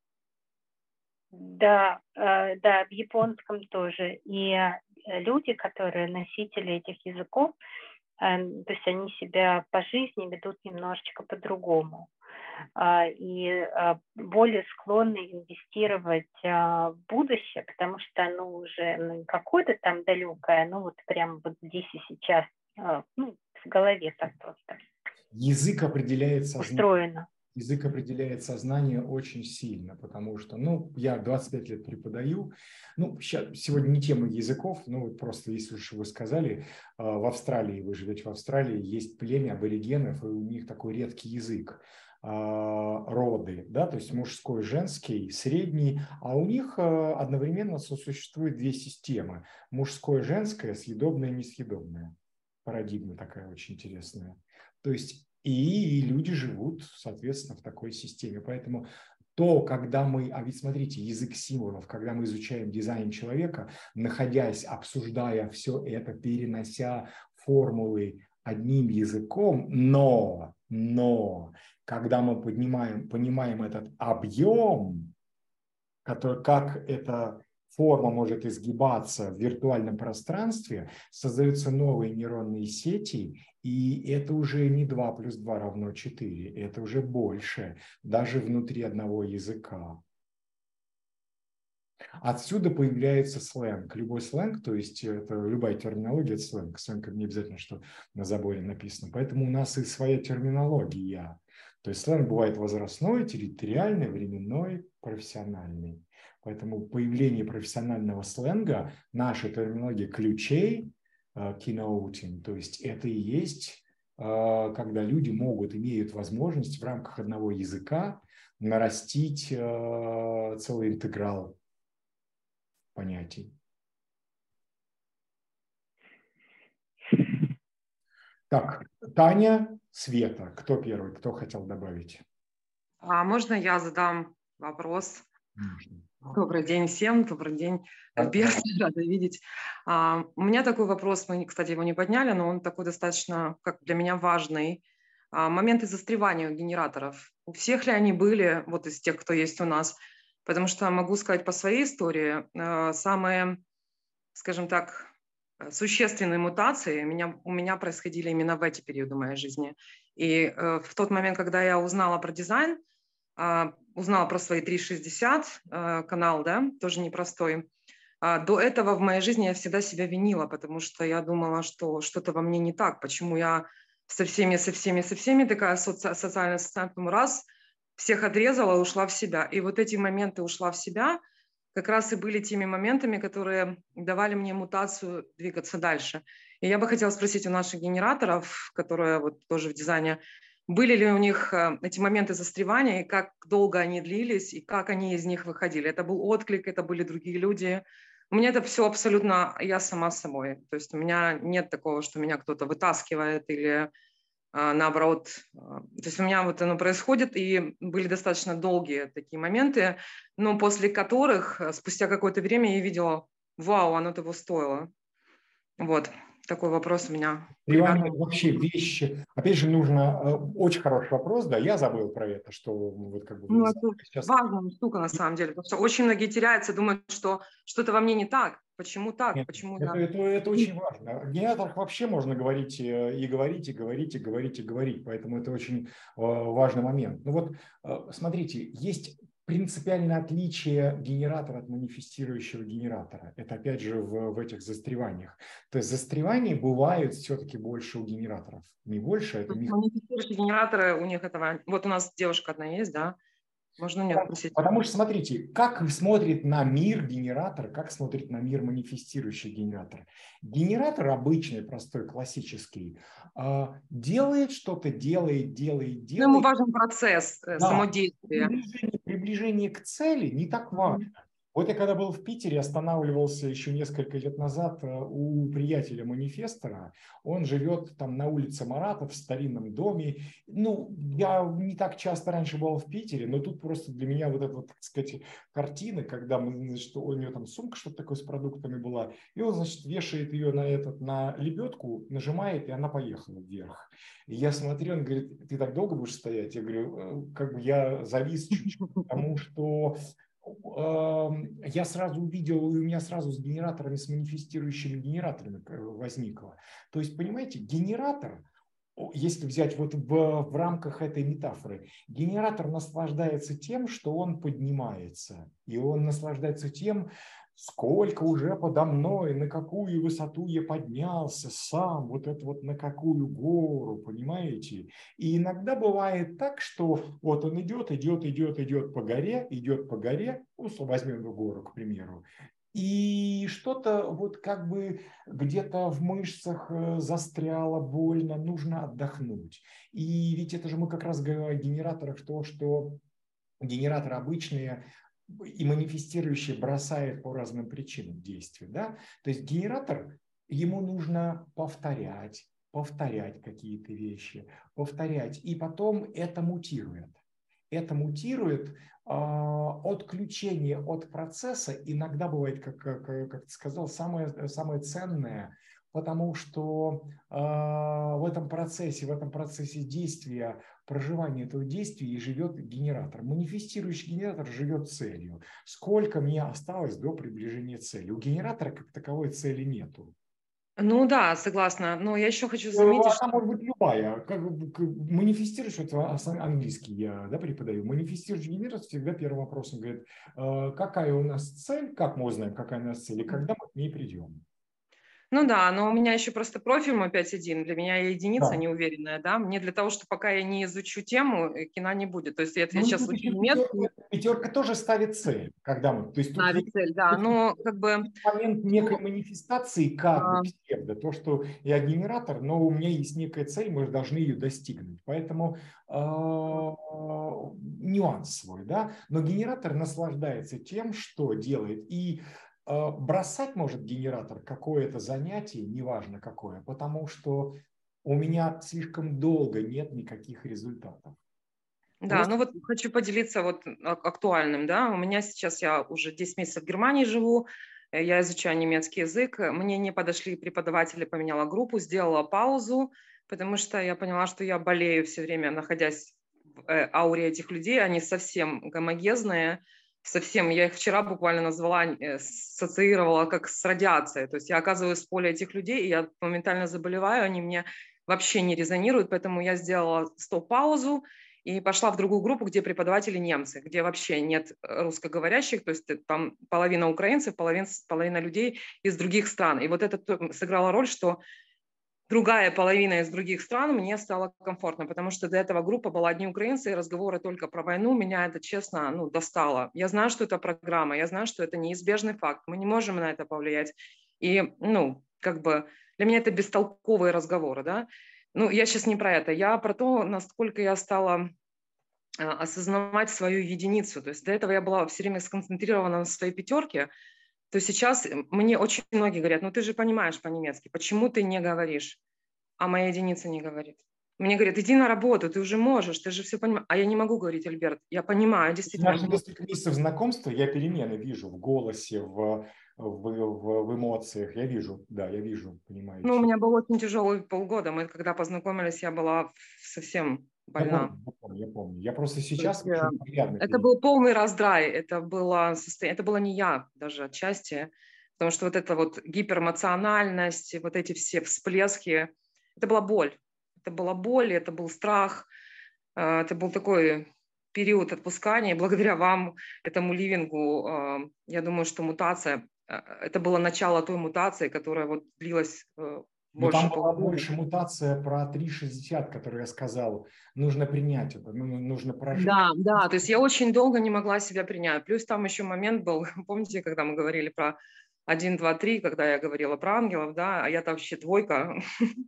да, э, да, в японском тоже. И э, люди, которые носители этих языков, то есть они себя по жизни ведут немножечко по-другому и более склонны инвестировать в будущее, потому что оно уже ну, не какое-то там далекое, оно вот прямо вот здесь и сейчас, ну, в голове так просто. Язык определяет сознание. Устроено. Язык определяет сознание очень сильно, потому что, ну, я двадцать пять лет преподаю, ну, сейчас, сегодня не тема языков, ну, просто, если уж вы сказали, в Австралии, вы живете в Австралии, есть племя аборигенов, и у них такой редкий язык, роды, да, то есть мужской, женский, средний, а у них одновременно сосуществует две системы, мужское, женское, съедобное, несъедобное. Парадигма такая очень интересная. То есть и люди живут, соответственно, в такой системе. Поэтому то, когда мы, а ведь смотрите, язык символов, когда мы изучаем дизайн человека, находясь, обсуждая все это, перенося формулы одним языком, но, но, когда мы поднимаем, понимаем этот объем, который, как эта форма может изгибаться в виртуальном пространстве, создаются новые нейронные сети, и это уже не два плюс два равно четыре, это уже больше, даже внутри одного языка. Отсюда появляется сленг. Любой сленг, то есть это любая терминология, это сленг. Сленг не обязательно, что на заборе написано. Поэтому у нас и своя терминология. То есть сленг бывает возрастной, территориальный, временной, профессиональный. Поэтому появление профессионального сленга, наша терминология ключей, keynoting, то есть это и есть, когда люди могут, имеют возможность в рамках одного языка нарастить целый интеграл понятий. Так, Таня, Света, кто первый, кто хотел добавить? А можно я задам вопрос? Добрый день всем, добрый день, Альберт, рада видеть. А, у меня такой вопрос, мы, кстати, его не подняли, но он такой достаточно, как для меня, важный. А, моменты застревания у генераторов. У всех ли они были, вот из тех, кто есть у нас? Потому что могу сказать по своей истории, а, самые, скажем так, существенные мутации у меня, у меня происходили именно в эти периоды моей жизни. И э, в тот момент, когда я узнала про дизайн, Uh, узнала про свои триста шестьдесят uh, канал, да, тоже непростой. Uh, до этого в моей жизни я всегда себя винила, потому что я думала, что что-то во мне не так, почему я со всеми, со всеми, со всеми такая соци- социальная социальная, раз всех отрезала и ушла в себя. И вот эти моменты ушла в себя как раз и были теми моментами, которые давали мне мутацию двигаться дальше. И я бы хотела спросить у наших генераторов, которые вот тоже в дизайне, были ли у них эти моменты застревания, и как долго они длились, и как они из них выходили? Это был отклик, это были другие люди. У меня это все абсолютно я сама с собой. То есть у меня нет такого, что меня кто-то вытаскивает или а, наоборот. То есть у меня вот оно происходит, и были достаточно долгие такие моменты, но после которых спустя какое-то время я видела, вау, оно того стоило. Вот. Такой вопрос у меня. Застревание вообще вещи. Опять же, нужно... Очень хороший вопрос, да, я забыл про это, что вот как бы... Ну, это сейчас... важная штука на самом деле, потому что очень многие теряются, думают, что что-то во мне не так. Почему так? Нет, Почему это, да? это, это очень важно. О генераторах вообще можно говорить и говорить, и говорить, и говорить, и говорить. Поэтому это очень важный момент. Ну вот, смотрите, есть принципиальное отличие генератора от манифестирующего генератора. Это опять же в, в этих застреваниях. То есть застревания бывают все-таки больше у генераторов. Не больше, это... Манифестирующие генераторы, у них этого... Вот у нас девушка одна есть, да? Можно мне спросить? Потому что, смотрите, как смотрит на мир генератор, как смотрит на мир манифестирующий генератор. Генератор обычный, простой, классический, делает что-то, делает, делает, делает. Ему важен процесс, да. Само действие. Приближение, приближение к цели не так важно. Вот я когда был в Питере, останавливался еще несколько лет назад у приятеля манифестора. Он живет там на улице Марата в старинном доме. Ну, я не так часто раньше был в Питере, но тут просто для меня вот эта, вот, так сказать, картина, когда мы, значит, у него там сумка что-то такое с продуктами была, и он, значит, вешает ее на, этот, на лебедку, нажимает, и она поехала вверх. И я смотрю, он говорит, ты так долго будешь стоять? Я говорю, как бы я завис чуть-чуть, потому что я сразу увидел, и у меня сразу с генераторами, с манифестирующими генераторами возникло. То есть, понимаете, генератор, если взять вот в, в рамках этой метафоры, генератор наслаждается тем, что он поднимается. И он наслаждается тем, сколько уже подо мной, на какую высоту я поднялся сам, вот это вот на какую гору, понимаете? И иногда бывает так, что вот он идет, идет, идет, идет по горе, идет по горе, ну, возьмем эту гору, к примеру, и что-то вот как бы где-то в мышцах застряло, больно, нужно отдохнуть. И ведь это же мы как раз говорим о генераторах, то, что генераторы обычные и манифестирующие бросают по разным причинам действия. Да? То есть генератор, ему нужно повторять, повторять какие-то вещи, повторять, и потом это мутирует. Это мутирует, отключение от процесса иногда бывает, как, как, как ты сказал, самое, самое ценное, потому что э, в этом процессе, в этом процессе действия, проживания этого действия и живет генератор. Манифестирующий генератор живет целью. Сколько мне осталось до приближения цели? У генератора как таковой цели нету. Ну да, согласна. Но я еще хочу заметить, что... Она может быть любая. Как, манифестируешь, это английский я да, преподаю. Манифестирующий генератор всегда первым вопросом говорит, какая у нас цель, как мы узнаем, какая у нас цель, и когда мы к ней придем. Ну да, но у меня еще просто профиль мой пять один, для меня я единица да. неуверенная, да, мне для того, что пока я не изучу тему, кино не будет, то есть это ну, я сейчас учу метод. Пятерка, пятерка тоже ставит цель, когда мы, то есть тут ставит цель, да, но как бы... момент некой манифестации, как а... бы псевдо, то, что я генератор, но у меня есть некая цель, мы должны ее достигнуть, поэтому э, нюанс свой, да, но генератор наслаждается тем, что делает, и бросать может генератор какое-то занятие, неважно какое, потому что у меня слишком долго нет никаких результатов. Да, Просто... ну вот хочу поделиться вот актуальным, да, у меня сейчас, я уже десять месяцев в Германии живу, я изучаю немецкий язык, мне не подошли преподаватели, поменяла группу, сделала паузу, потому что я поняла, что я болею все время, находясь в ауре этих людей, они совсем гомогенные, совсем, я их вчера буквально назвала, ассоциировала как с радиацией, то есть я оказываюсь в поле этих людей, и я моментально заболеваю, они мне вообще не резонируют, поэтому я сделала стоп-паузу, и пошла в другую группу, где преподаватели немцы, где вообще нет русскоговорящих, то есть там половина украинцев, половина, половина людей из других стран. И вот это сыграло роль, что другая половина из других стран мне стало комфортно, потому что до этого группа была одни украинцы, и разговоры только про войну, меня это, честно, ну, достало. Я знаю, что это программа, я знаю, что это неизбежный факт, мы не можем на это повлиять. И, ну, как бы для меня это бестолковые разговоры, да. Ну, я сейчас не про это, я про то, насколько я стала осознавать свою единицу. То есть до этого я была все время сконцентрирована на своей пятерке, то сейчас мне очень многие говорят, ну ты же понимаешь по-немецки, почему ты не говоришь, а моя единица не говорит. Мне говорят, иди на работу, ты уже можешь, ты же все понимаешь. А я не могу говорить, Альберт, я понимаю, действительно. Наши несколько месяцев знакомства, я перемены вижу в голосе, в, в, в, в эмоциях. Я вижу, да, я вижу, понимаю. Ну, у меня был очень тяжелый полгода. Мы когда познакомились, я была совсем больна. Я помню, я помню. Я, помню. Я просто сейчас есть, очень приятно. Это был полный раздрай, это было, состояние, это было не я даже отчасти, потому что вот эта вот гиперэмоциональность, вот эти все всплески, это была боль. Это была боль, это был страх, это был такой период отпускания. И благодаря вам, этому ливингу, я думаю, что мутация, это было начало той мутации, которая вот длилась больше. Но там была больше мутация про три шестьдесят, которую я сказал. Нужно принять это, нужно прожить. Да, да, то есть я очень долго не могла себя принять. Плюс там еще момент был, помните, когда мы говорили про один, два, три, когда я говорила про ангелов, да, а я-то вообще двойка.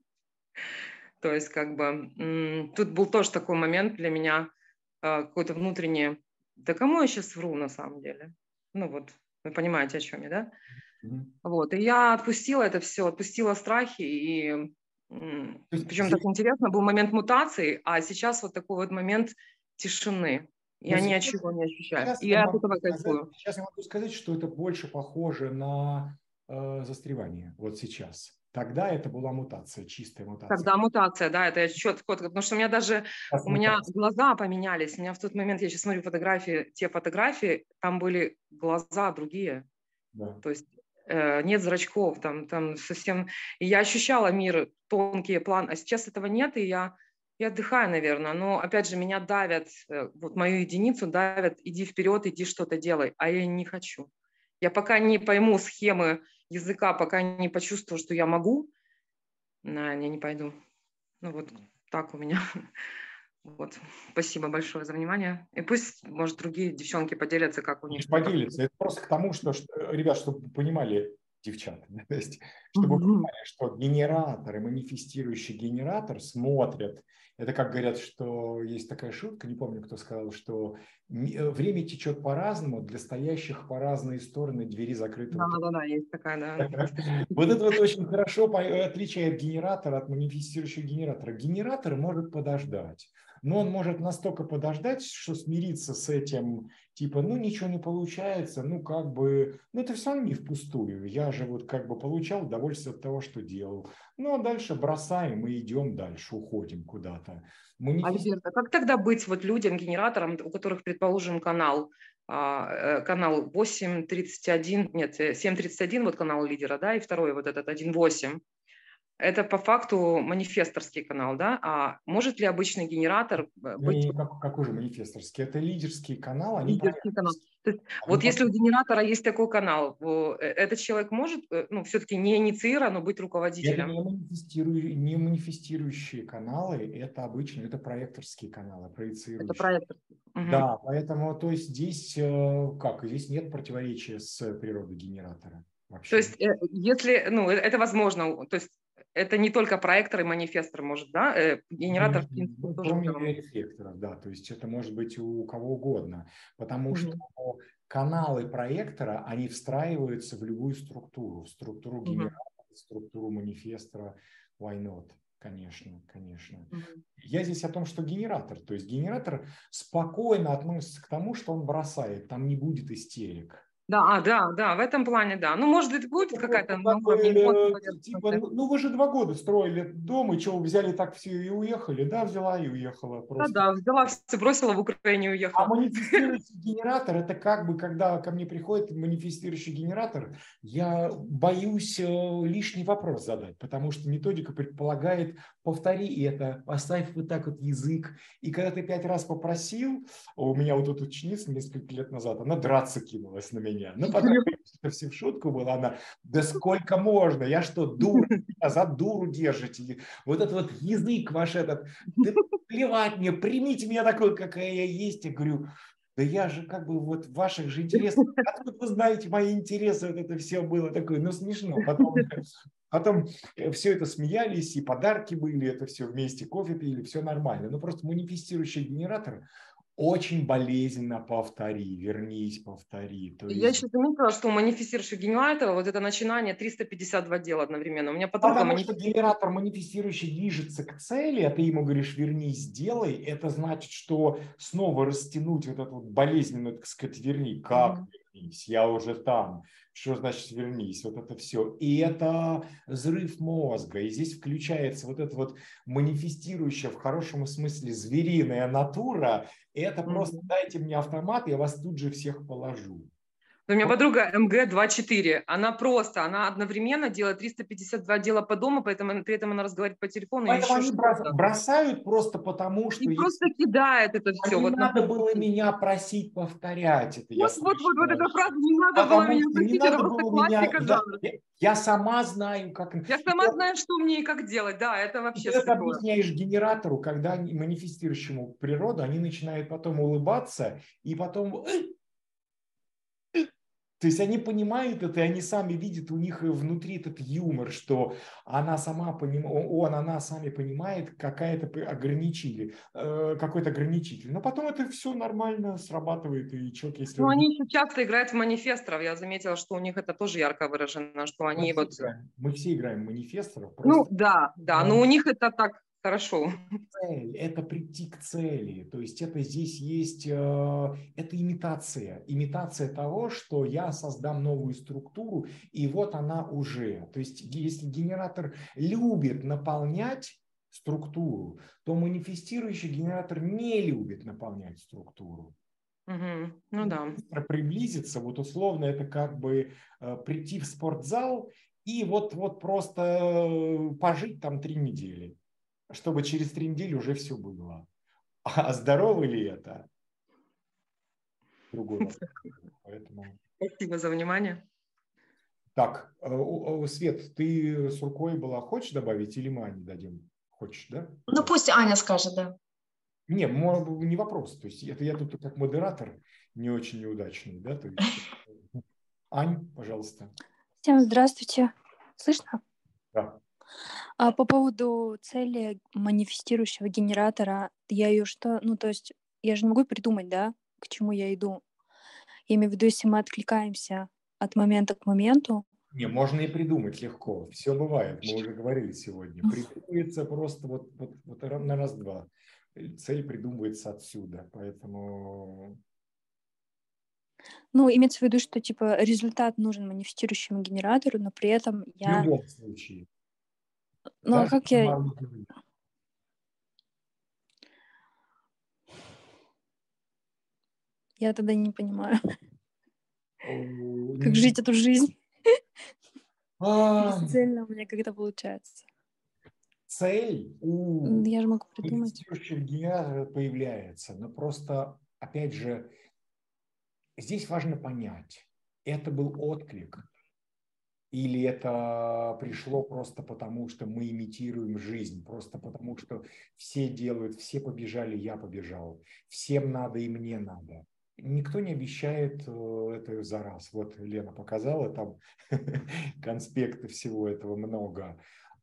То есть как бы тут был тоже такой момент для меня, какой-то внутренний, да кому я сейчас вру на самом деле? Ну вот, вы понимаете, о чем я, да? Mm-hmm. Вот, и я отпустила это все, отпустила страхи, и причем здесь... так интересно, был момент мутации, а сейчас вот такой вот момент тишины. Я ни от чего не ощущаю. И я от этого кайфую. Сейчас я могу сказать, что это больше похоже на э, застревание вот сейчас. Тогда это была мутация, чистая мутация. Тогда мутация, да, это четко, потому что у меня даже, сейчас у меня мутация. Глаза поменялись. У меня в тот момент, я сейчас смотрю фотографии, те фотографии, там были глаза другие. Да. То есть э, нет зрачков, там, там совсем... И я ощущала мир, тонкие планы, а сейчас этого нет, и я, я отдыхаю, наверное. Но, опять же, меня давят, вот мою единицу давят, иди вперед, иди что-то делай, а я не хочу. Я пока не пойму схемы языка, пока не почувствую, что я могу, на, я не пойду. Ну вот так у меня. Вот. Спасибо большое за внимание. И пусть, может, другие девчонки поделятся, как у них. Поделятся. Это просто к тому, что, что ребят, чтобы вы понимали, девчата, то есть, чтобы вы понимали, что генераторы, манифестирующий генератор смотрят. Это как говорят, что есть такая шутка, не помню, кто сказал, что время течет по-разному, для стоящих по разные стороны двери закрыты. Да, да, да, есть такая, да. Вот это вот очень хорошо отличает генератор от манифестирующего генератора. Генератор может подождать, но он может настолько подождать, что смириться с этим, типа, ну ничего не получается, ну как бы, ну это все равно не впустую. Я же вот как бы получал удовольствие от того, что делал. Ну а дальше бросаем и идем дальше, уходим куда-то. Манифест... Альберт, а как тогда быть вот людям, генераторам, у которых, предположим, канал, канал восемь тридцать один, нет, семь тридцать один, вот канал лидера, да, и второй вот этот один восемь. Это по факту манифесторский канал, да? А может ли обычный генератор быть... Не, как, какой же манифесторский? Это лидерский канал. Они лидерский канал. То есть, вот если у генератора есть такой канал, этот человек может, ну, все-таки не инициирован, но быть руководителем? Это не, манифестирую, не манифестирующие каналы, это обычно, это проекторские каналы, проецирующие. Это проекторские. Угу. Да, поэтому, то есть здесь, как, здесь нет противоречия с природой генератора. Вообще. То есть, если, ну, это возможно, то есть, это не только проектор и манифестор может, да? Генератор, в принципе, ну, тоже... Кроме рефлекторов, да, то есть это может быть у кого угодно, потому mm-hmm. что каналы проектора, они встраиваются в любую структуру, в структуру генератора, mm-hmm. в структуру манифестора, why not? Конечно, конечно. Мгм. Я здесь о том, что генератор, то есть генератор спокойно относится к тому, что он бросает, там не будет истерик. Да, а, да, да, в этом плане, да. Ну, может быть, будет Это какая-то просто на как бы, уровне эмоций э, типа, поверхностных. ну ну, вы же два года строили этот дом, и что, вы взяли так все и уехали? Да, взяла и уехала Да, просто. да, взяла все, бросила в Украине и А уехала. манифестирующий генератор – это как бы, когда ко мне приходит манифестирующий генератор, я боюсь э, лишний вопрос задать, потому что методика предполагает повтори это, поставь вот так вот язык. И когда ты пять раз попросил, у меня вот тут ученица несколько лет назад, она драться кинулась на меня. Но потом это все в шутку было, она, да сколько можно, я что, дура, назад дуру держите. Вот этот вот язык ваш этот, да плевать мне, примите меня такой, какая я есть. Я говорю, да я же как бы вот в ваших же интересах. Откуда вы знаете мои интересы? Вот это все было такое, ну смешно. Потом, потом все это смеялись, и подарки были, это все вместе, кофе пили, все нормально. Но просто манифестирующий генератор очень болезненно повтори, вернись, повтори. То Я есть... еще заметила, что у манифестирующего генератора вот это начинание триста пятьдесят два дела одновременно. У меня подруга Потому что манифестирует. генератор манифестирующий движется к цели, а ты ему говоришь, вернись, сделай, это значит, что снова растянуть вот эту вот болезненную, так сказать, верни, как вернись, я уже там, что значит вернись, вот это все. И это взрыв мозга, и здесь включается вот эта вот манифестирующая в хорошем смысле звериная натура, и это просто дайте мне автомат, я вас тут же всех положу. У меня подруга эм гэ двадцать четыре, она просто, она одновременно делает триста пятьдесят два дела по дому, поэтому при этом она разговаривает по телефону и Поэтому еще они что-то. бросают просто потому, что... И просто кидает это А все. не Вот на... надо было меня просить повторять это, я Вот, вот, вот, вот слышала. эта фраза, не надо было Потому меня что не просить, это надо просто было меня... классика Я, жанра. я, я сама знаю, как... Я сама знаю, что мне и как делать, да, это вообще Ты это святое. объясняешь генератору, когда они, манифестирующему природу, они начинают потом улыбаться, и потом... То есть они понимают это, и они сами видят, у них внутри этот юмор, что она сама понимает, он, она сами понимает, какая-то ограничитель, какой-то ограничитель. Но потом это все нормально срабатывает, и человек, если... Ну, он... они еще часто играют в манифесторов. Я заметила, что у них это тоже ярко выражено, что Мы они все вот... играем, мы все играем в манифесторов. Ну, Просто... да, да, но у них это так хорошо. Цель, это прийти к цели, то есть это здесь есть, э, это имитация, имитация того, что я создам новую структуру, и вот она уже. То есть если генератор любит наполнять структуру, то манифестирующий генератор не любит наполнять структуру. Угу. Ну да. Быстро приблизиться, вот условно это как бы э, прийти в спортзал и вот, вот просто пожить там три недели, чтобы через три недели уже все было. А здорово ли это? Другой вопрос. Поэтому... Спасибо за внимание. Так, Свет, ты с рукой была, хочешь добавить или мы Ане дадим? Хочешь, да? Ну, пусть Аня скажет, да. Не, не вопрос. То есть это я тут как модератор не очень неудачный, да? То есть... Ань, пожалуйста. Всем здравствуйте. Слышно? Да. А по поводу цели манифестирующего генератора, я ее что, ну то есть я же не могу придумать, да, к чему я иду. Я имею в виду, если мы откликаемся от момента к моменту. Не, можно и придумать легко. Все бывает. Мы уже говорили сегодня. Придумывается просто вот, вот, вот на раз-два. Цель придумывается отсюда. Поэтому... Ну, имеется в виду, что типа результат нужен манифестирующему генератору, но при этом я... В любом случае. Ну, а Даже как я... Я тогда не понимаю, как жить эту жизнь. Бесцельно у меня как-то получается. Цель у Я же могу придумать. манифестирующего генератора появляется, но просто, опять же, здесь важно понять, это был отклик или это пришло просто потому, что мы имитируем жизнь, просто потому, что все делают, все побежали, я побежал, всем надо и мне надо. Никто не обещает это за раз. Вот Лена показала, там конспекты всего этого много.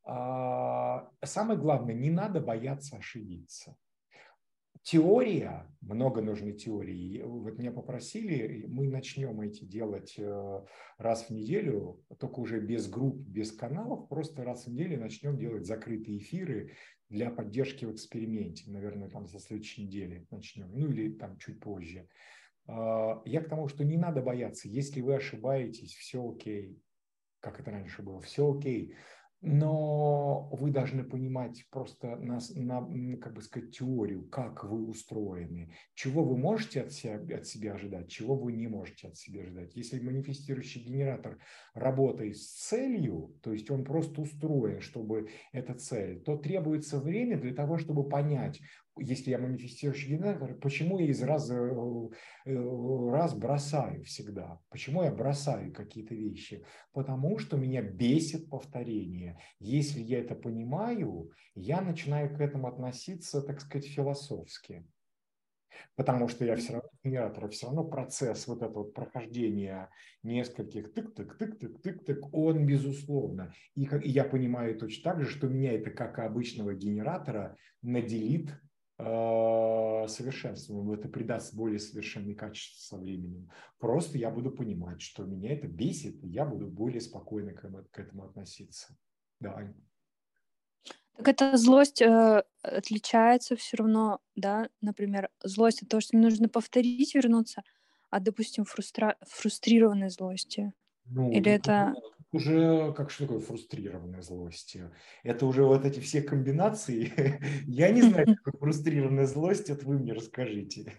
А самое главное, не надо бояться ошибиться. Теория много нужно теории. Вот меня попросили, мы начнем эти делать раз в неделю, только уже без групп, без каналов, просто раз в неделю начнем делать закрытые эфиры для поддержки в эксперименте. Наверное, там со следующей недели начнем, ну или там чуть позже. Я к тому, что не надо бояться. Если вы ошибаетесь, все окей. Как это раньше было, все окей. Но вы должны понимать просто на, на, как бы сказать, теорию, как вы устроены, чего вы можете от себя, от себя ожидать, чего вы не можете от себя ожидать. Если манифестирующий генератор работает с целью, то есть он просто устроен, чтобы эта цель, то требуется время для того, чтобы понять, если я манифестирующий генератор, почему я из раза в раз бросаю всегда? Почему я бросаю какие-то вещи? Потому что меня бесит повторение. Если я это понимаю, я начинаю к этому относиться, так сказать, философски. Потому что я все равно генератор, все равно процесс вот этого прохождения нескольких тык-тык-тык-тык-тык-тык, он безусловно. И, и я понимаю точно так же, что меня это, как и обычного генератора, наделит совершенствованием, это придаст более совершенные качества со временем. Просто я буду понимать, что меня это бесит, и я буду более спокойно к этому, к этому относиться. Да, Ань. Так эта злость э, отличается все равно, да, например, злость от того, что мне нужно повторить, вернуться, а, допустим, фрустра... фрустрированной злости. Ну, Или это... уже, как что такое фрустрированная злость? Это уже вот эти все комбинации. Я не знаю, как фрустрированная злость, это вы мне расскажите.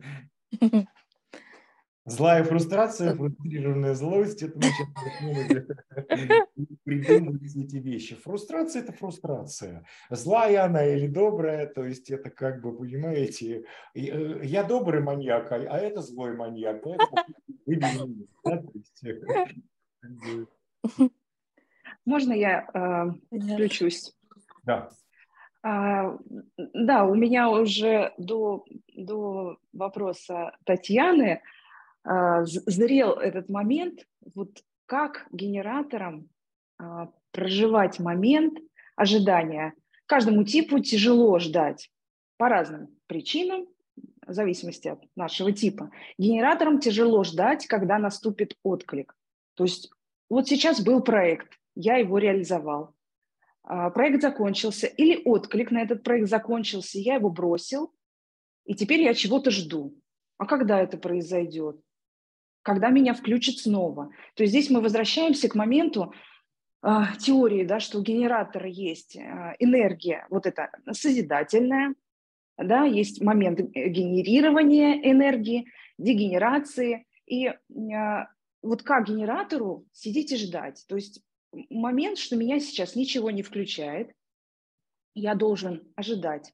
Злая фрустрация, фрустрированная злость, это значит, придумывать эти вещи. Фрустрация – это фрустрация. Злая она или добрая, то есть это как бы, понимаете, я добрый маньяк, а это злой маньяк, поэтому выбери меня. Можно я э, включусь? Да. А, да, у меня уже до, до вопроса Татьяны а, зрел этот момент, вот как генераторам а, проживать момент ожидания. Каждому типу тяжело ждать по разным причинам, в зависимости от нашего типа. Генераторам тяжело ждать, когда наступит отклик. То есть вот сейчас был проект, я его реализовал. Проект закончился, или отклик на этот проект закончился, я его бросил, и теперь я чего-то жду. А когда это произойдет? Когда меня включат снова? То есть здесь мы возвращаемся к моменту э, теории, да, что у генератора есть э, энергия, вот эта созидательная, да, есть момент генерирования энергии, дегенерации, и э, вот как генератору сидеть и ждать. То есть момент, что меня сейчас ничего не включает, я должен ожидать.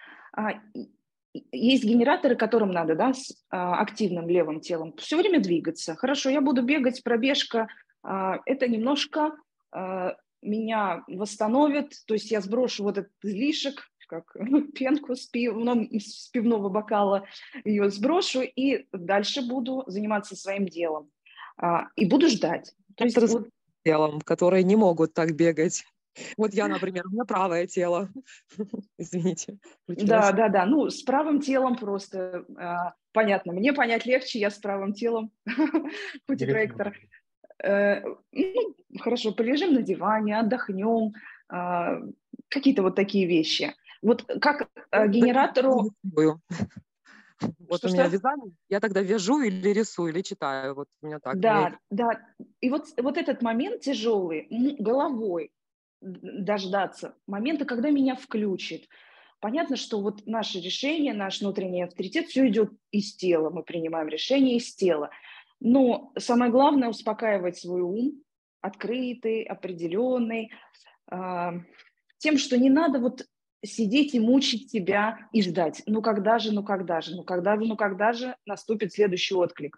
Есть генераторы, которым надо, да, с активным левым телом все время двигаться. Хорошо, я буду бегать, пробежка, это немножко меня восстановит, то есть я сброшу вот этот излишек, как пенку с, пивном, с пивного бокала, ее сброшу и дальше буду заниматься своим делом. И буду ждать. То есть вот, телом, которые не могут так бегать. Вот я, например, у меня правое тело. Извините. Да, да, да. Ну, с правым телом просто э, понятно. Мне понять легче, я с правым телом пути проектора. Э, ну, хорошо, полежим на диване, отдохнем. Э, какие-то вот такие вещи. Вот как э, генератору... Вот что, у меня вязание, я тогда вяжу или рисую, или читаю. Вот у меня так. Да, меня... да. И вот, вот этот момент тяжелый, головой дождаться момента, когда меня включит. Понятно, что вот наше решение, наш внутренний авторитет, все идет из тела. Мы принимаем решение из тела. Но самое главное – успокаивать свой ум, открытый, определенный, э, тем, что не надо вот сидеть и мучить себя и ждать. Ну когда же, ну когда же, ну когда же, ну когда же наступит следующий отклик.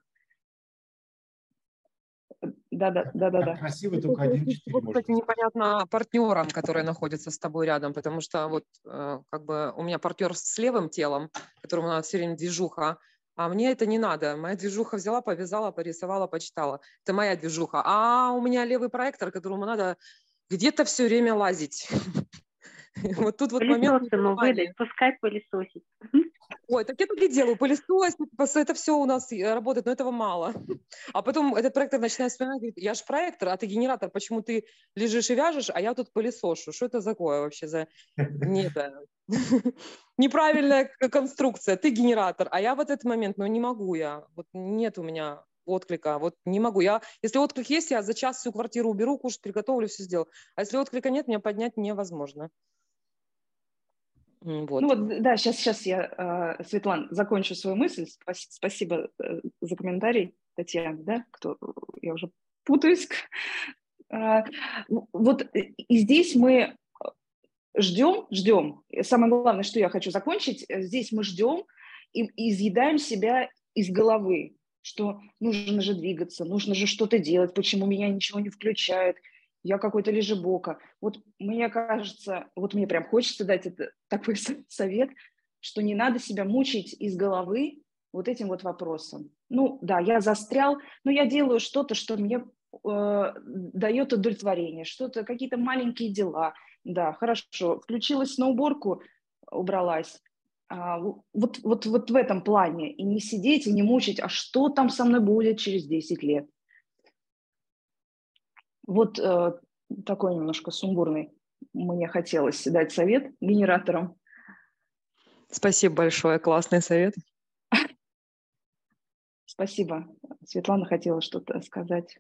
Да, да, да, да, да. Красиво, только один-четыре. Вот, кстати, непонятно партнерам, которые находятся с тобой рядом, потому что вот э, как бы у меня партнер с левым телом, которому надо все время движуха, а мне это не надо. Моя движуха взяла, повязала, порисовала, почитала. Это моя движуха. А у меня левый проектор, которому надо где-то все время лазить. Вот тут вот момент. Ему выдать, пускай пылесосит. Ой, так я так и делаю, пылесос, это все у нас работает, но этого мало. А потом этот проектор начинает вспоминать, говорит, я же проектор, а ты генератор, почему ты лежишь и вяжешь, а я тут пылесошу, что это такое вообще за... Не, да. Неправильная конструкция, ты генератор, а я в этот момент, ну не могу я, вот нет у меня отклика, вот не могу. Я, если отклик есть, я за час всю квартиру уберу, кушать приготовлю, все сделаю. А если отклика нет, меня поднять невозможно. Вот. Ну вот, да, сейчас, сейчас я, э, Светлана, закончу свою мысль. Спас- Спасибо э, за комментарий, Татьяна, да, кто, я уже путаюсь. Э, Вот э, и здесь мы ждем, ждем. И самое главное, что я хочу закончить, э, здесь мы ждем и, и изъедаем себя из головы, что нужно же двигаться, нужно же что-то делать, почему меня ничего не включает, я какой-то лежебока. Вот мне кажется, вот мне прям хочется дать это, такой совет, что не надо себя мучить из головы вот этим вот вопросом. Ну да, я застрял, но я делаю что-то, что мне э, дает удовлетворение, что-то, какие-то маленькие дела. Да, хорошо, включилась на уборку, убралась. А, вот, вот, вот в этом плане. И не сидеть, и не мучить, а что там со мной будет через десять лет. Вот э, такой немножко сумбурный мне хотелось дать совет генераторам. Спасибо большое, классный совет. Спасибо. Светлана хотела что-то сказать.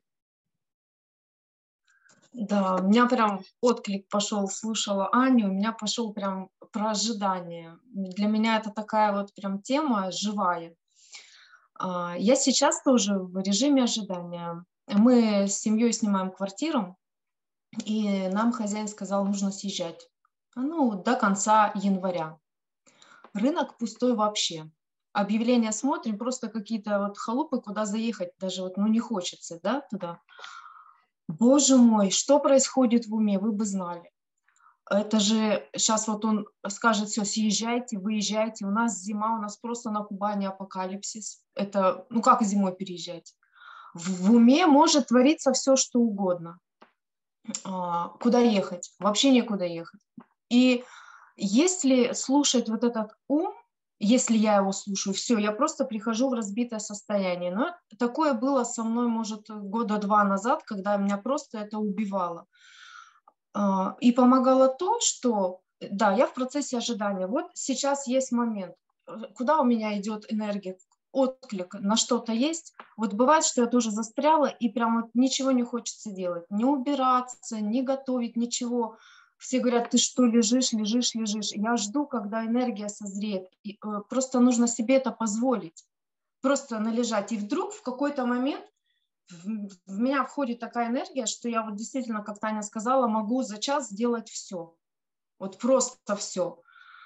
Да, у меня прям отклик пошел, слушала Аню, у меня пошел прям про ожидание. Для меня это такая вот прям тема живая. Я сейчас тоже в режиме ожидания. Мы с семьей снимаем квартиру, и нам хозяин сказал, нужно съезжать. Ну, до конца января. Рынок пустой вообще. Объявления смотрим, просто какие-то вот халупы, куда заехать даже вот, ну, не хочется, да, туда. Боже мой, что происходит в уме, вы бы знали. Это же сейчас вот он скажет, все, съезжайте, выезжайте. У нас зима, у нас просто на Кубани апокалипсис. Это, ну как зимой переезжать? В, в уме может твориться все, что угодно. А, куда ехать? Вообще некуда ехать. И если слушать вот этот ум, если я его слушаю, все, я просто прихожу в разбитое состояние. Но такое было со мной, может, года два назад, когда меня просто это убивало. И помогало то, что, да, я в процессе ожидания. Вот сейчас есть момент, куда у меня идет энергия, отклик на что-то есть. Вот бывает, что я тоже застряла, и прям вот ничего не хочется делать. Не убираться, не готовить, ничего. Все говорят, ты что, лежишь, лежишь, лежишь. Я жду, когда энергия созреет. И, э, просто нужно себе это позволить. Просто належать. И вдруг в какой-то момент в, в меня входит такая энергия, что я вот действительно, как Таня сказала, могу за час сделать все. Вот просто все.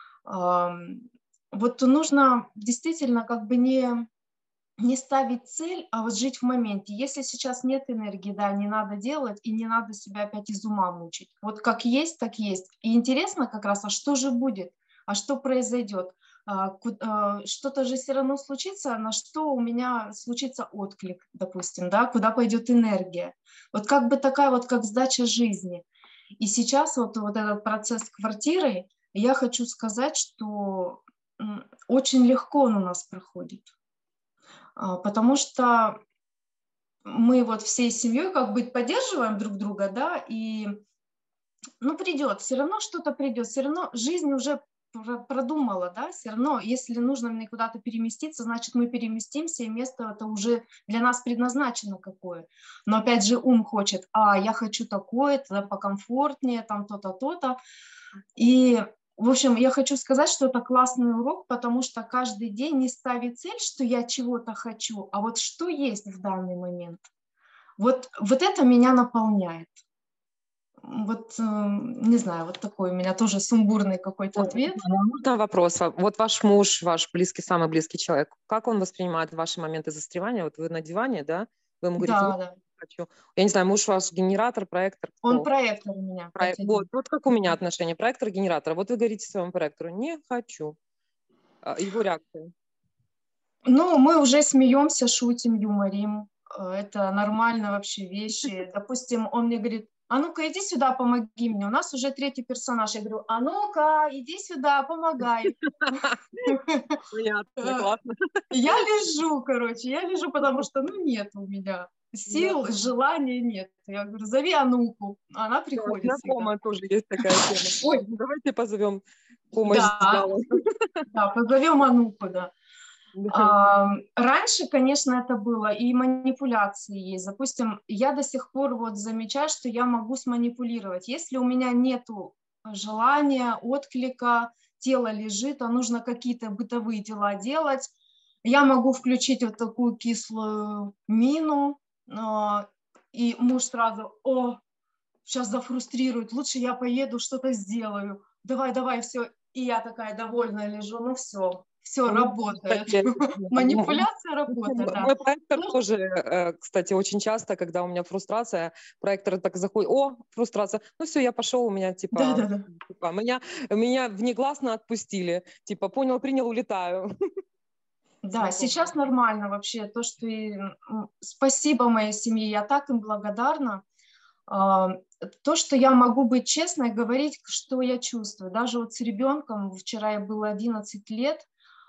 Вот нужно действительно как бы не, не ставить цель, а вот жить в моменте. Если сейчас нет энергии, да, не надо делать, и не надо себя опять из ума мучить. Вот как есть, так есть. И интересно как раз, а что же будет, а что произойдет? Что-то же все равно случится, на что у меня случится отклик, допустим, да, куда пойдет энергия. Вот как бы такая вот как сдача жизни. И сейчас вот, вот этот процесс квартиры, я хочу сказать, что очень легко он у нас проходит. Потому что мы вот всей семьей как бы поддерживаем друг друга, да, и ну придет, все равно что-то придет, все равно жизнь уже продумала, да, все равно, если нужно мне куда-то переместиться, значит, мы переместимся, и место это уже для нас предназначено какое. Но опять же ум хочет, а, я хочу такое, тогда покомфортнее, там то-то, то-то. И, в общем, я хочу сказать, что это классный урок, потому что каждый день не ставить цель, что я чего-то хочу, а вот что есть в данный момент. Вот, вот это меня наполняет. Вот, не знаю, вот такой у меня тоже сумбурный какой-то ответ. Можно вопрос? Вот ваш муж, ваш близкий, самый близкий человек, как он воспринимает ваши моменты застревания? Вот вы на диване, да? Вы ему говорите, да, да. Хочу. Я не знаю, муж ваш генератор, проектор? Кто? Он проектор у меня. Про... Вот, вот как у меня отношение, проектор, генератор. Вот вы говорите своему проектору, не хочу. Его реакция? Ну, мы уже смеемся, шутим, юморим. Это нормально вообще вещи. Допустим, он мне говорит, а ну-ка, иди сюда, помоги мне. У нас уже третий персонаж. Я говорю, а ну-ка, иди сюда, помогай. Понятно, классно. Я лежу, короче, я лежу, потому что, ну, нет у меня сил, желания нет. Я говорю, зови Ануку. Она приходит всегда. Знакомо тоже есть такая тема. Ой, давайте позовем помощь. Да, да, позовем Ануку, да. А, раньше, конечно, это было, и манипуляции есть. Допустим, я до сих пор вот замечаю, что я могу сманипулировать. Если у меня нету желания, отклика, тело лежит, а нужно какие-то бытовые дела делать, я могу включить вот такую кислую мину, и муж сразу, о, сейчас зафрустрирует, лучше я поеду, что-то сделаю, давай, давай, все. И я такая довольная лежу, ну все, все ну, работает. Кстати, манипуляция работает, да. Мой проектор ну, тоже, кстати, очень часто, когда у меня фрустрация, проектор так заходит, о, фрустрация, ну все, я пошел, у меня типа, да, да, да. типа меня, меня внегласно отпустили, типа понял, принял, улетаю. Да, сейчас нормально вообще, то, что и... спасибо моей семье, я так им благодарна. То, что я могу быть честной, говорить, что я чувствую. Даже вот с ребенком, вчера я было одиннадцать лет,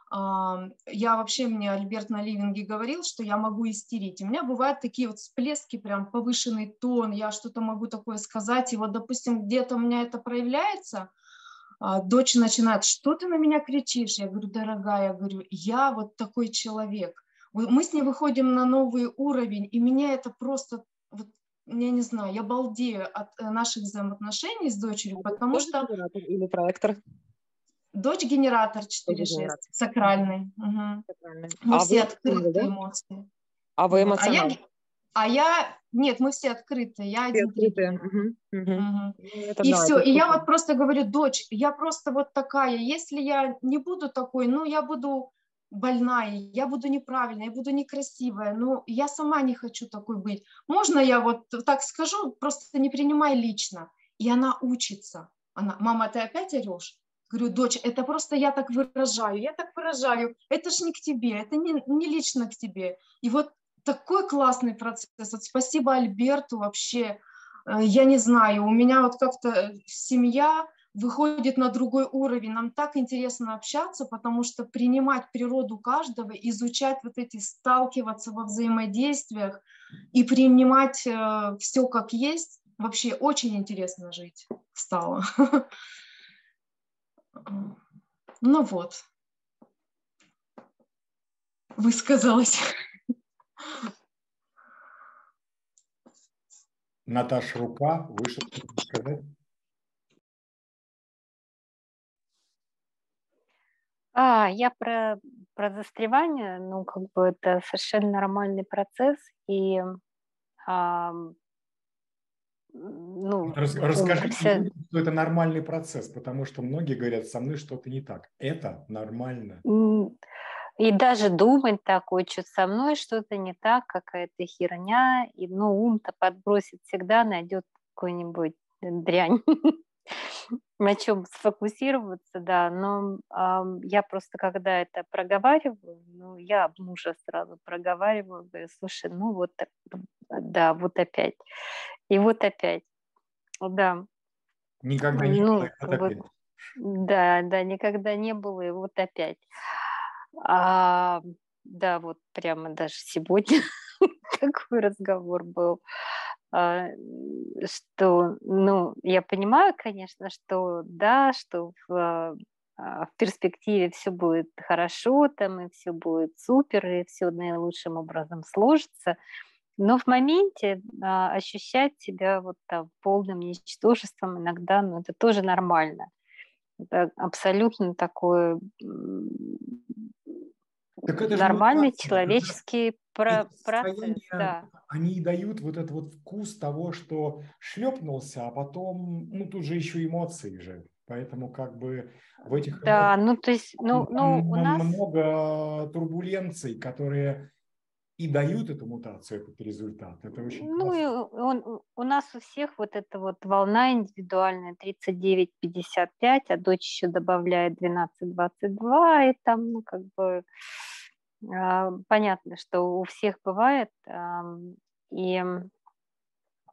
я вообще, мне Альберт на ливинге говорил, что я могу истерить. У меня бывают такие вот всплески, прям повышенный тон, я что-то могу такое сказать, и вот, допустим, где-то у меня это проявляется, дочь начинает, что ты на меня кричишь? Я говорю, дорогая, я говорю, я вот такой человек. Мы с ней выходим на новый уровень, и меня это просто... Вот, я не знаю, я балдею от наших взаимоотношений с дочерью, потому тоже что... Генератор или проектор? Дочь генератор четыре шесть, сакральный. Угу. Сакральный. Мы а все вы, открыты да? эмоции. А вы вот. эмоциональны? А я, а я... Нет, мы все открыты. Я все один открытые. Угу. Угу. Угу. Это, и да, все. это И я супер. вот просто говорю, дочь, я просто вот такая. Если я не буду такой, ну, я буду больная, я буду неправильная, я буду некрасивая, ну, я сама не хочу такой быть. Можно я вот так скажу, просто не принимай лично. И она учится. Она, мама, ты опять орешь? Говорю, дочь, это просто я так выражаю, я так выражаю, это ж не к тебе, это не, не лично к тебе. И вот такой классный процесс. Вот спасибо Альберту вообще. Я не знаю, у меня вот как-то семья выходит на другой уровень. Нам так интересно общаться, потому что принимать природу каждого, изучать вот эти, сталкиваться во взаимодействиях и принимать э, все как есть, вообще очень интересно жить стало. Ну вот, высказалась. Наташа, рука, вы что-то сказать? А, я про, про застревание, ну, как бы это совершенно нормальный процесс, и а, ну, Рас, расскажите, вся... что это нормальный процесс, потому что многие говорят, со мной что-то не так. Это нормально. И даже думать так, ой, что со мной что-то не так, какая-то херня, и, ну, ум-то подбросит всегда, найдет какую-нибудь дрянь, на чем сфокусироваться, да, но э, я просто, когда это проговариваю, ну, я об мужа сразу проговариваю, говорю, слушай, ну, вот, да, вот опять, и вот опять, да. Никогда не ну, было, и вот опять. Да, да, никогда не было, и вот опять. А, да, вот прямо даже сегодня такой разговор был, а, что, ну, я понимаю, конечно, что да, что в, в перспективе все будет хорошо, там, и все будет супер, и все наилучшим образом сложится, но в моменте а, ощущать себя вот там полным ничтожеством иногда, ну, это тоже нормально. Это абсолютно такой нормальный человеческий про- процесс. Да. Они дают вот этот вот вкус того, что шлепнулся, а потом, ну, тут же еще эмоции же. Поэтому как бы в этих да, ну, то есть, ну, ну, у нас много турбуленций, которые и дают эту мутацию, этот результат. Это очень ну, классно. и он, у нас у всех вот эта вот волна индивидуальная тридцать девять пятьдесят пять, а дочь еще добавляет двенадцать двадцать два, и там, ну, как бы э, понятно, что у всех бывает. Э, и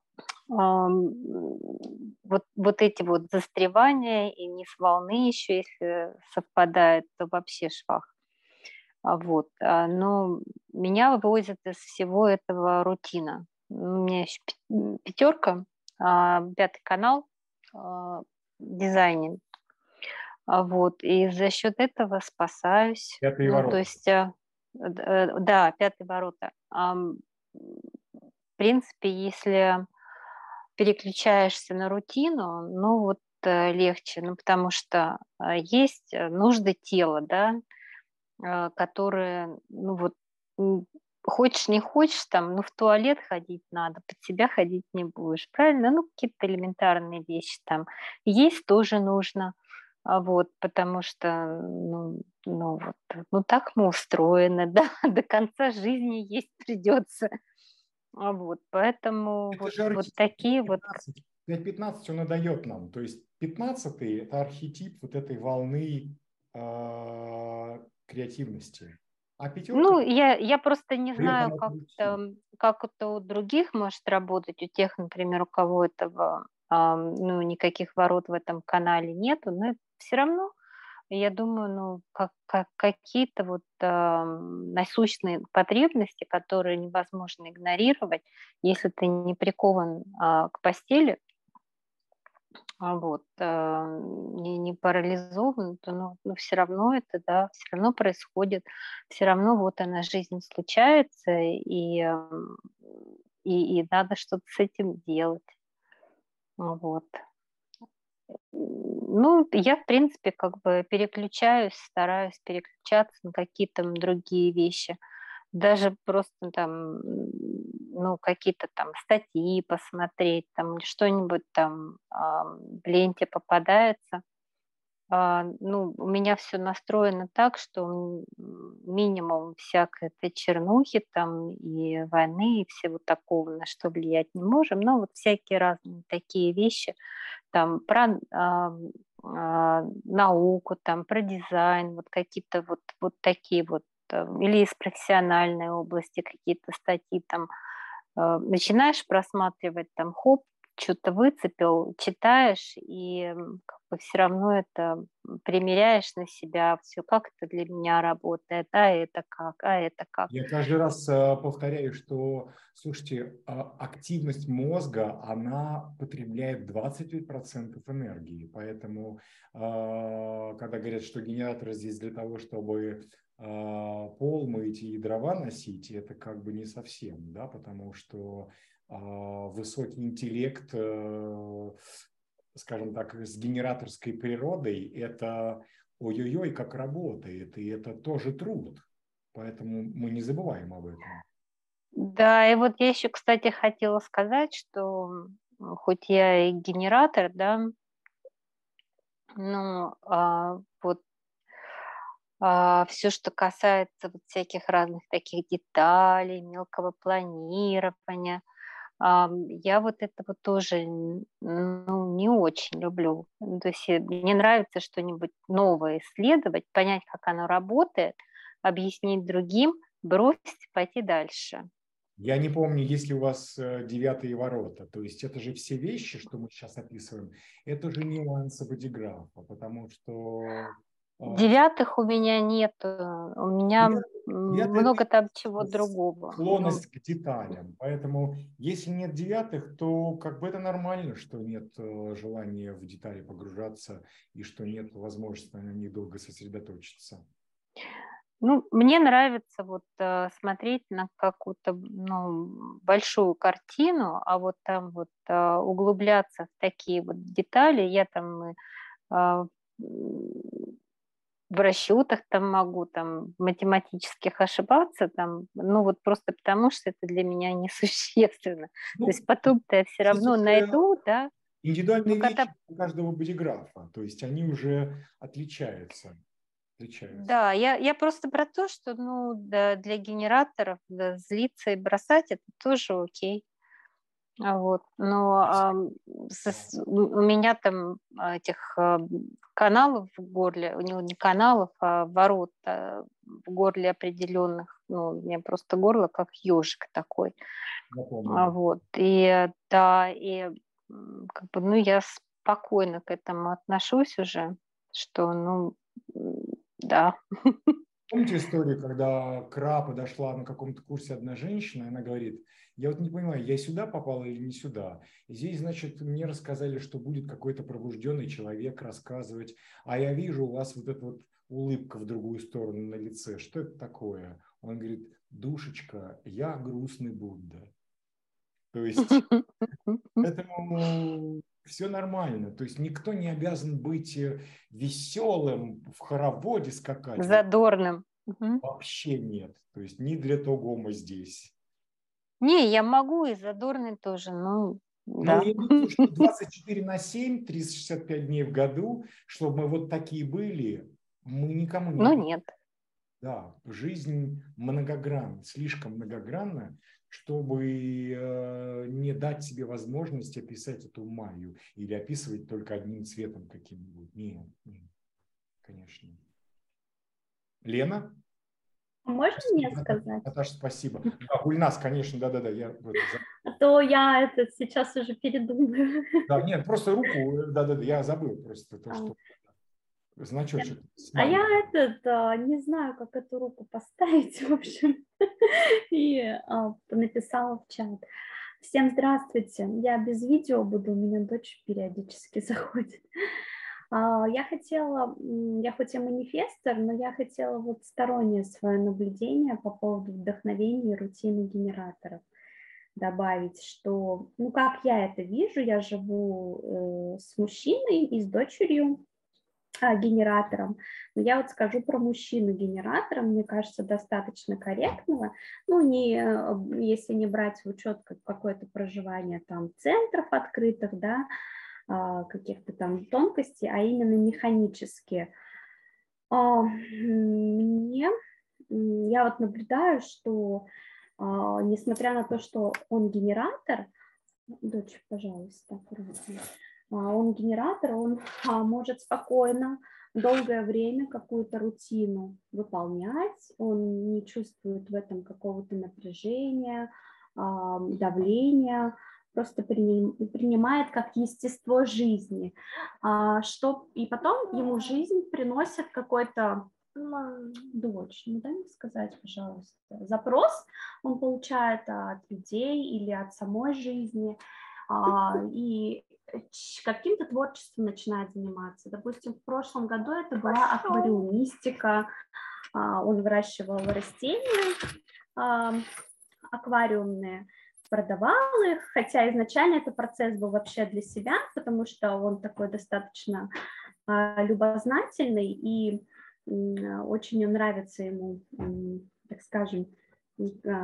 ам, вот, вот эти вот застревания и низ волны еще, если совпадает, то вообще швах. А Вот. а, Но меня вывозит из всего этого рутина. У меня еще пятерка, а, пятый канал, а, дизайнинг. А Вот. И за счет этого спасаюсь. Пятые Ну, то ворота. есть, а, д- э, да, пятые ворота. Ам, В принципе, если переключаешься на рутину, ну вот э, легче, ну потому что а, есть э, нужды тела, да, а, которые, ну вот, м, хочешь не хочешь, там, ну в туалет ходить надо, под себя ходить не будешь, правильно? Ну какие-то элементарные вещи там. Есть тоже нужно, а вот, потому что, ну, ну вот, ну так мы устроены, да, до конца жизни есть придется. А Вот, поэтому Это вот, же вот архетип такие вот. пятнадцать. пять пятнадцать он и дает нам. То есть пятнадцатый – это архетип вот этой волны э, креативности. А пятерка Ну, я, я просто не дает знаю, нам как эту рутину. это, как это у других может работать, у тех, например, у кого этого, ам, ну, никаких ворот в этом канале нету, но все равно, я думаю, ну, как, как какие-то вот ам, насущные потребности, которые невозможно игнорировать, если ты не прикован а, к постели, а вот, а, не, не парализован, то ну, ну, все равно это, да, все равно происходит, все равно вот она, жизнь случается, и, ам, и, и надо что-то с этим делать. А Вот. Ну, я, в принципе, как бы переключаюсь, стараюсь переключаться на какие-то м, другие вещи. Даже просто там, м, ну, какие-то там статьи посмотреть, там, или что-нибудь там ам, в ленте попадается. А, ну, у меня все настроено так, что м, минимум всякой этой чернухи там и войны, и всего такого, на что влиять не можем. Но вот всякие разные такие вещи, там про а, а, науку, там про дизайн, вот какие-то вот, вот такие вот, э, или из профессиональной области какие-то статьи там э, начинаешь просматривать, там, хоп, что-то выцепил, читаешь, и м, как бы все равно это м, примеряешь на себя, все, как это для меня работает, а это как, а это как. Я каждый раз э, повторяю, что, слушайте, а, активность мозга, она потребляет двадцать пять процентов энергии. Поэтому, а, когда говорят, что генератор здесь для того, чтобы а, пол мыть и дрова носить, это как бы не совсем, да, потому что а, высокий интеллект, э, скажем так, с генераторской природой, это ой-ой-ой, как работает, и это тоже труд. Поэтому мы не забываем об этом. Да, и вот я еще, кстати, хотела сказать, что м, хоть я и генератор, да, но а, вот все, что касается вот всяких разных таких деталей, мелкого планирования, ам, я вот это вот тоже н- ну, не очень люблю. Ну, То есть э, мне нравится что-нибудь новое исследовать, понять, как оно работает, объяснить другим, бросить, пойти дальше. Я не помню, есть ли у вас э, девятые ворота. То есть это же все вещи, что мы сейчас описываем, это же нюансы бодиграфа, потому что э, Девятых у меня нет, э, у меня м, девятое – это много там чего другого. Ну, склонность к деталям. Поэтому если нет девятых, то как бы это нормально, что нет э, желания в детали погружаться и что нет возможности на них долго сосредоточиться. ну, мне нравится вот э, смотреть на какую-то ну, большую картину, а вот там вот э, углубляться в такие вот детали. Я там и, а, м, в расчетах там могу, там, в математических ошибаться, там, ну вот просто потому, что это для меня несущественно. То есть Ну, потом-то я все здесь равно уже найду, да, но индивидуальные когда вещи у каждого бодиграфа, то есть они уже отличаются. отличаются. Да, я, я просто про то, что ну, да, для генераторов да, злиться и бросать это тоже окей. А Вот. Но ам, со- с- у у меня там а, этих а, каналов в горле, у него не каналов, а ворот а, в горле определенных. Ну, у меня просто горло как ежик такой. А, вот. И да, и как бы, ну, я спокойно к этому отношусь уже, что, ну, да. Помните историю, когда к Ра подошла на каком-то курсе одна женщина, и она говорит: я вот не понимаю, я сюда попала или не сюда. И здесь, значит, мне рассказали, что будет какой-то пробужденный человек рассказывать, а я вижу у вас вот эта вот улыбка в другую сторону на лице. Что это такое? Он говорит: душечка, я грустный Будда. То есть, поэтому все нормально. То есть никто не обязан быть веселым, в хороводе скакать. Задорным. Вообще нет. То есть не для того мы здесь. Не, я могу и задорный тоже, ну, да. Но я думаю, что двадцать четыре на семь, триста шестьдесят пять дней в году, чтобы мы вот такие были, мы никому не... Ну, нет. Да, жизнь многогранна, слишком многогранна, чтобы э, не дать себе возможности описать эту магию или описывать только одним цветом каким-нибудь. Нет, нет, конечно. Лена? Можно Спасибо. мне сказать? Наташа, спасибо. Да, Гульнас, конечно, да-да-да. Я... А то я это сейчас уже передумаю. Да, нет, просто руку, да-да-да, я забыл просто то, что значочек. А я этот, не знаю, как эту руку поставить, в общем, и а, написала в чат. Всем здравствуйте, я без видео буду, у меня дочь периодически заходит. Я хотела, я хоть и манифестор, но я хотела вот стороннее свое наблюдение по поводу вдохновения и рутины генераторов добавить, что, ну, как я это вижу, я живу э, с мужчиной и с дочерью э, генератором, но я вот скажу про мужчину-генератора, мне кажется, достаточно корректного, ну, не, если не брать в учет какое-то проживание там центров открытых, да, каких-то там тонкостей, а именно механические. Мне, я вот наблюдаю, что несмотря на то, что он генератор, дочь, пожалуйста, он генератор, он может спокойно долгое время какую-то рутину выполнять, он не чувствует в этом какого-то напряжения, давления, просто принимает как естество жизни, что и потом ему жизнь приносит какой-то, дочь, не дай мне сказать, пожалуйста, запрос он получает от людей или от самой жизни, и каким-то творчеством начинает заниматься. Допустим, в прошлом году это была аквариумистика, он выращивал растения аквариумные, продавал их, хотя изначально этот процесс был вообще для себя, потому что он такой достаточно э, любознательный, и э, очень нравится ему, э, так скажем, э,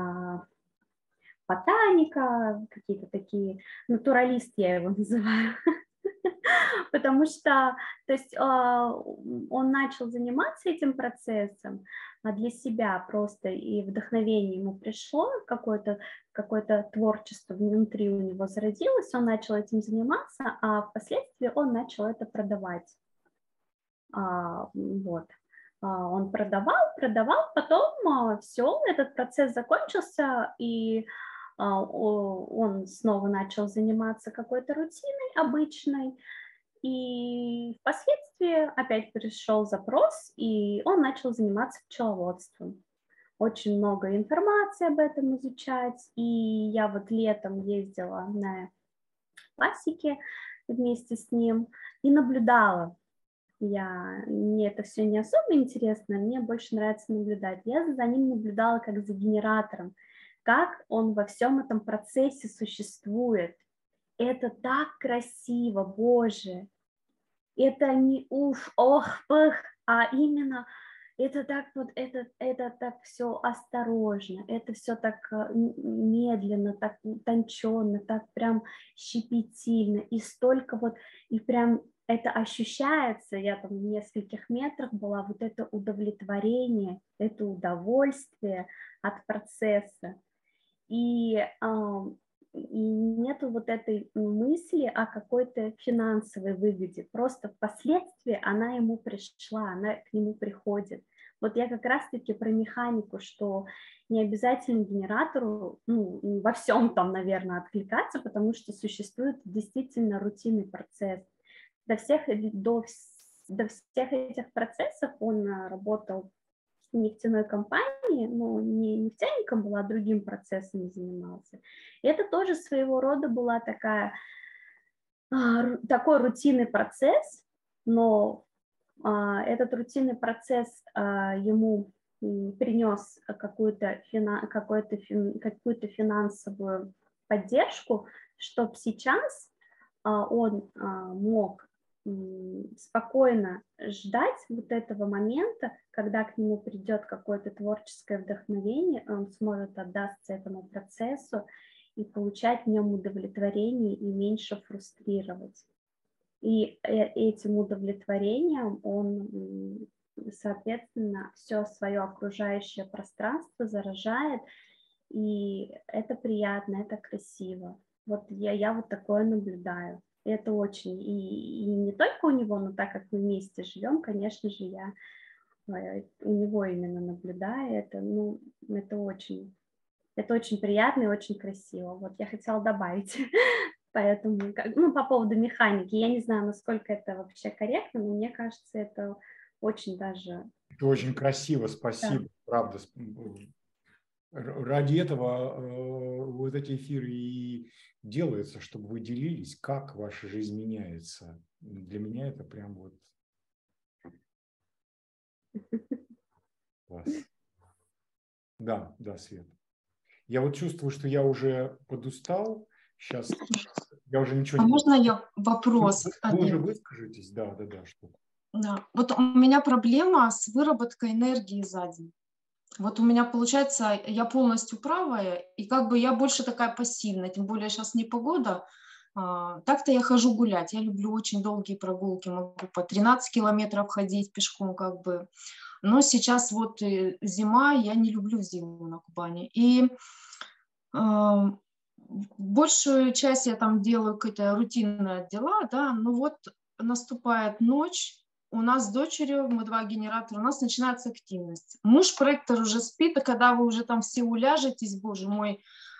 ботаника, какие-то такие, натуралист я его называю, потому что, то есть, э, он начал заниматься этим процессом для себя просто, и вдохновение ему пришло, какое-то какое-то творчество внутри у него зародилось, он начал этим заниматься, а впоследствии он начал это продавать. А, вот. А, он продавал, продавал, потом а, все, этот процесс закончился, и а, он снова начал заниматься какой-то рутиной обычной, и впоследствии опять пришел запрос, и он начал заниматься пчеловодством. Очень много информации об этом изучать, и я вот летом ездила на пасеке вместе с ним и наблюдала. Я, мне это все не особо интересно, мне больше нравится наблюдать. Я за ним наблюдала как за генератором, как он во всем этом процессе существует. Это так красиво, Боже! Это не уф, ох, пых, а именно это так вот, это, это так все осторожно, это все так медленно, так утонченно, так прям щепетильно, и столько вот, и прям это ощущается, я там в нескольких метрах была, вот это удовлетворение, это удовольствие от процесса. И и нету вот этой мысли о какой-то финансовой выгоде. Просто впоследствии она ему пришла, она к нему приходит. Вот я как раз-таки про механику, что не обязательно генератору ну, во всем там, наверное, откликаться, потому что существует действительно рутинный процесс. До всех, до, до всех этих процессов он работал в нефтяной компании, но не нефтяником был, а другим процессом занимался. И это тоже своего рода была такая, такой рутинный процесс, но этот рутинный процесс ему принес какую-то, какую-то, какую-то финансовую поддержку, чтобы сейчас он мог спокойно ждать вот этого момента, когда к нему придет какое-то творческое вдохновение, он сможет отдаться этому процессу и получать в нем удовлетворение и меньше фрустрировать. И этим удовлетворением он, соответственно, все свое окружающее пространство заражает, и это приятно, это красиво. Вот я, я вот такое наблюдаю. Это очень, и, и не только у него, но так как мы вместе живем, конечно же, я у него именно наблюдаю это, ну, это очень, это очень приятно и очень красиво. Вот я хотела добавить, поэтому, ну, по поводу механики, я не знаю, насколько это вообще корректно, но мне кажется, это очень даже... Это очень красиво, спасибо, да. Правда. Ради этого э, вот эти эфиры и делаются, чтобы вы делились, как ваша жизнь меняется. Для меня это прям вот класс. Да, да, Свет. Я вот чувствую, что я уже подустал. Сейчас я уже ничего а не... можно я вопрос? Вы, вы уже выскажетесь? Да, да, да. Что? Да. Вот у меня проблема с выработкой энергии за день. Вот у меня получается, я полностью правая, и как бы я больше такая пассивная, тем более сейчас не погода. А, так-то я хожу гулять, я люблю очень долгие прогулки, могу по тринадцать километров ходить пешком как бы. Но сейчас вот зима, я не люблю зиму на Кубани. И а, большую часть я там делаю какие-то рутинные дела, да, но вот наступает ночь, у нас с дочерью, мы два генератора, у нас начинается активность. Муж-проектор уже спит, а когда вы уже там все уляжетесь, боже мой,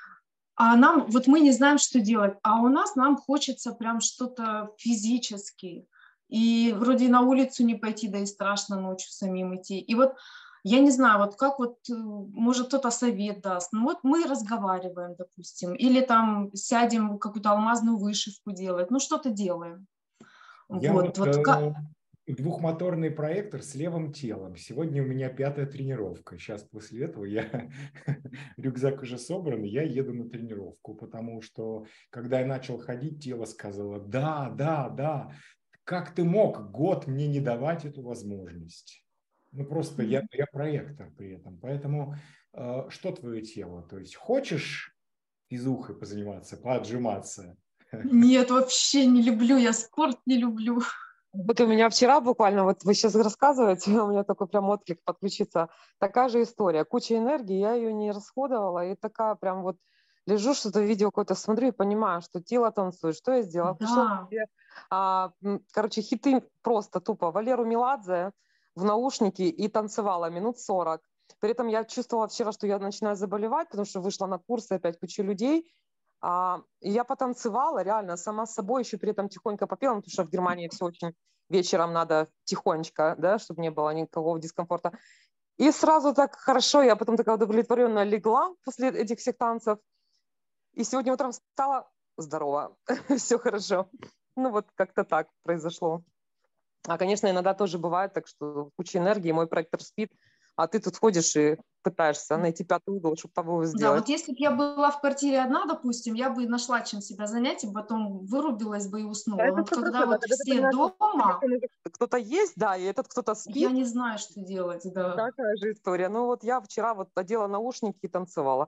а нам, вот мы не знаем, что делать, а у нас нам хочется прям что-то физически. И вроде на улицу не пойти, да и страшно ночью самим идти. И вот я не знаю, вот как вот, может, кто-то совет даст. Ну вот мы разговариваем, допустим, или там сядем какую-то алмазную вышивку делать, ну что-то делаем. Я вот, вот, вот э, как... двухмоторный проектор с левым телом. Сегодня у меня пятая тренировка. Сейчас после этого я рюкзак уже собран, и я еду на тренировку, потому что когда я начал ходить, тело сказало: да, да, да, как ты мог год мне не давать эту возможность? Ну просто я, я проектор при этом. Поэтому э, что твое тело? То есть хочешь физухой позаниматься, поотжиматься? Нет, вообще не люблю, я спорт не люблю. Вот у меня вчера буквально, вот вы сейчас рассказываете, у меня такой прям отклик подключиться. Такая же история. Куча энергии, я ее не расходовала. И такая прям вот лежу, что-то видео какое-то смотрю и понимаю, что тело танцует. Что я сделала? Да. Включила себе, а, короче, хиты просто тупо. Валеру Меладзе в наушники и танцевала минут сорок. При этом я чувствовала вчера, что я начинаю заболевать, потому что вышла на курсы, опять куча людей. А, и я потанцевала реально сама с собой, еще при этом тихонько попела, потому что в Германии все очень вечером надо тихонечко, да, чтобы не было никакого дискомфорта. И сразу так хорошо, я потом такая удовлетворенно легла после этих всех танцев. И сегодня утром встала здорово, все хорошо. Ну вот как-то так произошло. А, конечно, иногда тоже бывает так, что куча энергии, мой проектор спит, а ты тут ходишь и пытаешься найти пятый угол, чтобы того сделать. Да, вот если бы я была в квартире одна, допустим, я бы нашла чем себя занять, и потом вырубилась бы и уснула. Да, вот когда вот когда все дома... Кто-то есть, да, и этот кто-то спит. Я не знаю, что делать, да. Такая же история. Ну вот я вчера вот одела наушники и танцевала.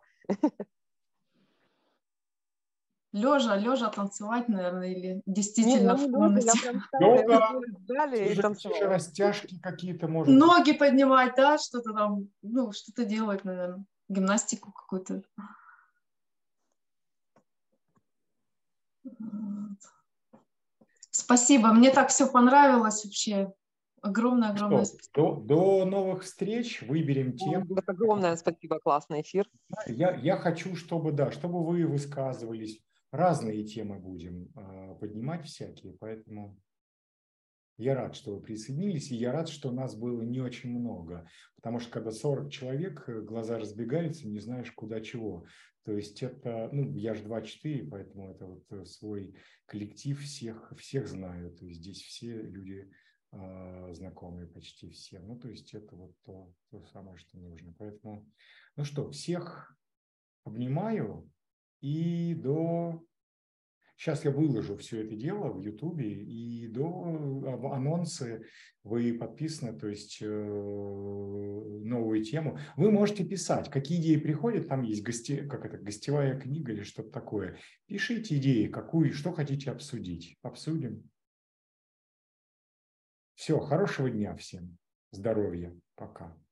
Лежа, лежа танцевать, наверное, или действительно не, в комнате. Йога, растяжки какие-то, может быть. Ноги поднимать, да, что-то там, ну, что-то делать, наверное. Гимнастику какую-то. Спасибо, мне так все понравилось вообще. Огромное-огромное спасибо. До, до новых встреч, выберем тему. Огромное спасибо, классный эфир. Я, я хочу, чтобы, да, чтобы вы высказывались. Разные темы будем э, поднимать всякие, поэтому я рад, что вы присоединились, и я рад, что нас было не очень много, потому что когда сорок человек, глаза разбегаются, не знаешь куда чего. То есть это, ну, я же двадцать четыре, поэтому это вот свой коллектив, всех, всех знаю, то есть здесь все люди э, знакомые, почти все. Ну, то есть это вот то, то самое, что нужно. Поэтому, ну что, всех обнимаю и до... Сейчас я выложу все это дело в Ютубе, и до анонсы вы подписаны, то есть э, новую тему. Вы можете писать, какие идеи приходят, там есть гости, как это, гостевая книга или что-то такое. Пишите идеи, какую, что хотите обсудить. Обсудим. Все, хорошего дня всем. Здоровья. Пока.